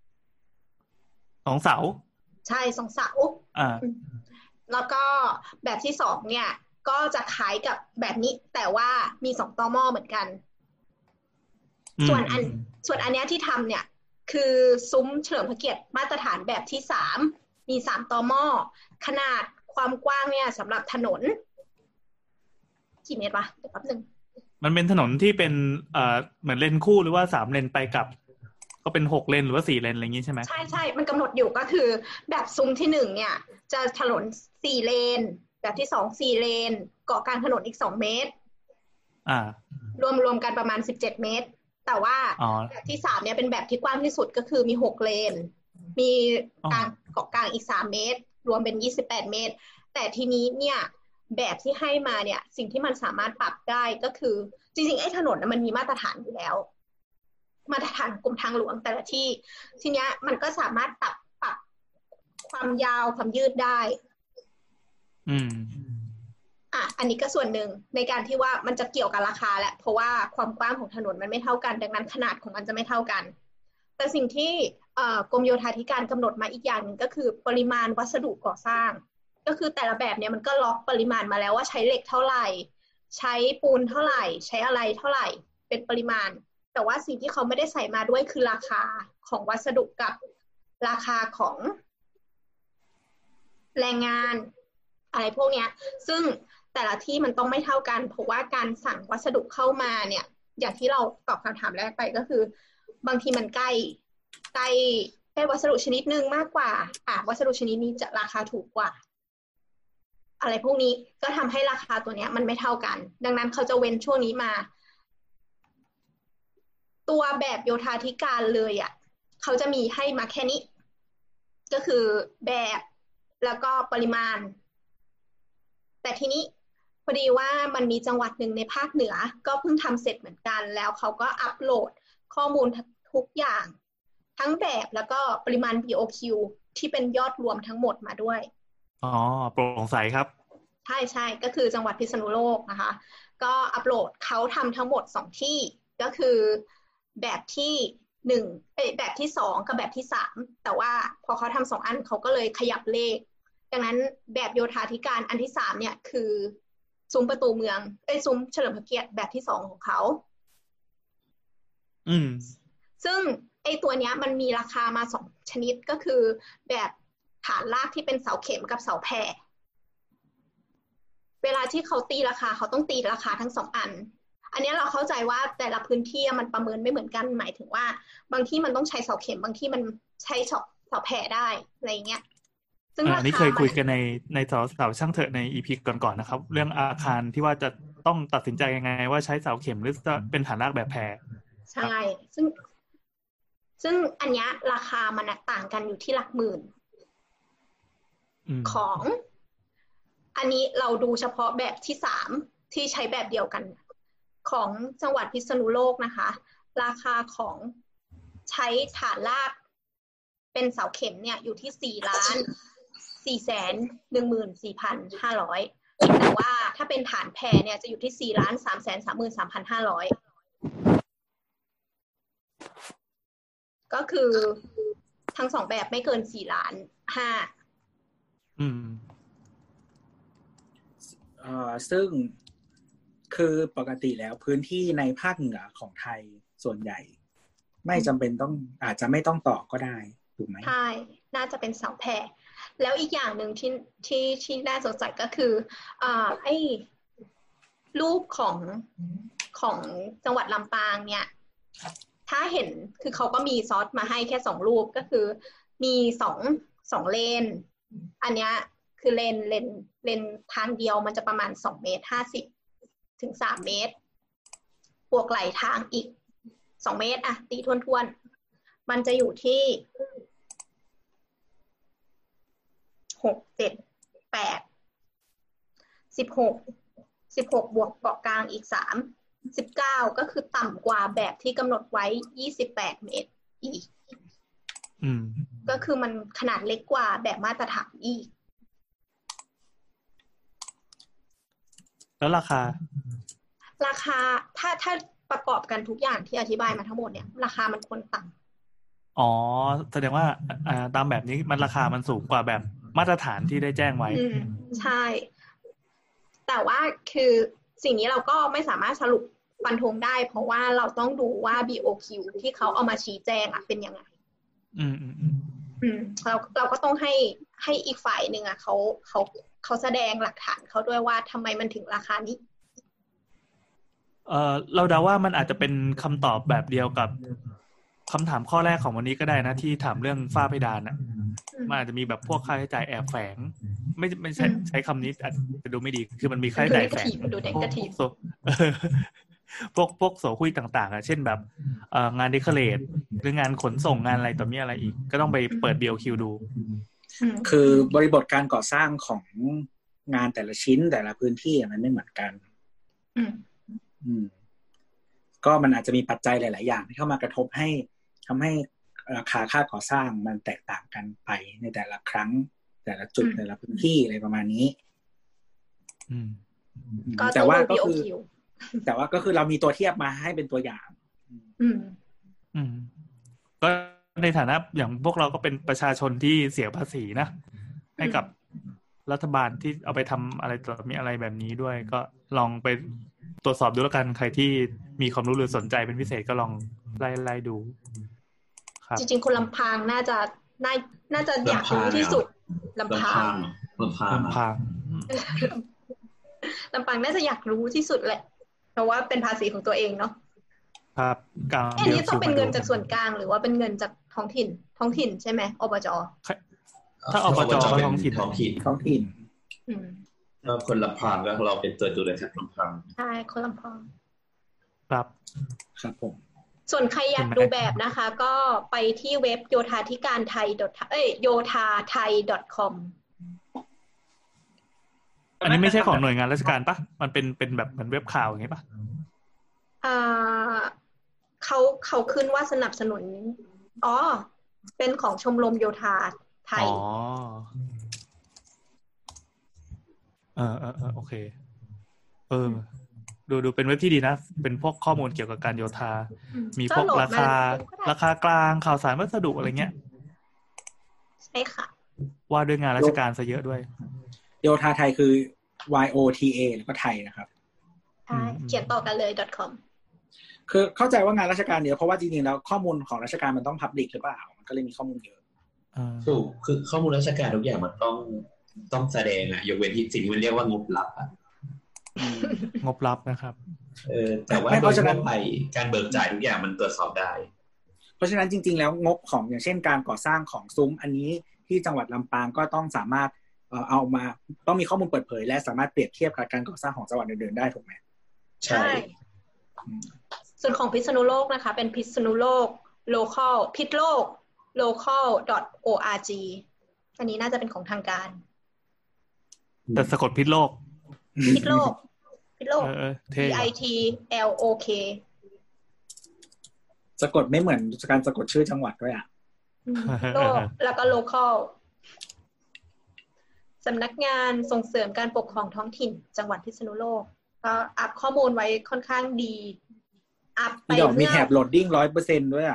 B: 2 เสา
C: ใช่2 เสาแล้วก็แบบที่2เนี่ยก็จะคล้ายกับแบบนี้แต่ว่ามี2ตอหม้อเหมือนกันส่วนอันนี้ที่ทำเนี่ยคือซุ้มเฉลิมพระเกียรติมาตรฐานแบบที่3มี3ตอหม้อขนาดความกว้างเนี่ยสำหรับถนนกี่เมตรวะแป๊บนึง
B: มันเป็นถนนที่เป็นเหมือนเลนคู่หรือว่า3เลนไปกลับก็เป็น6เลนหรือว่า4เลนอะไรอย่างงี้ใช่ไหม
C: ใช่มันกำหนดอยู่ก็คือแบบซุ้มที่1เนี่ยจะถนน4เลนแบบที่2 4เลนเกาะกลางถนนอีก2เมตรรวมกันประมาณ17เมตรแต่ว่าแบบที่3เนี่ยเป็นแบบที่กว้างที่สุดก็คือมี6เลนมีกลางเกาะกลางอีก3เมตรรวมเป็น28เมตรแต่ทีนี้เนี่ยแบบที่ให้มาเนี่ยสิ่งที่มันสามารถปรับได้ก็คือจริงๆไอ้ถนนมันมีมาตรฐานอยู่แล้วมาตรฐานกรมทางหลวงแต่ละที่ทีเนี้ยมันก็สามารถปรับความยาวความยืดได้อันนี้ก็ส่วนหนึ่งในการที่ว่ามันจะเกี่ยวกับราคาแหละเพราะว่าความกว้างของถนนมันไม่เท่ากันดังนั้นขนาดของมันจะไม่เท่ากันแต่สิ่งที่กรมโยธาธิการกำหนดมาอีกอย่างหนึ่งก็คือปริมาณวัสดุก่อสร้างก็คือแต่ละแบบเนี่ยมันก็ล็อกปริมาณมาแล้วว่าใช้เหล็กเท่าไหร่ใช้ปูนเท่าไหร่ใช้อะไรเท่าไหร่เป็นปริมาณแต่ว่าสิ่งที่เขาไม่ได้ใส่มาด้วยคือราคาของวัสดุกับราคาของแรงงานอะไรพวกเนี้ยซึ่งแต่ละที่มันต้องไม่เท่ากันเพราะว่าการสั่งวัสดุเข้ามาเนี่ยอย่างที่เราตอบคำถามแรกไปก็คือบางทีมันใกล้วัสดุชนิดนึงมากกว่าวัสดุชนิดนี้จะราคาถูกกว่าอะไรพวกนี้ก็ทำให้ราคาตัวเนี้ยมันไม่เท่ากันดังนั้นเขาจะเว้นช่วงนี้มาตัวแบบโยธาธิการเลยเขาจะมีให้มาแค่นี้ก็คือแบบแล้วก็ปริมาณแต่ทีนี้พอดีว่ามันมีจังหวัดหนึ่งในภาคเหนือก็เพิ่งทำเสร็จเหมือนกันแล้วเขาก็อัปโหลดข้อมูลทุกอย่างทั้งแบบแล้วก็ปริมาณ BOQ ที่เป็นยอดรวมทั้งหมดมาด้วย
B: โปร่งใสครับ
C: ใช่ก็คือจังหวัดพิษณุโลกนะคะก็อัปโหลดเขาทำทั้งหมด2ที่ก็คือแบบที่1แบบที่2กับแบบที่3แต่ว่าพอเขาทำ2อันเขาก็เลยขยับเลขดังนั้นแบบโยธาธิการอันที่3เนี่ยคือซุ้มประตูเมืองซุ้มเฉลิมพระเกียรติแบบที่2ของเขาซึ่งไอ้ตัวเนี้ยมันมีราคามา2ชนิดก็คือแบบฐานรากที่เป็นเสาเข็มกับเสาแผ่เวลาที่เขาตีราคาเขาต้องตีราคาทั้ง2อันนี้เราเข้าใจว่าแต่ละพื้นที่มันประเมินไม่เหมือนกันหมายถึงว่าบางที่มันต้องใช้เสาเข็มบางที่มันใช้เสาแผ่ได้อะไรเงี้ยซึ่ง
B: อันนี้เคยคุยกันในเสาช่างเถอะใน EP ก่อนๆนะครับเรื่องอาคารที่ว่าจะต้องตัดสินใจยังไงว่าใช้เสาเข็มหรือจะเป็นฐานรากแบบแพร
C: ใช่ซึ่งอันนี้ราคามันต่างกันอยู่ที่หลักหมื่นของอันนี้เราดูเฉพาะแบบที่3ที่ใช้แบบเดียวกันของจังหวัดพิษณุโลกนะคะราคาของใช้ฐานรากเป็นเสาเข็มเนี่ยอยู่ที่4,414,500แต่ว่าถ้าเป็นฐานแพรเนี่ยจะอยู่ที่4,333,500ก็คือทั้ง2แบบไม่เกิน4,500,000
D: ซึ่งคือปกติแล้วพื้นที่ในภาคเหนือของไทยส่วนใหญ่ไม่จำเป็นต้องอาจจะไม่ต้องต่อก็ได้ถูกไหม
C: ใช่น่าจะเป็นเสาแพรแล้วอีกอย่างหนึ่งที่น่าสนใจก็คือไอ้รูปของจังหวัดลำปางเนี่ยถ้าเห็นคือเขาก็มีซอสมาให้แค่2รูปก็คือมี2เลนอันเนี้ยคือเลนทางเดียวมันจะประมาณ2.50 เมตรถึง3 เมตรบวกไหลทางอีก2 เมตรตีทวนๆมันจะอยู่ที่6 7 8 16บวกเกาะกลางอีก3 19ก็คือต่ำกว่าแบบที่กำหนดไว้28 เมตรอีกก็คือมันขนาดเล็กกว่าแบบมาตรฐานอีก
B: แล้วราคา
C: ถ้าประกอบกันทุกอย่างที่อธิบายมาทั้งหมดเนี่ยราคามันควรต่
B: ำอ๋อแสดงว่าตามแบบนี้มันราคามันสูงกว่าแบบมาตรฐานที่ได้แจ้งไว้
C: ใช่แต่ว่าคือสิ่งนี้เราก็ไม่สามารถสรุปฟันธงได้เพราะว่าเราต้องดูว่า BOQ ที่เขาเอามาชี้แจงเป็นยังไงเราก็ต้องให้อีกฝ่ายหนึ่งเขาแสดงหลักฐานเขาด้วยว่าทำไมมันถึงราคานี้
B: เราเดาว่ามันอาจจะเป็นคำตอบแบบเดียวกับคำถามข้อแรกของวันนี้ก็ได้นะที่ถามเรื่องฝ้าเพดานมันอาจจะมีแบบพวกค่าใช้จ่ายแอบแฝงไม่ใช้คำนี้อาจจะดูไม่ดีคือมันมีค่าใช้จ่ายแฝงพวกโสคุยต่างๆเช่นแบบงานเดคอเรทหรืองานขนส่งงานอะไรต่อมีอะไรอีกก็ต้องไปเปิด BOQ ดู
D: คือบริบทการก่อสร้างของงานแต่ละชิ้นแต่ละพื้นที่มันไม่เหมือนกันก็มันอาจจะมีปัจจัยหลายๆอย่างที่เข้ามากระทบให้ทำให้ราคาค่าก่อสร้างมันแตกต่างกันไปในแต่ละครั้งแต่ละจุดแต่ละพื้นที่อะไรประมาณนี้แต่ว่าก็คือเรามีตัวเทียบมาให้เป็นตัวอย่าง
B: ก็ในฐานะอย่างพวกเราก็เป็นประชาชนที่เสียภาษีนะให้กับรัฐบาลที่เอาไปทำอะไรต่อมีอะไรแบบนี้ด้วยก็ลองไปตรวจสอบดูแล้วกันใครที่มีความรู้หรือสนใจเป็นพิเศษก็ลองไล่ดูครับ
C: จริงๆคนลำพังน่าจะอยากรู้ที่สุดลำพังน่าจะอยากรู้ที่สุดแหละเพราะว่าเป็นภาษีของตัวเองเนาะ
B: ครับ
C: อันนี้ต้องเป็นเงินจากส่วนกลางหรือว่าเป็นเงินจากท้องถิ่นใช่ไหมอบจ.
B: ถ้าอบจ.ก็ท้องถิ่น
A: แล้วคนลำพังก็เราเป็นตัวดูแลจากลำพัง
C: ใช่คนลำพัง
D: ครับผม
C: ส่วนใครอยากดูแบบนะคะก็ไปที่เว็บโยธาธิการไทยyotathai.com
B: อันนี้ไม่ใช่ของหน่วยงานราชการปะมันเป็นแบบเหมือนเว็บข่าวอย่างงี้ปะ
C: เขาขึ้นว่าสนับสนุนเป็นของชมรมโยธาไทย
B: โอเคดูเป็นเว็บที่ดีนะเป็นพวกข้อมูลเกี่ยวกับการโยธามีพวกราคากลางข่าวสารวัสดุอะไรเงี้ย
C: ใช่ค่ะ
B: ว่าด้วยงานราชการซะเยอะด้วย
D: โยธาไทยคือ YOTA แล้วก็ไทยนะครับ
C: ใช่เขียนต่อกันเลย .com
D: คือเข้าใจว่างานราชการเยอะเพราะว่าจริงๆแล้วข้อมูลของราชการมันต้อง public หรือเปล่ามันก็เลยมีข้อมูลเยอะ
A: ถูกคือข้อมูลราชการทุกอย่างมันต้องแสดงยกเว้นที่สิ่งที่มันเรียกว่างบลับ
B: งบลับนะครับ
A: แต่ว่าโดยทั่วไปการเบิกจ่ายทุกอย่างมันตรวจสอบได้
D: เพราะฉะนั้นจริงๆแล้วงบของอย่างเช่นการก่อสร้างของซุ้มอันนี้ที่ที่จังหวัดลำปางก็ต้องสามารถเอามาต้องมีข้อมูลเปิดเผยและสามารถเปรียบเทียบกับการก่อสร้างของจังหวัดอื่นๆได้ถูกไหม
C: ใช่ส่วนของพิษณุโลกนะคะเป็นพิษณุโลก local พิษโลก local.org อันนี้น่าจะเป็นของทางการ
B: แต่สะกดพิษโลก
C: พิษโลกพิษโลก PITLOK
D: สะกดไม่เหมือนการสะกดชื่อจังหวัดด้วยอ่ะ
C: โลกแล้วก็ local สำนักงานส่งเสริมการปกครองท้องถิ่นจังหวัดพิษณุโลกก็อัพข้อมูลไว้ค่อนข้างดีอัพไป
D: มีแถบโหลดดิ้ง 100% ด้วยอ่ะ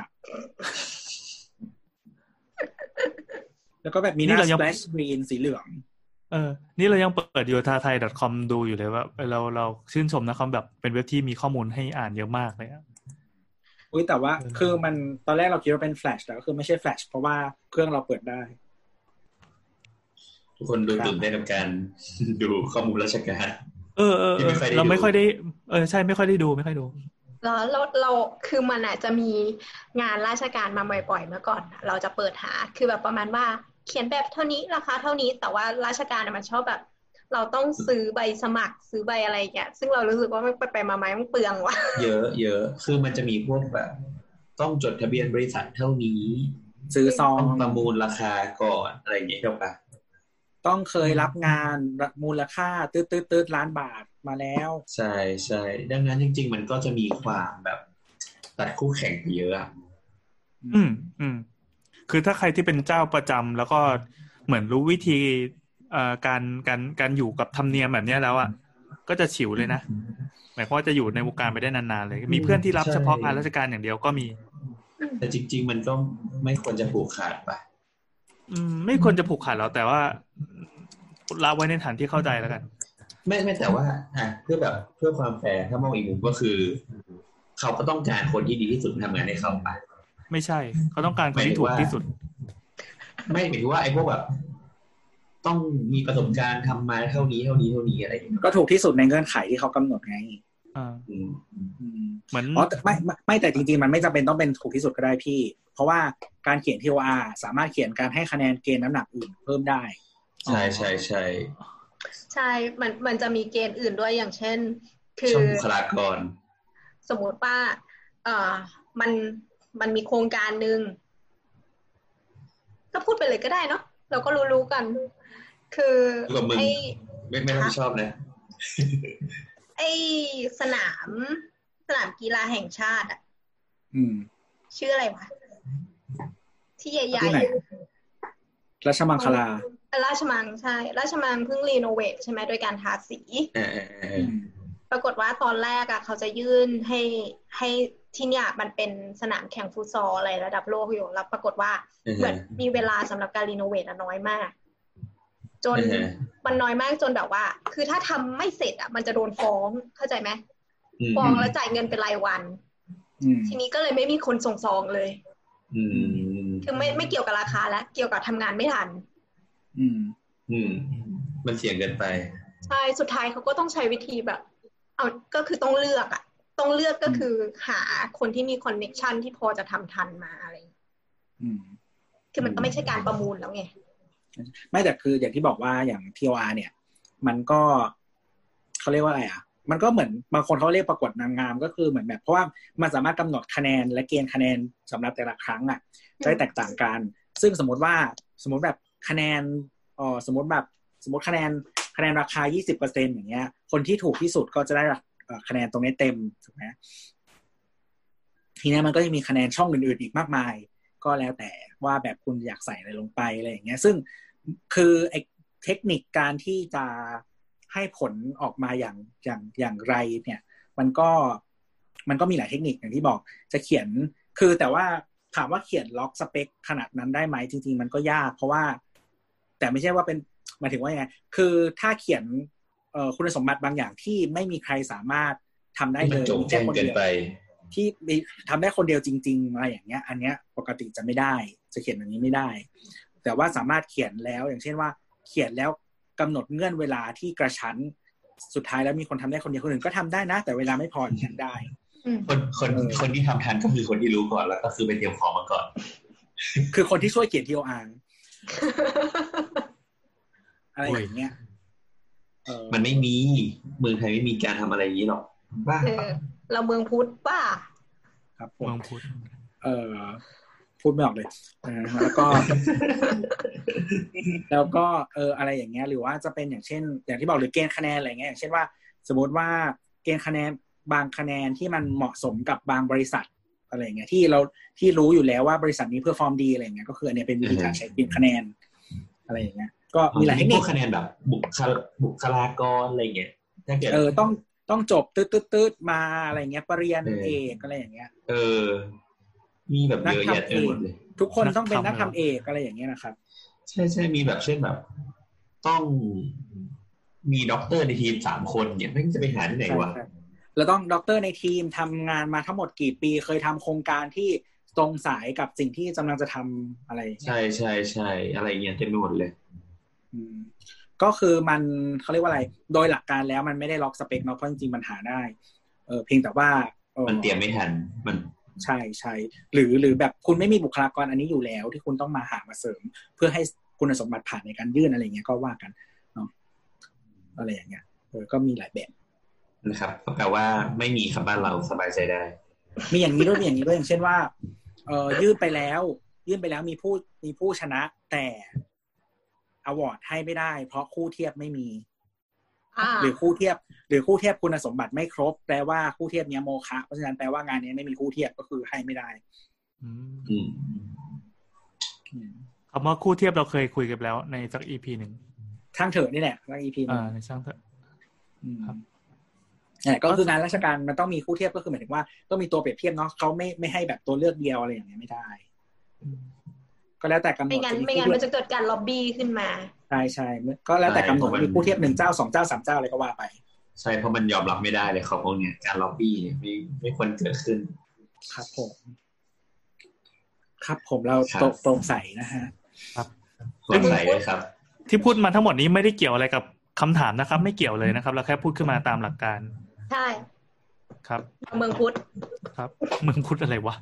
D: แล้วก็แบบมีหน้า splash screen สีเหลือง
B: นี่เรายังเปิด yotathai.com ดูอยู่เลยว่าเราชื่นชมนะครับแบบเป็นเว็บที่มีข้อมูลให้อ่านเยอะมากเลยอ่ะ
D: อุ้ยแต่ว่าคือมันตอนแรกเราคิดว่าเป็นแฟลชแต่ก็คือไม่ใช่แฟลชเพราะว่าเครื่องเราเปิดได้
A: ทุกคนดูตื่นเต้นกับการดูข้อมูลราชการ
B: เราไม่ค่อยได้ใช่ไม่ค่อยได้ดู
C: เราคือมันอาจจะมีงานราชการมาบ่อยๆเมื่อก่อนเราจะเปิดหาคือแบบประมาณว่าเขียนแบบเท่านี้ราคาเท่านี้แต่ว่าราชการมันชอบแบบเราต้องซื้อใบสมัครซื้อใบอะไรอย่างเงี้ยซึ่งเรารู้สึกว่ามันไปมาๆมันเปลืองว่ะ
A: เยอะคือมันจะมีพวกแบบต้องจดทะเบียนบริษัทเท่านี้
D: ซื้อซอง
A: ประมูลราคาก่อนอะไรอย่างเงี้ยครับป่ะ
D: ต้องเคยรับงานมูลค่าตืดล้านบาทมาแล้ว
A: ใช่ๆดังนั้นจริงๆมันก็จะมีความแบบตัดคู่แข่งเยอะ
B: คือถ้าใครที่เป็นเจ้าประจำแล้วก็เหมือนรู้วิธีการอยู่กับธรรมเนียมแบบนี้แล้วอ่ะก็จะฉิวเลยนะหมายความว่าจะอยู่ในวงการไปได้นานๆเลยมีเพื่อนที่รับเฉพาะงานราชการอย่างเดียวก็มี
A: แต่จริงๆมันก็ไม่ควรจะผูกขาดไป
B: ไม่ควรจะผูกขาดแล้วแต่ว่าละไว้ในฐานที่เข้าใจแล้วกัน
A: ไม่แต่ว่าเพื่อความแฟร์ถ้ามองอีกมุมก็คือเขาก็ต้องการคนที่ดีที่สุดทำงานให้เขาไป
B: ไม่ใช่เขาต้องการคนที่ถูกที่สุด
A: ไม่หมายถึงว่าไอ้พวกแบบต้องมีประสบการณ์ทำมาเท่านี้อะไรอย่างเงี้ย
D: ก็ถูกที่สุดในเงื่อนไขที่เขากำหนดไง
B: เหมือน
D: ไม่แต่จริงๆมันไม่จำเป็นต้องเป็นถูกที่สุดก็ได้พี่เพราะว่าการเขียน TOR สามารถเขียนการให้คะแนนเกณฑ์น้ำหนักอื่นเพิ่มได้
A: ใช่
C: ใช่มันจะมีเกณฑ์อื่นด้วยอย่างเช่นคือ
A: ช่องบุคลากร
C: สมมติว่ามันมีโครงการนึงก็พูดไปเลยก็ได้เนาะเราก็รู้กันคือ
A: ไอ้ไม่ต้องชอบนะ
C: ไอ้สนามกีฬาแห่งชาติชื่ออะไรวะที่ใหญ่
D: ๆราชมังคลา
C: ราชมังใช่ราชมังเพิ่งรีโนเวทใช่ไหมโดยการทาสีปรากฏว่าตอนแรกเขาจะยื่นให้ที่เนี่ยมันเป็นสนามแข่งฟุตซอลอะไรระดับโลกอยู่แล้วปรากฏว่าเหมือนมีเวลาสำหรับการรีโนเวทน้อยมากจนมันน้อยมากจนแบบว่าคือถ้าทำไม่เสร็จมันจะโดนฟ้องเข้าใจไหมฟ้องแล้วจ่ายเงินเป็นรายวันทีนี้ก็เลยไม่มีคนส่งซองเลยคือไม่เกี่ยวกับราคาแล้วเกี่ยวกับทำงานไม่ทัน
A: มันเสี่ยงเกินไป
C: ใช่สุดท้ายเขาก็ต้องใช้วิธีแบบก็คือต้องเลือกก็คือหาคนที่มีคอนเนคชั่นที่พอจะทำทันมาอะไรคือมันก็ไม่ใช่การประมูลแล้วไง
D: ไม่แต่คืออย่างที่บอกว่าอย่าง TOR เนี่ยมันก็เขาเรียกว่าอะไรมันก็เหมือนบางคนเขาเรียกประกวดนางงามก็คือเหมือนแบบเพราะว่ามันสามารถกำหนดคะแนนและเกณฑ์คะแนนสำหรับแต่ละครั้งจะได้แตกต่างกันซึ่งสมมติแบบคะแนนสมมติคะแนนราคา 20% อย่างเงี้ยคนที่ถูกที่สุดก็จะได้คะแนนตรงนี้เต็มถูกไหมทีนี้มันก็จะมีคะแนนช่องอื่นๆอีกมากมายก็แล้วแต่ว่าแบบคุณอยากใส่อะไรลงไปอะไรอย่างเงี้ยซึ่งคือไอ้เทคนิคการที่จะให้ผลออกมาอย่างไรเนี่ยมันก็มีหลายเทคนิคอย่างที่บอกจะเขียนคือแต่ว่าถามว่าเขียนล็อกสเปคขนาดนั้นได้ไหมจริงๆมันก็ยากเพราะว่าแต่ไม่ใช่ว่าเป็นหมายถึงว่าไงคือถ้าเขียนคุณสมบัติบางอย่างที่ไม่มีใครสามารถทำได้เลย
A: แค่คนเดียว
D: ที่ทำได้คนเดียวจริงๆอะไรอย่างเงี้ยอันเนี้ยปกติจะไม่ได้จะเขียนอย่างนี้ไม่ได้แต่ว่าสามารถเขียนแล้วอย่างเช่นว่าเขียนแล้วกำหนดเงื่อนเวลาที่กระชั้นสุดท้ายแล้วมีคนทำได้คนเดียวคนอื่นก็ทำได้นะแต่เวลาไม่พอเขียนได้
A: คนที่ทำทันก็คือคนที่รู้ก่อนแล้วก็คือไปเตรียมของมาก่อน
D: คือคนที่ช่วยเขียน TOR อะไรอย่างเงี้ย
A: มันไม่มีเมืองไทยไม่มีการทำอะไรอย่างนี้หรอกบ้า
C: เราเมืองพุทธป่ะ
D: ครับ
B: เมืองพุทธ
D: พูดไม่ออกเลยแล้วก็อะไรอย่างเงี้ยหรือว่าจะเป็นอย่างเช่นอย่างที่บอกหรือเกณฑ์คะแนนอะไรเงี้ยอย่างเช่นว่าสมมติว่าเกณฑ์คะแนนบางคะแนนที่มันเหมาะสมกับบางบริษัทอะไรเงี้ยที่รู้อยู่แล้วว่าบริษัทนี้เพอร์ฟอร์มดีอะไรเงี้ยก็คืออันนี้เป็นวิธีการใช้เกณฑ์คะแนนอะไรอย่างเงี้ยก็มีหลายเทคนิค
A: คะแนนแบบบุคลากรอะไรเงี้ยถ้าเกิด
D: ต้องจบตืดๆมาอะไรเงี้ยปริญญาเอกอะไรอย่างเงี้ย
A: มีแบบเยอะแยะไปหมดเลย
D: ทุกคนต้องเป็นนักทำเอกอะไรอย่างเงี้ยนะครับ
A: ใช่มีแบบเช่นแบบต้องมีด็อกเตอร์ในทีม3คนเนี่ยไม่จะไปหาที่ไหนวะ
D: แล้วต้องด็อกเตอร์ในทีมทำงานมาทั้งหมดกี่ปีเคยทำโครงการที่ตรงสายกับสิ่งที่กำลังจะทำอะไร
A: ใช่อะไรเงี้ยเต็มไปหมดเลย
D: ก็คือมันเขาเรียกว่าอะไรโดยหลักการแล้วมันไม่ได้ล็อกสเปคเนาะเพราะจริงๆมันหาได้เพียงแต่ว่า
A: มันเตรียมไม่ทันมัน
D: ใช่หรือแบบคุณไม่มีบุคลากรอันนี้อยู่แล้วที่คุณต้องมาหามาเสริมเพื่อให้คุณสมบัติผ่านในการยื่นอะไรเงี้ยก็ว่ากันเนาะอะไรอย่างเงี้ยก็มีหลายแบบ
A: นะครับก็แปลว่าไม่มีครับบ้านเราสบายใจได้
D: มีอย่างนี้ด้วยอย่างเช่นว่ายื่นไปแล้วมีผู้ชนะแต่อวอร์ดให้ไม่ได้เพราะคู่เทียบไม่มีหรือคู่เทียบคุณสมบัติไม่ครบแปลว่าคู่เทียบเนี้ยโมฆะเพราะฉะนั้นแปลว่างานนี้ไม่มีคู่เทียบก็คือให้ไม่ได้
B: คำว่าคู่เทียบเราเคยคุยกันแล้วในสัก EP นึง
D: ช่างเถอะนี่แหละสัก EP นึง
B: ในช่างเถอะ
D: ครับเนี่ยก็คืองานราชการมันต้องมีคู่เทียบก็คือหมายถึงว่าต้องมีตัวเปรียบเทียบเนาะเขาไม่ให้แบบตัวเลือกเดียวอะไรอย่างเงี้ยไม่ได้ก็แล้วแต่กำหนด
C: ไม่งั้นมันจะเกิดการล็อบบี้ขึ้นมา
D: ใช่ก็แล้วแต่กำหนดมีคู่เทียบ1เจ้า2เจ้า3เจ้าอะไรก็ว่าไป
A: ใช่เพราะมันยอมรับไม่ได้เลยเขาพวกเนี้ยการล็อบบี้ไม่ควรเกิดขึ้น
D: ครับผมเราโปร่งใสนะฮะ
B: ครับ
A: โปร่งใสเลยครับ
B: ที่พูดมาทั้งหมดนี้ไม่ได้เกี่ยวอะไรกับคำถามนะครับไม่เกี่ยวเลยนะครับเราแค่พูดขึ้นมาตามหลักการ
C: ใช่
B: ครับ
C: เมืองพุทธ
B: ครับเมืองพุทธอะไรวะ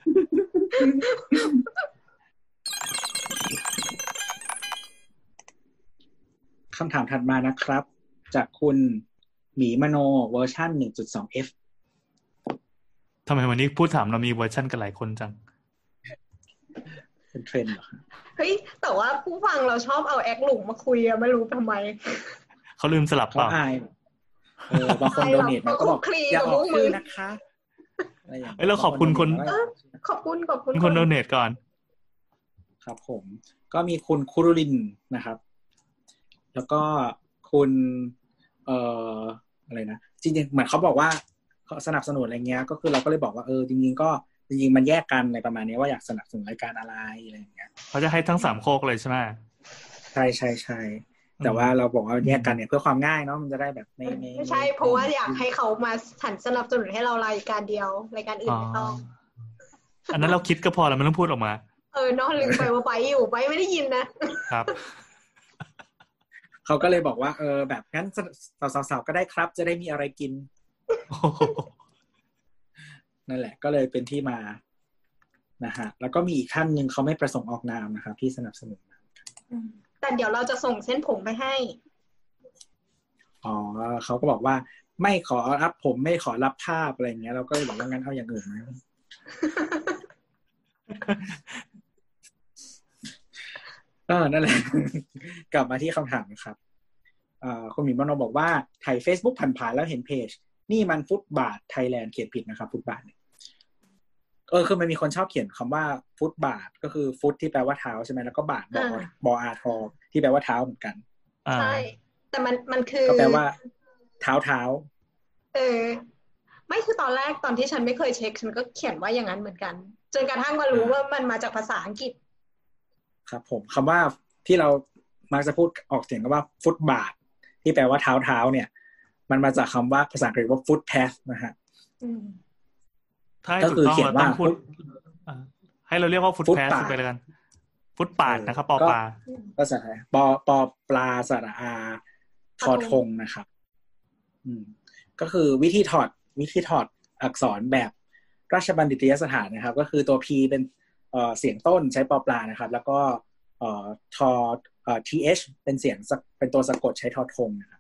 D: คำถามถัดมานะครับจากคุณหมีมโนเวอร์ชัน 1.2F
B: ทำไมวันนี้พูดถามเรามีเวอร์ชันกันหลายคนจัง
D: เป็นเทรนด์เหรอ
C: เฮ้ยแต่ว่าผู้ฟังเราชอบเอาแอคหลุมมาคุยอะไม่รู้ทำไม
B: เขาลืมสลับเปล่า
D: บางคนโดเนทมาก็บอกอย่าออกชื่อนะคะ
B: เราขอบคุณคน
C: ขอบคุณ
B: คนโดเนทก่อน
D: ครับผมก็มีคุณคุรุลินนะครับแล้วก็คุณอะไรนะจริงๆเหมือนเขาบอกว่าเขาสนับสนุนอะไรเงี้ยก็คือเราก็เลยบอกว่าจริงๆมันแยกกันในประมาณนี้ว่าอยากสนับสนุนรายการอะไรอะไรอย่างเงี้ย
B: เขาจะให้ทั้ง3โคกเลยใช่ไหม
D: ใช่แต่ว่าเราบอกว่าแยกกันเนี่ยเพื่อความง่ายเนาะมันจะได้แบบไม่
C: ใช่เพราะว่าอยากให้เขามาสนับสนุนให้เรารายการเดียวรายการอื่นไม่ต้อง
B: อันนั้นเราคิดก็พอแล้วไม่ต้องพูดออกมา
C: เนาะลืมไปว่าไปอยู่ไปไม่ได้ยิน
B: นะครับ
D: เขาก็เลยบอกว่าแบบงั้นสาวๆก็ได้ครับจะได้มีอะไรกินนั่นแหละก็เลยเป็นที่มานะฮะแล้วก็มีอีกท่านนึงเขาไม่ประสงค์ออกนามนะครับที่สนับสนุน
C: แต่เดี๋ยวเราจะส่งเส้นผมไปให้
D: เขาก็บอกว่าไม่ขอรับผมไม่ขอรับภาพอะไรอย่างเงี้ยเราก็เลยบอกว่างั้นเอาอย่างอื่นไหมนั่นแหละกลับมาที่คำถามนะครับคุณหมีมโนบอกว่าถ่าย Facebook ผ่านๆแล้วเห็นเพจนี่มันฟุตบาทไทยแลนด์เขียนผิดนะครับฟุตบาทเนี่ยคือมันมีคนชอบเขียนคำว่าฟุตบาทก็คือฟุตที่แปลว่าเท้าใช่ไหมแล้วก็บาทบออาทอที่แปลว่าเท้าเหมือนกัน
C: ใช่แต่มันคือ
D: ก็แปลว่าเท้า
C: ไม่คือตอนแรกตอนที่ฉันไม่เคยเช็คฉันก็เขียนว่าอย่างนั้นเหมือนกันจนกระทั่งมารู้ว่ามันมาจากภาษาอังกฤษ
D: ครับผมคำว่าที่เรามักจะพูดออกเสียงกันว่าฟุตบาทที่แปลว่าเท้าเนี่ยมันมาจากคำว่าภาษาอังกฤษว่า footpath นะฮะ
B: ก็คือเขียนว่าให้เราเรียกว่า footpath ไปเลยกันฟุตปาดนะครับปอปลา
D: ภาษาไทยปอปลาสระอาทอธงนะครับก็คือวิธีถอดอักษรแบบราชบัณฑิตยสถานนะครับก็คือตัว P เป็นเสียงต้นใช้ปอปลานะครับแล้วก็ทอth เป็นเสียงเป็นตัวสะกดใช้ทอทงนะครับ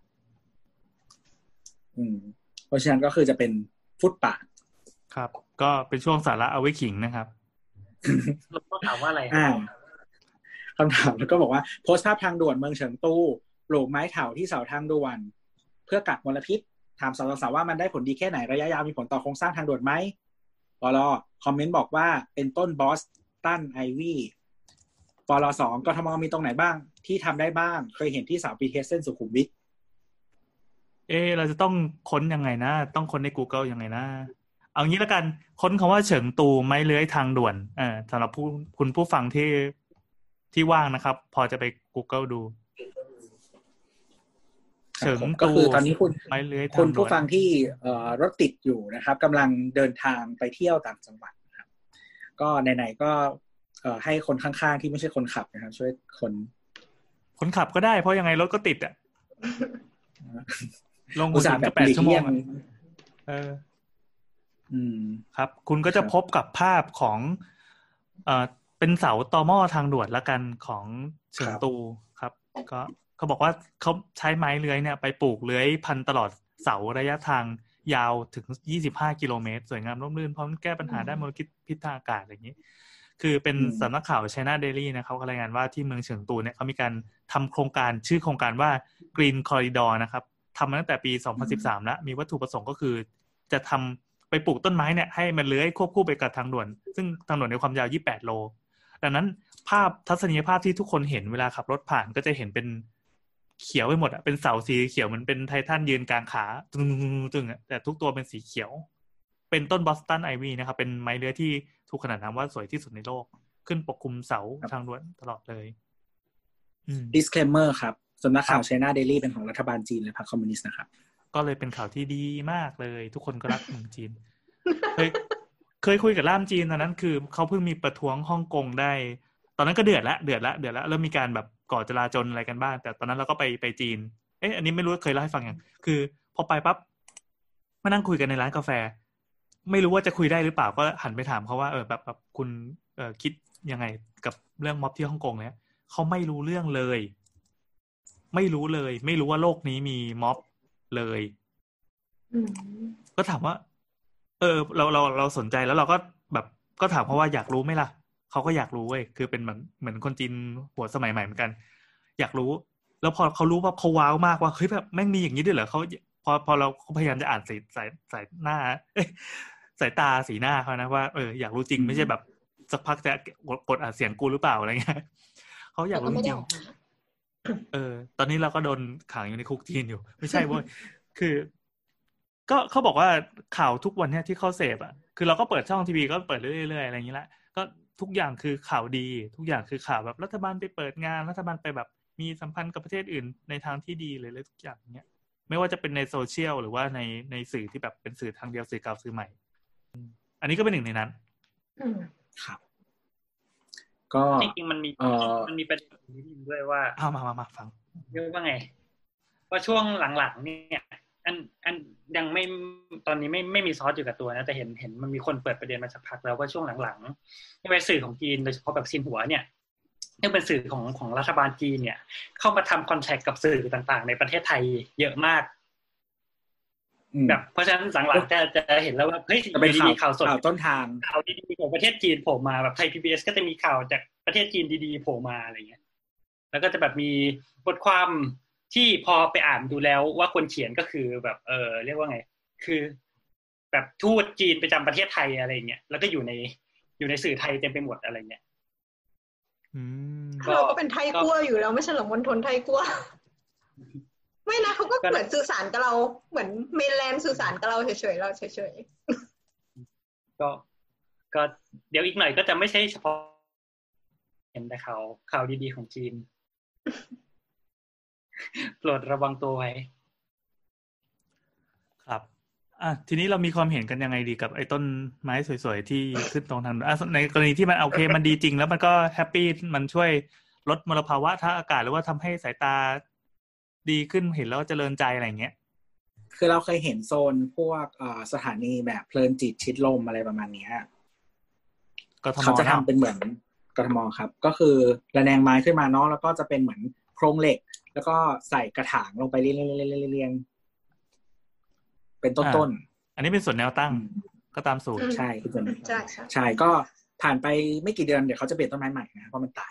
D: เพราะฉะนั้นก็คือจะเป็นฟุตปาธ
B: ครับก็เป็นช่วงสาระเอาไว้ขิงนะครับ
F: เราต้องถามว่าอะไร
D: คำถามแล้วก็บอกว่าโพสต์ภาพทางด่วนเมืองเฉิงตูปลูกไม้เถาที่เสาทางด่วนเพื่อกักมลพิษถามสสว่ามันได้ผลดีแค่ไหนระยะยาวมีผลต่อโครงสร้างทางด่วนไหมปลคอมเมนต์บอกว่าเป็นต้นบอสตันไอวี่ปล2กทมมีตรงไหนบ้างที่ทำได้บ้างเคยเห็นที่เสา BTS เส้นสุขุมวิท
B: เราจะต้องค้นยังไงนะต้องค้นใน Google ยังไงนะเอางี้แล้วกันค้นคำว่าเฉิงตูไม้เลื้อยทางด่วนสำหรับคุณผู้ฟังที่ว่างนะครับพอจะไป Google ดูเฉิงตู
D: ก็คือตอนนี้
B: ไม้เลื้อย
D: คุณผู้ฟังที่รถติดอยู่นะครับกำลังเดินทางไปเที่ยวต่างจังหวัดนะครับก็ไหนๆก็ให้คนข้างๆที่ไม่ใช่คนขับนะครับช่วย
B: คนขับก็ได้เพราะยังไงรถก็ติดลง
D: อุตส่าห์แบบ8 ชั่วโมง
B: ครับคุณก็จะพบกับภาพของเป็นเสาตอหม้อทางด่วนละกันของเฉิงตูครับก็เขาบอกว่าเขาใช้ไม้เลื้อยเนี่ยไปปลูกเลื้อยพันตลอดเสาระยะทางยาวถึง25 กิโลเมตรสวยงามร่มรื่นพร้อมแก้ปัญหาด้านมลพิษทางอากาศอย่างนี้คือเป็นสำนักข่าว China Daily นะครับเขารายงานว่าที่เมืองเฉิงตูเนี่ยเขามีการทำโครงการชื่อโครงการว่า Green Corridor นะครับทำมาตั้งแต่ปี 2013 แล้วมีวัตถุประสงค์ก็คือจะทำไปปลูกต้นไม้เนี่ยให้มันเลื้อยควบคู่ไปกับทางด่วนซึ่งทางด่วนในความยาว28 โลดังนั้นภาพทัศนียภาพที่ทุกคนเห็นเวลาขับรถผ่านก็จะเห็นเป็นเขียวไปหมดอ่ะเป็นเสาสีเขียวเหมือนเป็นไททันยืนกลางขาตึงๆแต่ทุกตัวเป็นสีเขียวเป็นต้นบอสตันไอวี่นะครับเป็นไม้เลื้อยที่ถูกขนานนามว่าสวยที่สุดในโลกขึ้นปกคลุมเสาทางด่วนตลอดเลย
D: disclaimer ครับสำนักข่าว China Daily เป็นของรัฐบาลจีนและพรรคคอมมิวนิสต์นะครับ
B: ก็เลยเป็นข่าวที่ดีมากเลยทุกคนก็รักเมืองจีนเคยคุยกับล่ามจีนตอนนั้นคือเขาเพิ่งมีประท้วงฮ่องกงได้ตอนนั้นก็เดือดละเริ่มมีการแบบก่อจลาจลอะไรกันบ้างแต่ตอนนั้นเราก็ไปจีนอันนี้ไม่รู้เคยเล่าให้ฟังยังคือพอไปปั๊บมานั่งคุยกันในร้านกาแฟไม่รู้ว่าจะคุยได้หรือเปล่าก็หันไปถามเขาว่าแบบคุณคิดยังไงกับเรื่องม็อบที่ฮ่องกงเนี่ยเขาไม่รู้เรื่องเลยไม่รู้ว่าโลกนี้มีม็อบเลยก็ถามว่าเราสนใจแล้วเราก็แบบก็ถามเขาว่าอยากรู้ไหมล่ะเขาก็อยากรู้เว้ยคือเป็นเหมือนคนจีนหัวสมัยใหม่เหมือนกันอยากรู้แล้วพอเขารู้ว่าเขาว้าวมากว่าเฮ้ยแบบแม่งมีอย่างนี้ด้วยเหรอเขาพอเราพยายามจะอ่านสายหน้าสายตาสีหน้าเขานะว่าอยากรู้จริงไม่ใช่แบบสักพักจะกดอ่านเสียงกูหรือเปล่าอะไรเงี้ยเขาอยากรู้จริงตอนนี้เราก็โดนขังอยู่ในคุกจีนอยู่ไม่ใช่เว้ยคือก็เขาบอกว่าข่าวทุกวันเนี่ยที่เขาเสพคือเราก็เปิดช่องทีวีก็เปิดเรื่อยๆอะไรอย่างนี้แหละก็ทุกอย่างคือข่าวดีทุกอย่างคือข่าวแบบรัฐบาลไปเปิดงานรัฐบาลไปแบบมีสัมพันธ์กับประเทศอื่นในทางที่ดีเลยทุกอย่างเนี้ยไม่ว่าจะเป็นในโซเชียลหรือว่าในสื่อที่แบบเป็นสื่อทางเดียวสื่อเก่าสื่อใหม่อันนี้ก็เป็นหนึ่งในนั้น
D: ครับก็
F: จริงๆมันมีประเด็นนี้ด้วยว่า
B: มาฟัง
F: เรียกว่าไงว่าช่วงหลังๆเนี่ยอันยังไม่ตอนนี้ไม่มีซอสอยู่กับตัวนะแต่เห็นมันมีคนเปิดประเด็นมาสักพักแล้วว่าช่วงหลังๆในสื่อของจีนโดยเฉพาะแบบซินหัวเนี่ยที่เป็นสื่อของรัฐบาลจีนเนี่ยเข้ามาทำคอนแทคกับสื่อต่างๆในประเทศไทยเยอะมากแบบเพราะฉะนั้นหลังๆจะเห็นแล้วว่าเฮ้ยมีข่าวสด
D: ต้นทาง
F: ข่าวดีๆของประเทศจีนโผล่มาแบบไทย PBS ก็จะมีข่าวจากประเทศจีนดีๆโผล่มาอะไรเงี้ยแล้วก็จะแบบมีบทความที่พอไปอ่านดูแล้วว่าคนเขียนก็คือแบบเรียกว่าไงคือแบบทูตจีนประจำประเทศไทยอะไรเงี้ยแล้วก็อยู่ในสื่อไทยเต็มไปหมดอะไรเงี้ย
C: เราก็เป็นไทยกลัวอยู่แล้วไม่ใช่หรอมณฑลไทยกลัวไม่นะเขาก็เหมือนสื่อสารกับเราเหมือนเมนแลนด์สื่อสารกับเราเฉยๆเราเฉย
F: ๆก็เดี๋ยวอีกหน่อยก็จะไม่ใช่เฉพาะเห็นแต่ข่าวดีๆของจีนโปรดระวังตัวไว้
B: ครับทีนี้เรามีความเห็นกันยังไงดีกับไอ้ต้นไม้สวยๆที่ขึ้นตรงทางในกรณีที่มันโอเคมันดีจริงแล้วมันก็แฮปปี้มันช่วยลดมลภาวะทางอากาศหรือว่าทำให้สายตาดีขึ้นเห็นแล้วเจริญใจอะไรอย่างเงี้ย
D: คือเราเคยเห็นโซนพวกสถานีแบบเพลินจิตชิดลมอะไรประมาณนี้เขาจะทำเป็นเหมือนกทมครับก็คือระแนงไม้ขึ้นมาเนาะแล้วก็จะเป็นเหมือนโครงเหล็กแล้วก็ใส่กระถางลงไปเรียงเป็นต้น
B: อันนี้เป็นส่วนแนวตั้งก็ตามสูตร
D: ใช่คือส่วน
C: ใช่
D: ก็ผ่านไปไม่กี่เดือนเดี๋ยวเขาจะเปลี่ยนต้นไม้ใหม่นะเพราะมันตาย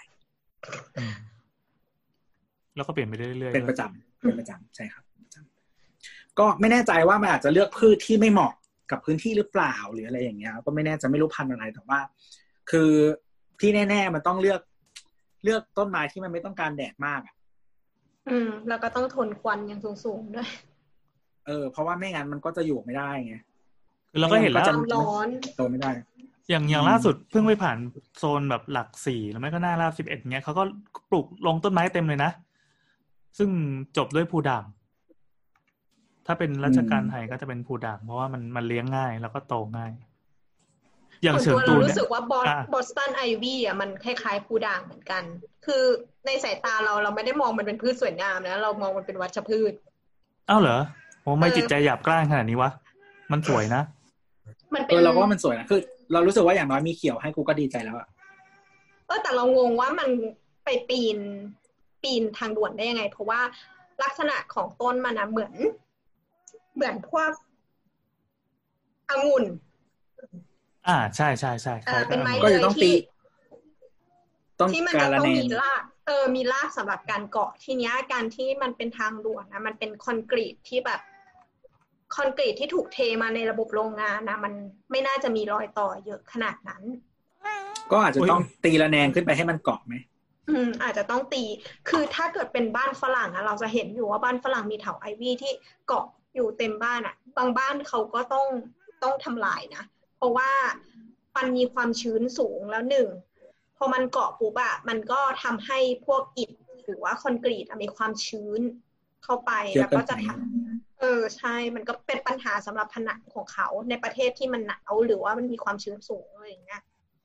B: แล้วก็เปลี่ยนไปเรื่อยๆ
D: เป็นประจำใช่ครับก็ไม่แน่ใจว่ามันอาจจะเลือกพืชที่ไม่เหมาะกับพื้นที่หรือเปล่าหรืออะไรอย่างเงี้ยก็ไม่แน่จะไม่รู้พันธุ์อะไรแต่ว่าคือที่แน่ๆมันต้องเลือกต้นไม้ที่มันไม่ต้องการแดดมาก
C: แล้วก็ต้องทนควันอย่างสูงๆด้วย
D: เพราะว่าไม่งั้นมันก็จะอยู่ไม่ได้ไง
B: คือเราก็เห็นแล้ว
C: ร้อน
D: โตไม่ได้
B: อย่างล่าสุดเพิ่งไปผ่านโซนแบบหลัก4แล้วไม่ก็หน้าราบ11เงี้ยเขาก็ปลูกลงต้นไม้เต็มเลยนะซึ่งจบด้วยภูด่างถ้าเป็นรัชกาลไทยก็จะเป็นภูด่างเพราะว่ามันเลี้ยงง่ายแล้วก็โตง่ายอย่างเฉิงตู
C: เนี่ยรู้สึกว่าบอสตันไอวี่อ่ะมันคล้ายๆภูด่างเหมือนกันคือในสายตาเราไม่ได้มองมันเป็นพืชสวยงามนะเรามองมันเป็นวัชพืช
B: อ้าวเหรอโอ้ไม่จิตใจหยาบกร้านขนาดนี้วะมันสวยนะ
D: มันเป็นเราก็ว่ามันสวยนะคือเรารู้สึกว่าอย่างน้อยมีเขียวให้กูก็ดีใจแล้วอ่ะ
C: แต่เรางงว่ามันไปปีนทางด่วนได้ยังไงเพราะว่าลักษณะของต้นมันนะเหมือนพวกองุ่น
B: ใช่
C: เป็นไม้เลื้อยที่มันจะต้องมีรากมีรากสำหรับการเกาะทีเนี้ยการที่มันเป็นทางด่วนนะมันเป็นคอนกรีตที่แบบคอนกรีตที่ถูกเทมาในระบบโรงงานนะมันไม่น่าจะมีรอยต่อเยอะขนาดนั้น
D: ก็อาจจะต้องตีระแนงขึ้นไปให้มันเกาะไหม
C: อาจจะต้องตีคือถ้าเกิดเป็นบ้านฝรั่งอะเราจะเห็นอยู่ว่าบ้านฝรั่งมีเถาไอวี่ที่เกาะอยู่เต็มบ้านอะบางบ้านเขาก็ต้องทำลายนะเพราะว่ามันมีความชื้นสูงแล้วหนึ่งพอมันเกาะปุ๊บอะมันก็ทำให้พวกอิฐหรือว่าคอนกรีตมีความชื้นเข้าไปแล้วก็จะทำใช่มันก็เป็นปัญหาสำหรับผนังของเขาในประเทศที่มันหนาวหรือว่ามันมีความชื้นสูงอะไรอย่างเงี้ย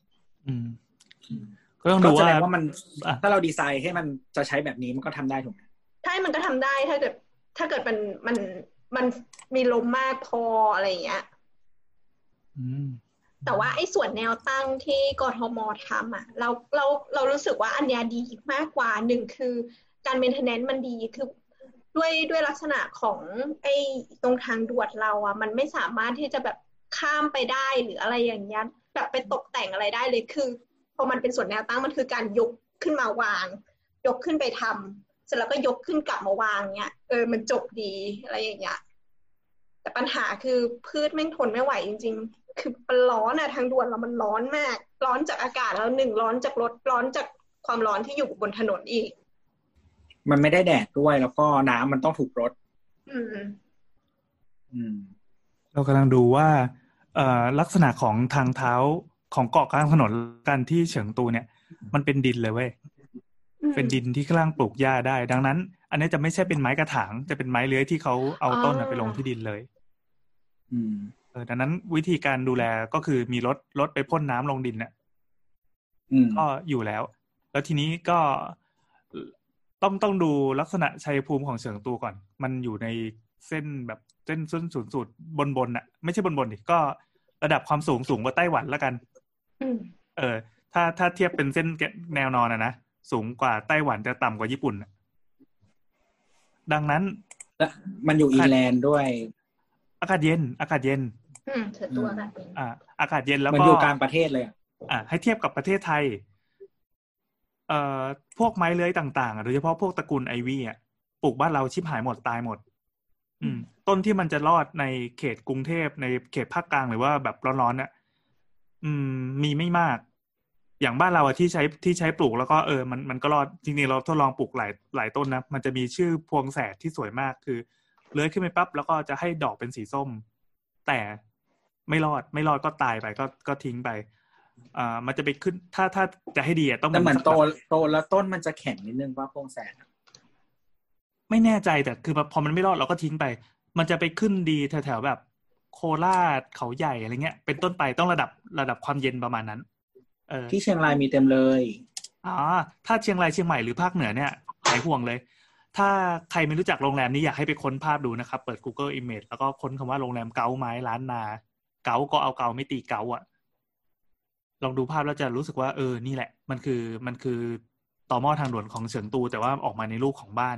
B: ก็ต้องดู
D: ว่ามันถ้าเราดีไซน์ให้มันจะใช้แบบนี้มันก็ทำได้ถูกไหม
C: ใช่มันก็ทำได้ถ้าเกิดมันมีลมมากพออะไรอย่างเงี้ยแต่ว่าไอ้ส่วนแนวตั้งที่กทม.ทำอ่ะเรารู้สึกว่าอันเนี้ยดีมากกว่าหนึ่งคือการเมนเทนแนนซ์มันดีคือด้วยลักษณะของไอ้ตรงทางด่วนเราอ่ะมันไม่สามารถที่จะแบบข้ามไปได้หรืออะไรอย่างเงี้ยแบบไปตกแต่งอะไรได้เลยคือพอมันเป็นส่วนแนวตั้งมันคือการยกขึ้นมาวางยกขึ้นไปทำเสร็จแล้วก็ยกขึ้นกลับมาวางเงี้ยมันจบดีอะไรอย่างเงี้ยแต่ปัญหาคือพืชแม่งทนไม่ไหวจริงๆคือมันร้อนอะทางด่วนเรามันร้อนมากร้อนจากอากาศแล้วหนึ่งร้อนจากรถร้อนจากความร้อนที่อยู่บนถนนอีก
D: มันไม่ได้แดดด้วยแล้วก็น้ำมันต้องถูกรด
B: เรากำลังดูว่าลักษณะของทางเท้าของเกาะกลางถนนกันที่เฉิงตูเนี่ยมันเป็นดินเลยเว้ยเป็นดินที่ข้างล่างปลูกหญ้าได้ดังนั้นอันนี้จะไม่ใช่เป็นไม้กระถางจะเป็นไม้เลื้อยที่เขาเอาต้นไปลงที่ดินเลยดังนั้นวิธีการดูแลก็คือมีรถไปพ่นน้ำลงดินเนี่ยก็อยู่แล้วทีนี้ก็ต้องดูลักษณะชัยภูมิของเฉิงตูก่อนมันอยู่ในเส้นแบบเส้นศูนย์สูตรบนน่ะไม่ใช่บนดิก็ระดับความสูงกว่าไต้หวันแล้วกันถ้าเทียบเป็นเส้นแนวนอนนะสูงกว่าไต้หวันจะต่ำกว่าญี่ปุ่นดังนั้น
D: มันอยู่อินแลนด์ด้วย
B: อากาศเย็น
C: เฉิงตูอากาศเย็น
B: อากาศเย็นแล้วก็
D: มันอยู่กลางประเทศเลย
B: ให้เทียบกับประเทศไทยพวกไม้เลื้อยต่างๆโดยเฉพาะพวกตระกูลไอวี่ปลูกบ้านเราชิบหายหมดตายหมดต้นที่มันจะรอดในเขตกรุงเทพในเขตภาคกลางหรือว่าแบบร้อนๆเนี่ยมีไม่มากอย่างบ้านเราที่ใช้ปลูกแล้วก็มันก็รอดจริงๆเราทดลองปลูกหลายต้นนะมันจะมีชื่อพวงแสดที่สวยมากคือเลื้อยขึ้นไปปั๊บแล้วก็จะให้ดอกเป็นสีส้มแต่ไม่รอดก็ตายไปก็ทิ้งไปมันจะไปขึ้นถ้าจะให้ดีต้อง
D: แต่เหมือนโตแล้วต้นมันจะแข็งนิดนึงว่าพวงแสด
B: ไม่แน่ใจแต่คือพอมันไม่รอดเราก็ทิ้งไปมันจะไปขึ้นดีแถวๆแบบโคราชเขาใหญ่อะไรเงี้ยเป็นต้นไปต้องระดับความเย็นประมาณนั้น
D: ที่เชียงรายมีเต็มเลย
B: ถ้าเชียงรายเชียงใหม่หรือภาคเหนือเนี่ยหายห่วงเลยถ้าใครไม่รู้จักโรงแรมนี้อยากให้ไปค้นภาพดูนะครับเปิด Google Image แล้วก็ค้นคำว่าโรงแรมเก๋าไม้ล้านนาเก๋าก็เอาเก๋าไม่ตีเก๋าลองดูภาพแล้วจะรู้สึกว่านี่แหละมันคือต่อหม้อทางด่วนของเฉิงตูแต่ว่าออกมาในรูปของบ้าน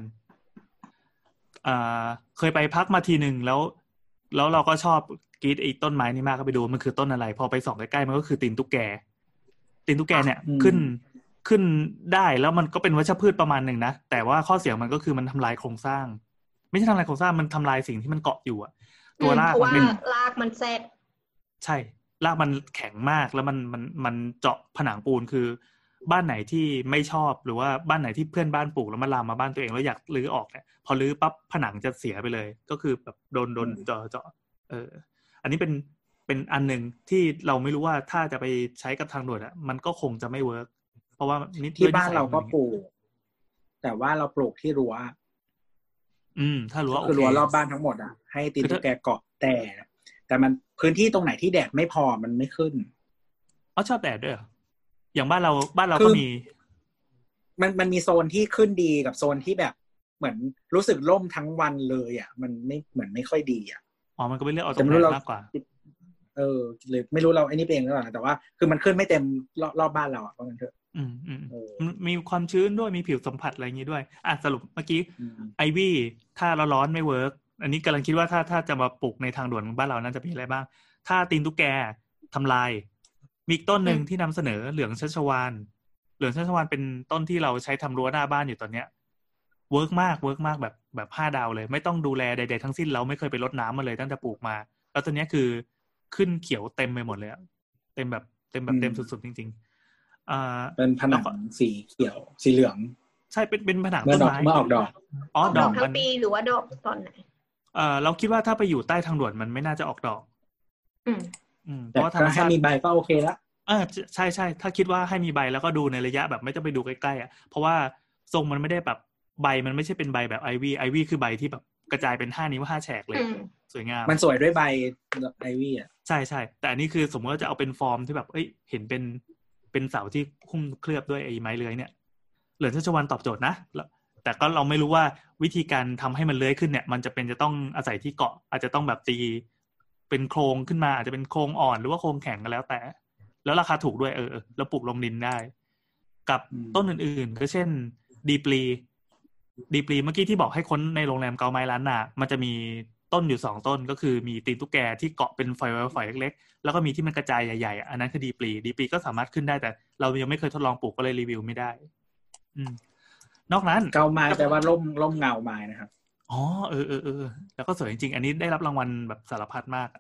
B: เคยไปพักมาทีนึงแล้วเราก็ชอบกรีดไอ้ต้นไม้นี่มากก็ไปดูมันคือต้นอะไรพอไปส่องใกล้ๆมันก็คือตีนตุ๊กแกเนี่ยขึ้นได้แล้วมันก็เป็นวัชพืชประมาณหนึ่งนะแต่ว่าข้อเสียมันก็คือมันทำลายโครงสร้างไม่ใช่ทำลายโครงสร้างมันทำลายสิ่งที่มันเกาะอยู่อะตัวรากมันเป็น
C: รากมันแซด
B: ใช่รากมันแข็งมากแล้วมันเจาะผนังปูนคือบ้านไหนที่ไม่ชอบหรือว่าบ้านไหนที่เพื่อนบ้านปลูกแล้วมันลามมาบ้านตัวเองแล้วอยากรื้อออกเนี่ยพอรื้อปั๊บผนังจะเสียไปเลยก็คือแบบโดนเจาะอันนี้เป็นอันหนึ่งที่เราไม่รู้ว่าถ้าจะไปใช้กับทางด่วนอะมันก็คงจะไม่เวิร์กเพราะว่า
D: ที่บ้านเราก็ปลูกแต่ว่าเราปลูกที่รั้ว
B: ถ้ารั้ว
D: คือรั้วรอบบ้านทั้งหมดอ่ะให้ตีนตุ๊กแกเกาะแต่มันพื้นที่ตรงไหนที่แดดไม่พอมันไม่ขึ้น
B: ชอบแดดด้วยอย่างบ้านเราก็มี
D: มันมีโซนที่ขึ้นดีกับโซนที่แบบเหมือนรู้สึกร่มทั้งวันเลยอ่ะมันไม่เหมือนไม่ค่อยดีอ่ะ
B: มันก็เป็นเรื่องเอาตรงนั้นมากกว่า
D: เลยไม่รู้เราไอ้นี่เองหรือเปล่าแต่ว่าคือมันขึ้นไม่เต็มรอบบ้านเราอ่ะเพราะงั้นเถอะ
B: มีความชื้นด้วยมีผิวสัมผัสอะไรอย่างนี้ด้วยสรุปเมื่อกี้ไอวี่ถ้าร้อนไม่เวิร์กอันนี้กำลังคิดว่าถ้าจะมาปลูกในทางด่วนบ้านเราน่าจะมีอะไรบ้างถ้าตีนตุ๊กแกทำลายมีอีกต้นหนึ่งที่นำเสนอเหลืองชัชวาลเป็นต้นที่เราใช้ทำรั้วหน้าบ้านอยู่ตอนเนี้ยเวิร์กมากแบบ5 ดาวเลยไม่ต้องดูแลใดๆทั้งสิ้นเราไม่เคยไปรดน้ำมันเลยตั้งแต่ปลูกมาแล้วตัวเนี้ยคือขึ้นเขียวเต็มไปหมดเลยเต็มสุดๆจริงๆ
D: เป็นผนังสีเขียวสีเหลือง
B: ใช่เป็นผนังต้นไม้
D: เมื่อออกดอก
C: ดอกทั้งปีหรือว่าดอกตอนไหน
B: เราคิดว่าถ้าไปอยู่ใต้ทางด่วนมันไม่น่าจะออกดอก
D: เพราะว่าธรรมชาติมีใบก็โอเคละ
B: ใช่ถ้าคิดว่าให้มีใบแล้วก็ดูในระยะแบบไม่ต้องไปดูใกล้ๆเพราะว่าทรงมันไม่ได้แบบใบมันไม่ใช่เป็นใบแบบไอวี่คือใบที่แบบกระจายเป็น5 นิ้ว 5 แฉกเลยสวยงาม
D: มันสวยด้วยใบไอวี่
B: ใช่แต่อันนี้คือสมมติว่าจะเอาเป็นฟอร์มที่แบบเห็นเป็นเสาที่หุ้มเคลือบด้วยไอ้ไม้เลื้อยเนี่ยเหลืองชัชวาลตอบโจทย์นะแต่ก็เราไม่รู้ว่าวิธีการทำให้มันเลื้อยขึ้นเนี่ยมันจะต้องอาศัยที่เกาะอาจจะต้องแบบตีเป็นโครงขึ้นมาอาจจะเป็นโครงอ่อนหรือว่าโครงแข็งก็แล้วแต่แล้วราคาถูกด้วยแล้วปลูกลงดินได้กับต้นอื่นๆก็เช่นดีปลีเมื่อกี้ที่บอกให้ค้นในโรงแรมเกาไม้ล้านนามันจะมีต้นอยู่2 ต้นก็คือมีตีนตุ๊กแกที่เกาะเป็นฝอยเล็กๆแล้วก็มีที่มันกระจายใหญ่ๆอันนั้นคือดีปลีก็สามารถขึ้นได้แต่เรายังไม่เคยทดลองปลูกก็เลยรีวิวไม่ได้นอกนั้น
D: เกาไม้แปลว่าร่มเงาไม้นะครับ
B: แล้วก็สวยจริงๆอันนี้ได้รับรางวัลแบบสารพัดมาก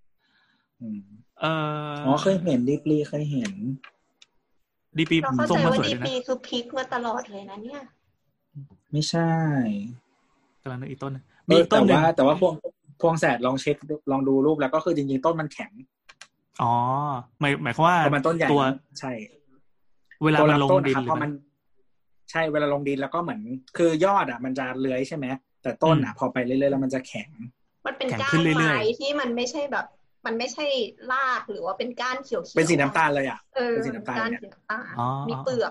D: เคยเห็นดีปลีเคยเห็น
B: ดีปลี
C: ทรงมันสวยเลยนะดีปลีคือพลิกมาตลอดเลยนะเนี่ย
D: ไม่ใช่
B: กำลังนึกอีกต้น
D: มีอีกต้นนึงแต่ว่าพวงแสดลองเช็คลองดูรูปแล้วก็คือจริงๆต้นมันแข็ง
B: หมายความว่า
D: ตัวใช่
B: เวลามันลงดิน
D: พอมันใช่เวลาลงดินแล้วก็เหมือนคือยอดมันจะเลื้อยใช่ไหมแต่ต้นพอไปเรื่อยๆแล้วมันจะแข็ง
C: มันเป็นก้านไม้ที่มันไม่ใช่แบบมันไม่ใช่รากหรือว่าเป็นก้านเขียวๆ
D: เป็นสีน้ำตาลเลย
C: เป็นสีน้ำตาลมีเปลือก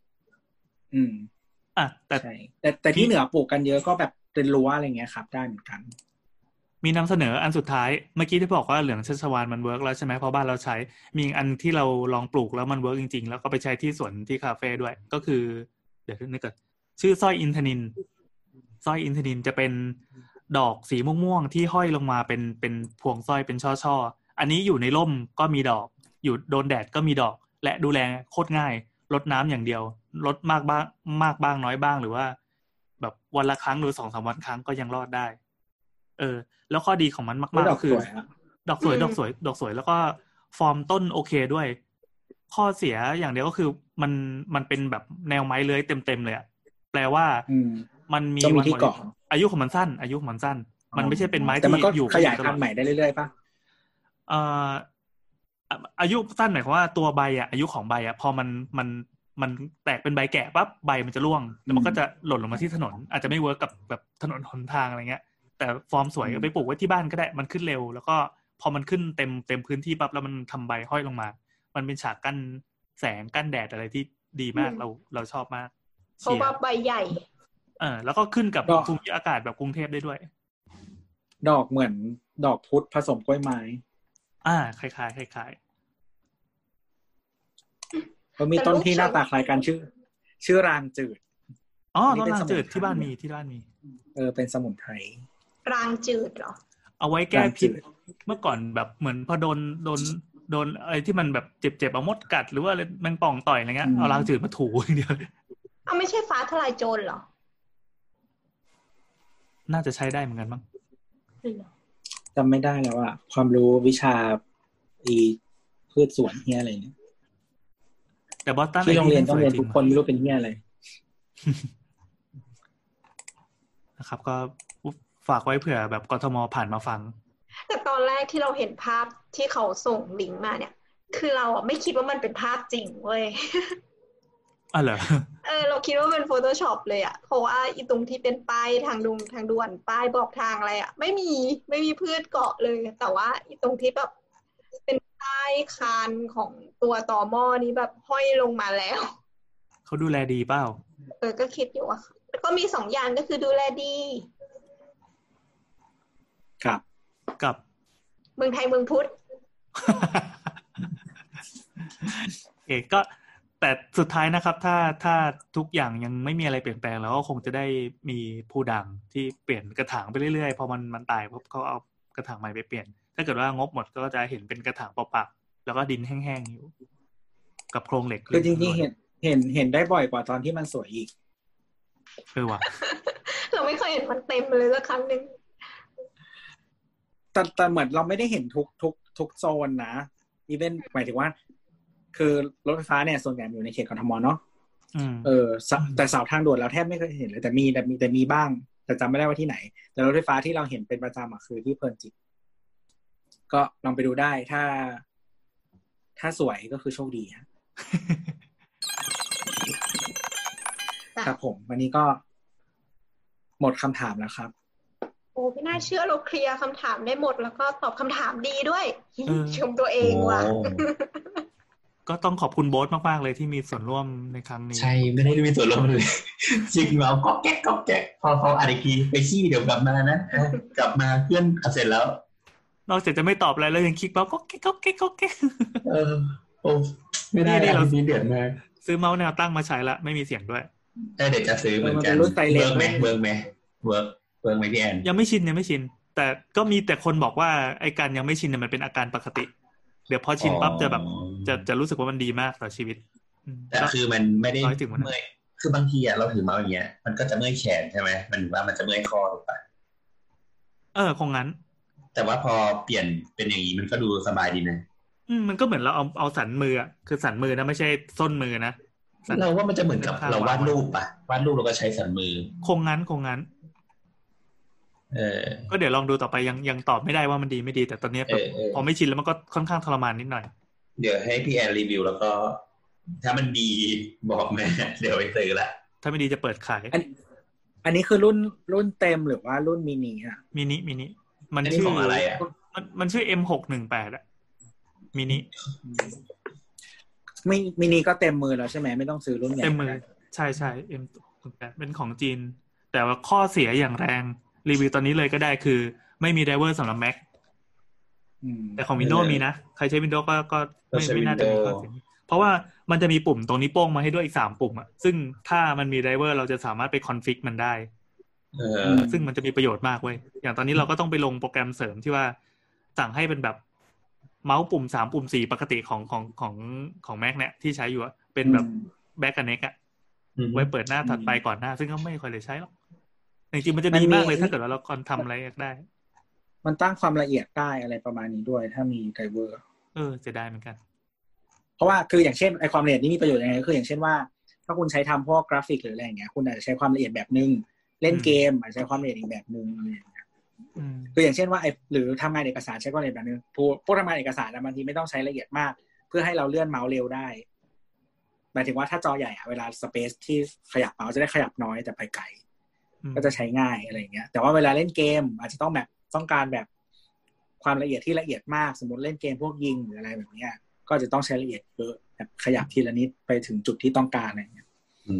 D: แต่ที่เหนือปลูกกันเยอะก็แบบเป็นรั้วอะไรเงี้ยครับได้เหมือนกัน
B: มีนำเสนออันสุดท้ายเมื่อกี้ที่บอกว่าเหลืองชัชวาลมันเวิร์กแล้วใช่ไหมเพราะบ้านเราใช้มีอันที่เราลองปลูกแล้วมันเวิร์กจริงๆแล้วก็ไปใช้ที่สวนที่คาเฟ่ด้วยก็คือเดี๋ยวนึกก่อนชื่อสร้อยอินทนินจะเป็นดอกสีม่วงๆที่ห้อยลงมาเป็นพวงสร้อยเป็นช่อๆอันนี้อยู่ในร่มก็มีดอกอยู่โดนแดดก็มีดอกและดูแลโคตรง่ายรดน้ำอย่างเดียวรดมากบ้างน้อยบ้างหรือว่าแบบวันละครั้งหรือ 2-3 วันครั้งก็ยังรอดได้แล้วข้อดีของมันมากๆก็คือดอกสวยแล้วก็ฟอร์มต้นโอเคด้วยข้อเสียอย่างเดียวก็คือมันเป็นแบบแนวไม้เลื้อยเต็มเลยอ่ะแปลว่ามันมีวันหมดอายุของมันสั้นมันไม่ใช่เป็นไม้ที่อยู่
D: ขยายพันธุ์ใหม่ได้เรื่อยๆป่ะ
B: อายุสั้นหมายความว่าตัวใบอายุของใบพอมันแตกเป็นใบแก่ปั๊บใบมันจะร่วงแล้วมันก็จะหล่นลงมาที่ถนนอาจจะไม่เวิร์กกับแบบถนนหนทางอะไรเงี้ยแต่ฟอร์มสวยก็ไปปลูกไว้ที่บ้านก็ได้มันขึ้นเร็วแล้วก็พอมันขึ้นเต็มพื้นที่ปั๊บแล้วมันทำใบห้อยลงมามันเป็นฉากกั้นแสงกั้นแดดอะไรที่ดีมากเราชอบมาก
C: เพราะว่าใบใหญ่
B: แล้วก็ขึ้นกับภูมิอากาศแบบกรุงเทพได้ด้วย
D: ดอกเหมือนดอกพุธผสมกล้วยไม้
B: คล้าย
D: ก็มีต้นที่หน้าตาคล้ายกันชื่อรางจืด
B: อ๋อต้นรางจืดที่บ้านมี
D: เป็นสมุนไพร
C: รางจืดเหรอ
B: เอาไว้แก้พิษเมื่อก่อนแบบเหมือนพอโดนอะไรที่มันแบบเจ็บเอามดกัดหรือว่าแมงป่องต่อยอะไรเงี้ยเอารางจืดมาถูอย่างเดียว
C: เอาไม่ใช่ฟ้าทลายโจรเหรอ
B: น่าจะใช้ได้เหมือนกันมั้ง
D: จำไม่ได้แล้วอะความรู้วิชาพืชสวนเฮียอะไรเนี่ย
B: แต่บอสตัน
D: ที่โรงเรียนต้องเรียนทุกคนไม่รู้เป็นเฮียอะไร
B: นะครับก็ฝากไว้เผื่อแบบกทมผ่านมาฟัง
C: แต่ตอนแรกที่เราเห็นภาพที่เขาส่งลิงก์มาเนี่ยคือเราไม่คิดว่ามันเป็นภาพจริงเว้ย
B: เหรอ
C: เราคิดว่าเป็น Photoshop เลยอ่ะเพราะว่าอีตรงที่เป็นป้ายทางด่วนป้ายบอกทางอะไรอ่ะไม่มีพืชเกาะเลยแต่ว่าอีตรงที่แบบเป็นป้ายคานของตัวต่อหม้อนี้แบบห้อยลงมาแล้ว
B: เขาดูแลดีเปล่า
C: ก็คิดอยู่ว่าก็มี2อย่างก็คือดูแลดี
B: กับ
C: เมืองไทยเมืองพุทธ
B: ก็แต่สุดท้ายนะครับถ้าทุกอย่างยังไม่มีอะไรเปลี่ยนแปลงแล้วก็คงจะได้มีผู้ดังที่เปลี่ยนกระถางไปเรื่อยๆพอมันตายปุ๊บเขาเอากระถางใหม่ไปเปลี่ยนถ้าเกิดว่างบหมดก็จะเห็นเป็นกระถางเปล่าๆแล้วก็ดินแห้งๆอยู่กับโครงเหล็ก
D: คือจริงๆเห็นได้บ่อยกว่าตอนที่มันสวยอีก
B: ว่ะ
C: เราไม่เคยเห็นมันเต็มเลยสักครั้งนึง
D: แต่เหมือนเราไม่ได้เห็นทุกโซนนะอีเวนต์หมายถึงว่าคือรถไฟฟ้าเนี่ยส่วนใหญ่อยู่ในเขตกทมเนาะแต่เสาทางด่วนเราแทบไม่เคยเห็นเลยแต่มีบ้างแต่จำไม่ได้ว่าที่ไหนแต่รถไฟฟ้าที่เราเห็นเป็นประจำคือที่เพลินจิตก็ลองไปดูได้ถ้าสวยก็คือโชคดีครับผมวันนี้ก็หมดคำถามแล้วครับ
C: โอ้ไม่น่าเชื่อเราเคลียร์คำถามได้หมดแล้วก็ตอบคำถามดีด้วยชมตัวเองว่ะ
B: ก็ต้องขอบคุณโบ๊ทมากๆเลยที่มีส่วนร่วมในครั้งนี้
A: ใช่ไม่ได้มีส่วนร่วมเลยจริงเราก็แก๊กพอเขาอะไรทีไปขี้เดี๋ยวกลับมานะกลับมาเพื่อนเสร็จแล้ว
B: นอกจากจะไม่ตอบอะไรแล้วยังคลิกเมาส์ก็แก๊ก
A: โอ้ไม่ได้เราซีเดือดมาก
B: ซื้อเมาส์แนวตั้งมาใช้ละไม่มีเสียงด้วย
A: เดี๋ยวจะซื้อเหมือนกันเวิร์กไหมพี่แอน
B: ยังไม่ชินแต่ก็มีแต่คนบอกว่าไอ้การยังไม่ชินเนี่ยมันเป็นอาการปกติเดี๋ยวพอชินปั๊บจะแบบจะรู้สึกว่ามันดีมากต่อชีวิต
A: แต่คือมันไม่ได้เมื่อยคือบางทีเราถือเมาส์อย่างเงี้ยมันก็จะเมื่อยแขนใช่ไหมมันว่ามันจะเมื่อยคอถูกปะ
B: คงงั้น
A: แต่ว่าพอเปลี่ยนเป็นอย่างนี้มันก็ดูสบายดีนะ
B: มันก็เหมือนเราเอาสันมือคือสันมือนะไม่ใช่ส้นมือนะ
A: เราว่ามันจะเหมือนกับเราวาดรูปปะวาดรูปเราก็ใช้สันมือ
B: คงงั้นก็เดี๋ยวลองดูต่อไปยังตอบไม่ได้ว่ามันดีไม่ดีแต่ตอนนี้พอไม่ชินแล้วมันก็ค่อนข้างทรมานนิดหน่อย
A: เดี๋ยวให้พี่แอนรีวิวแล้วก็ถ้ามันดีบอกแม่เดี๋ยวไปซื้อละ
B: ถ้าไม่ดีจะเปิดขาย
D: อันนี้คือรุ่นเต็มหรือว่ารุ่นมินิอ่ะ
B: มินิมันชื่อ
A: อะไรอ่ะ
B: มันชื่อ M618 อ่ะมินิ
D: มินิก็เต็มมือแล้วใช่ไหมไม่ต้องซื้อรุ่นใหญ่
B: เต็มมือใช่ M618 เป็นของจีนแต่ว่าข้อเสียอย่างแรงรีวิวตอนนี้เลยก็ได้คือไม่มีไดรเวอร์สำหรับ Mac แต่ของ Windows มีนะใครใช้ Windows ก็ไม่น่าจะมีข้อเสียเพราะว่ามันจะมีปุ่มตรงนี้โป้งมาให้ด้วยอีก3ปุ่มอ่ะซึ่งถ้ามันมีไดรเวอร์เราจะสามารถไปคอนฟิกมันได้ซึ่งมันจะมีประโยชน์มากเว้ยอย่างตอนนี้เราก็ต้องไปลงโปรแกรมเสริมที่ว่าสั่งให้เป็นแบบเมาส์ปุ่ม3ปุ่ม4ปกติของ Mac เนี่ยที่ใช้อยู่เป็นแบบ Back Connect อ่ะไว้เปิดหน้าถัดไปก่อนหน้าซึ่งก็ไม่ค่อยได้ใช้หรอกจริงๆมันจะดีมากเลยถ้าเกิดว่าเราคอนทำอะไรได้
D: มันตั้งความละเอียดได้อะไรประมาณนี้ด้วยถ้ามีไดรเวอร์
B: จะได้เหมือนกัน
D: เพราะว่าคืออย่างเช่นไอความละเอียดนี้มีประโยชน์ยังไงคืออย่างเช่นว่าถ้าคุณใช้ทำพวกกราฟิกหรืออะไรอย่างเงี้ยคุณอาจจะใช้ความละเอียดแบบนึงเล่นเกมอาจจะใช้ความละเอียดอีกแบบนึงอะไรอย่างเงี้ยคืออย่างเช่นว่าหรือทำงานเอกสารใช้ความละเอียดแบบนึงพวกทำงานเอกสารบางทีไม่ต้องใช้ละเอียดมากเพื่อให้เราเลื่อนเมาส์เร็วได้หมายถึงว่าถ้าจอใหญ่เวลาสเปซที่ขยับเมาส์จะได้ขยับน้อยแต่ไปไกลก็จะใช้ง่ายอะไรอย่างเงี้ยแต่ว่าเวลาเล่นเกมอาจจะต้องการแบบความละเอียดที่ละเอียดมากสมมติเล่นเกมพวกยิงหรืออะไรแบบเนี้ยก็จะต้องใช้ละเอียดเยอะแบบขยับทีละนิดไปถึงจุดที่ต้องการอะไรอย่างเงี้ย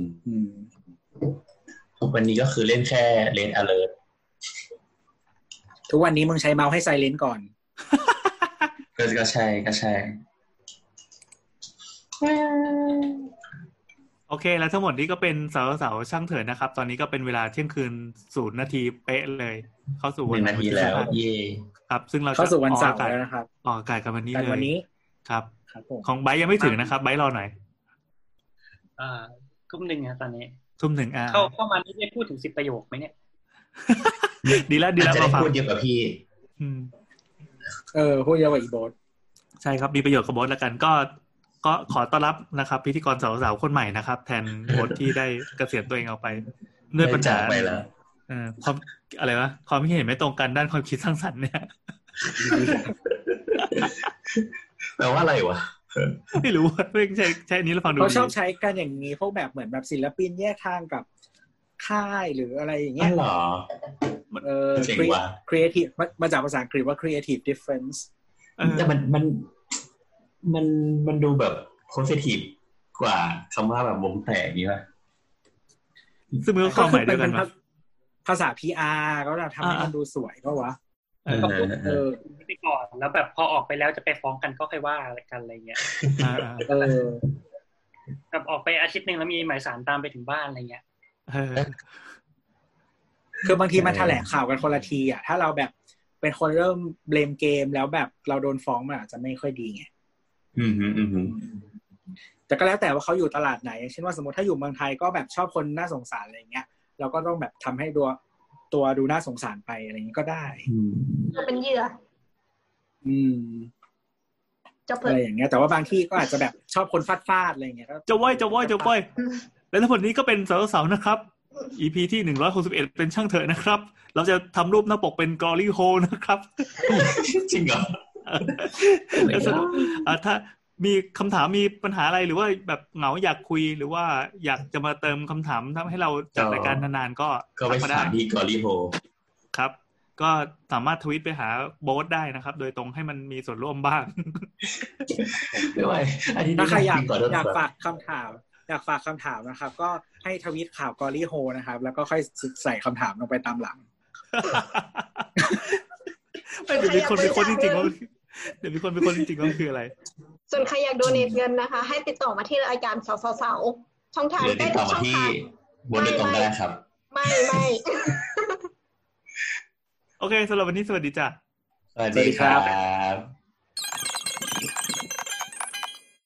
A: วันนี้ก็คือเล่นแค่ Red Alert
D: ทุกวันนี้มึงใช้เมาส์ให้ไซเลนต์ก่อน
A: ก็ใช่
B: โอเคแล้วทั้งหมดนี้ก็เป็นสาวๆช่างเถิดนะครับตอนนี้ก็เป็นเวลาเที่ยงคืน0 นาทีเป๊ะเลยเข้าสู่
A: วันนาทีแล้วเย่
B: ครับซึ่งเราจะ
D: เข้าสู่วันเสาร์แล้วนะครับ
B: ออกอากาศกันวันนี้เลย
D: วันนี้
B: ครับของไบร์ทยังไม่ถึงนะครับไบร์ทรอหน่อย
F: ทุ่มหนึ่งนะตอนนี้
B: ทุ่มหนึ่ง
F: เข้ามานี่ได้พูดถึง10 ประโยคไหมเนี่ย
B: ดีแล้ว
A: มาฟังพูดเยอะกว่าพี่
D: พูดเยอะกว่าอีโบส
B: ใช่ครับมีประโยชน์กับโบสแล้วกันก็ขอต้อนรับนะครับพิธีกรสาวๆคนใหม่นะครับแทนโบสที่ได้เกษียณตัวเองออกไปด้วยปัญหาความอะไรวะความคิดเห็นไม่ตรงกันด้านความคิดสร้างสรรค์เนี่ย
A: แปลว่าอะไรวะ
B: ไม่รู้เพิ่งใช้นี้แล้วฟังดู
D: เขาชอบใช้กันอย่างนี้พวกแบบเหมือนแบบศิลปินแยกทางกับค่ายหรืออะไรอย่างเงี้ย
A: หรอ
D: creative มาจากภาษาอังกฤษว่า creative difference
A: แต่มันดูแบบโพสิทีฟกว่าคำว่าแบบวงแตกนี่ป่ะ
B: ซึ่งมันก็ความหมายเดียวกัน
D: ภาษา PR ก็จะทำให้มันดูสวยก็วะ
F: ไปก่อนแล้วแบบพอออกไปแล้วจะไปฟ้องกันก็ค่อยว่ากันอะไรเงี้ยแบบออกไปอาทิตย์นึงแล้วมีหมายสารตามไปถึงบ้านอะไรเงี้ย
D: คือบางทีมันแถลงข่าวกันคนละทีอ่ะถ้าเราแบบเป็นคนเริ่มเบลมเกมแล้วแบบเราโดนฟ้องมันอาจจะไม่ค่อยดีไงแต่ก็แล้วแต่ว่าเขาอยู่ตลาดไหนอย่างเช่นว่าสมมติถ้าอยู่เมืองไทยก็แบบชอบคนน่าสงสารอะไรเงี้ยเราก็ต้องแบบทำให้ตัวดูน่าสงสารไปอะไรอย่างนี้ก็ได้
C: เป็นเหยื่อ
D: อะไรอย่างเงี้ยแต่ว่าบางที่ก็อาจจะแบบชอบคนฟาดอะไรอย่างเงี้ย
B: จะว้อยแล้วทั้งหมดนี้ก็เป็นสาวๆนะครับ EP ที่161เป็นช่างเถอะนะครับเราจะทำรูปหน้าปกเป็น Glory Hole นะครับ
A: จริงเหรอ
B: ถ้ามีคำถามมีปัญหาอะไรหรือว่าแบบเหงาอยากคุยหรือว่าอยากจะมาเติมคำถามทำให้เราจัดรายการนานๆก็
A: ไปถามที่ Glory Hole
B: ครับก็สามารถทวิตไปหาโบ๊ทได้นะครับโดยตรงให้มันมีส่วนร่วมบ้าง
A: ไม่ไหว
D: ถ้าใครอยากฝากคำถามนะครับก็ให้ทวิตข่าว Glory Hole นะครับแล้วก็ค่อยใส่คำถามลงไปตามหลัง
B: ไม่เดี๋ยวมีคนเป็นคนจริงๆว่าเดี๋ยวมีคนเป็นคนจริงๆว่าคืออะไร
C: ส่วนใครอยากโดเนทเงินนะคะให้ติดต่อมาที่รายการสาวๆช่องทาง
A: ได้ทุกช่องทางบนตรงได้ครับ
C: ไม่
B: โอเคสำหรับวันนี้สวัสดีจ้ะ
A: สวัสดีครับ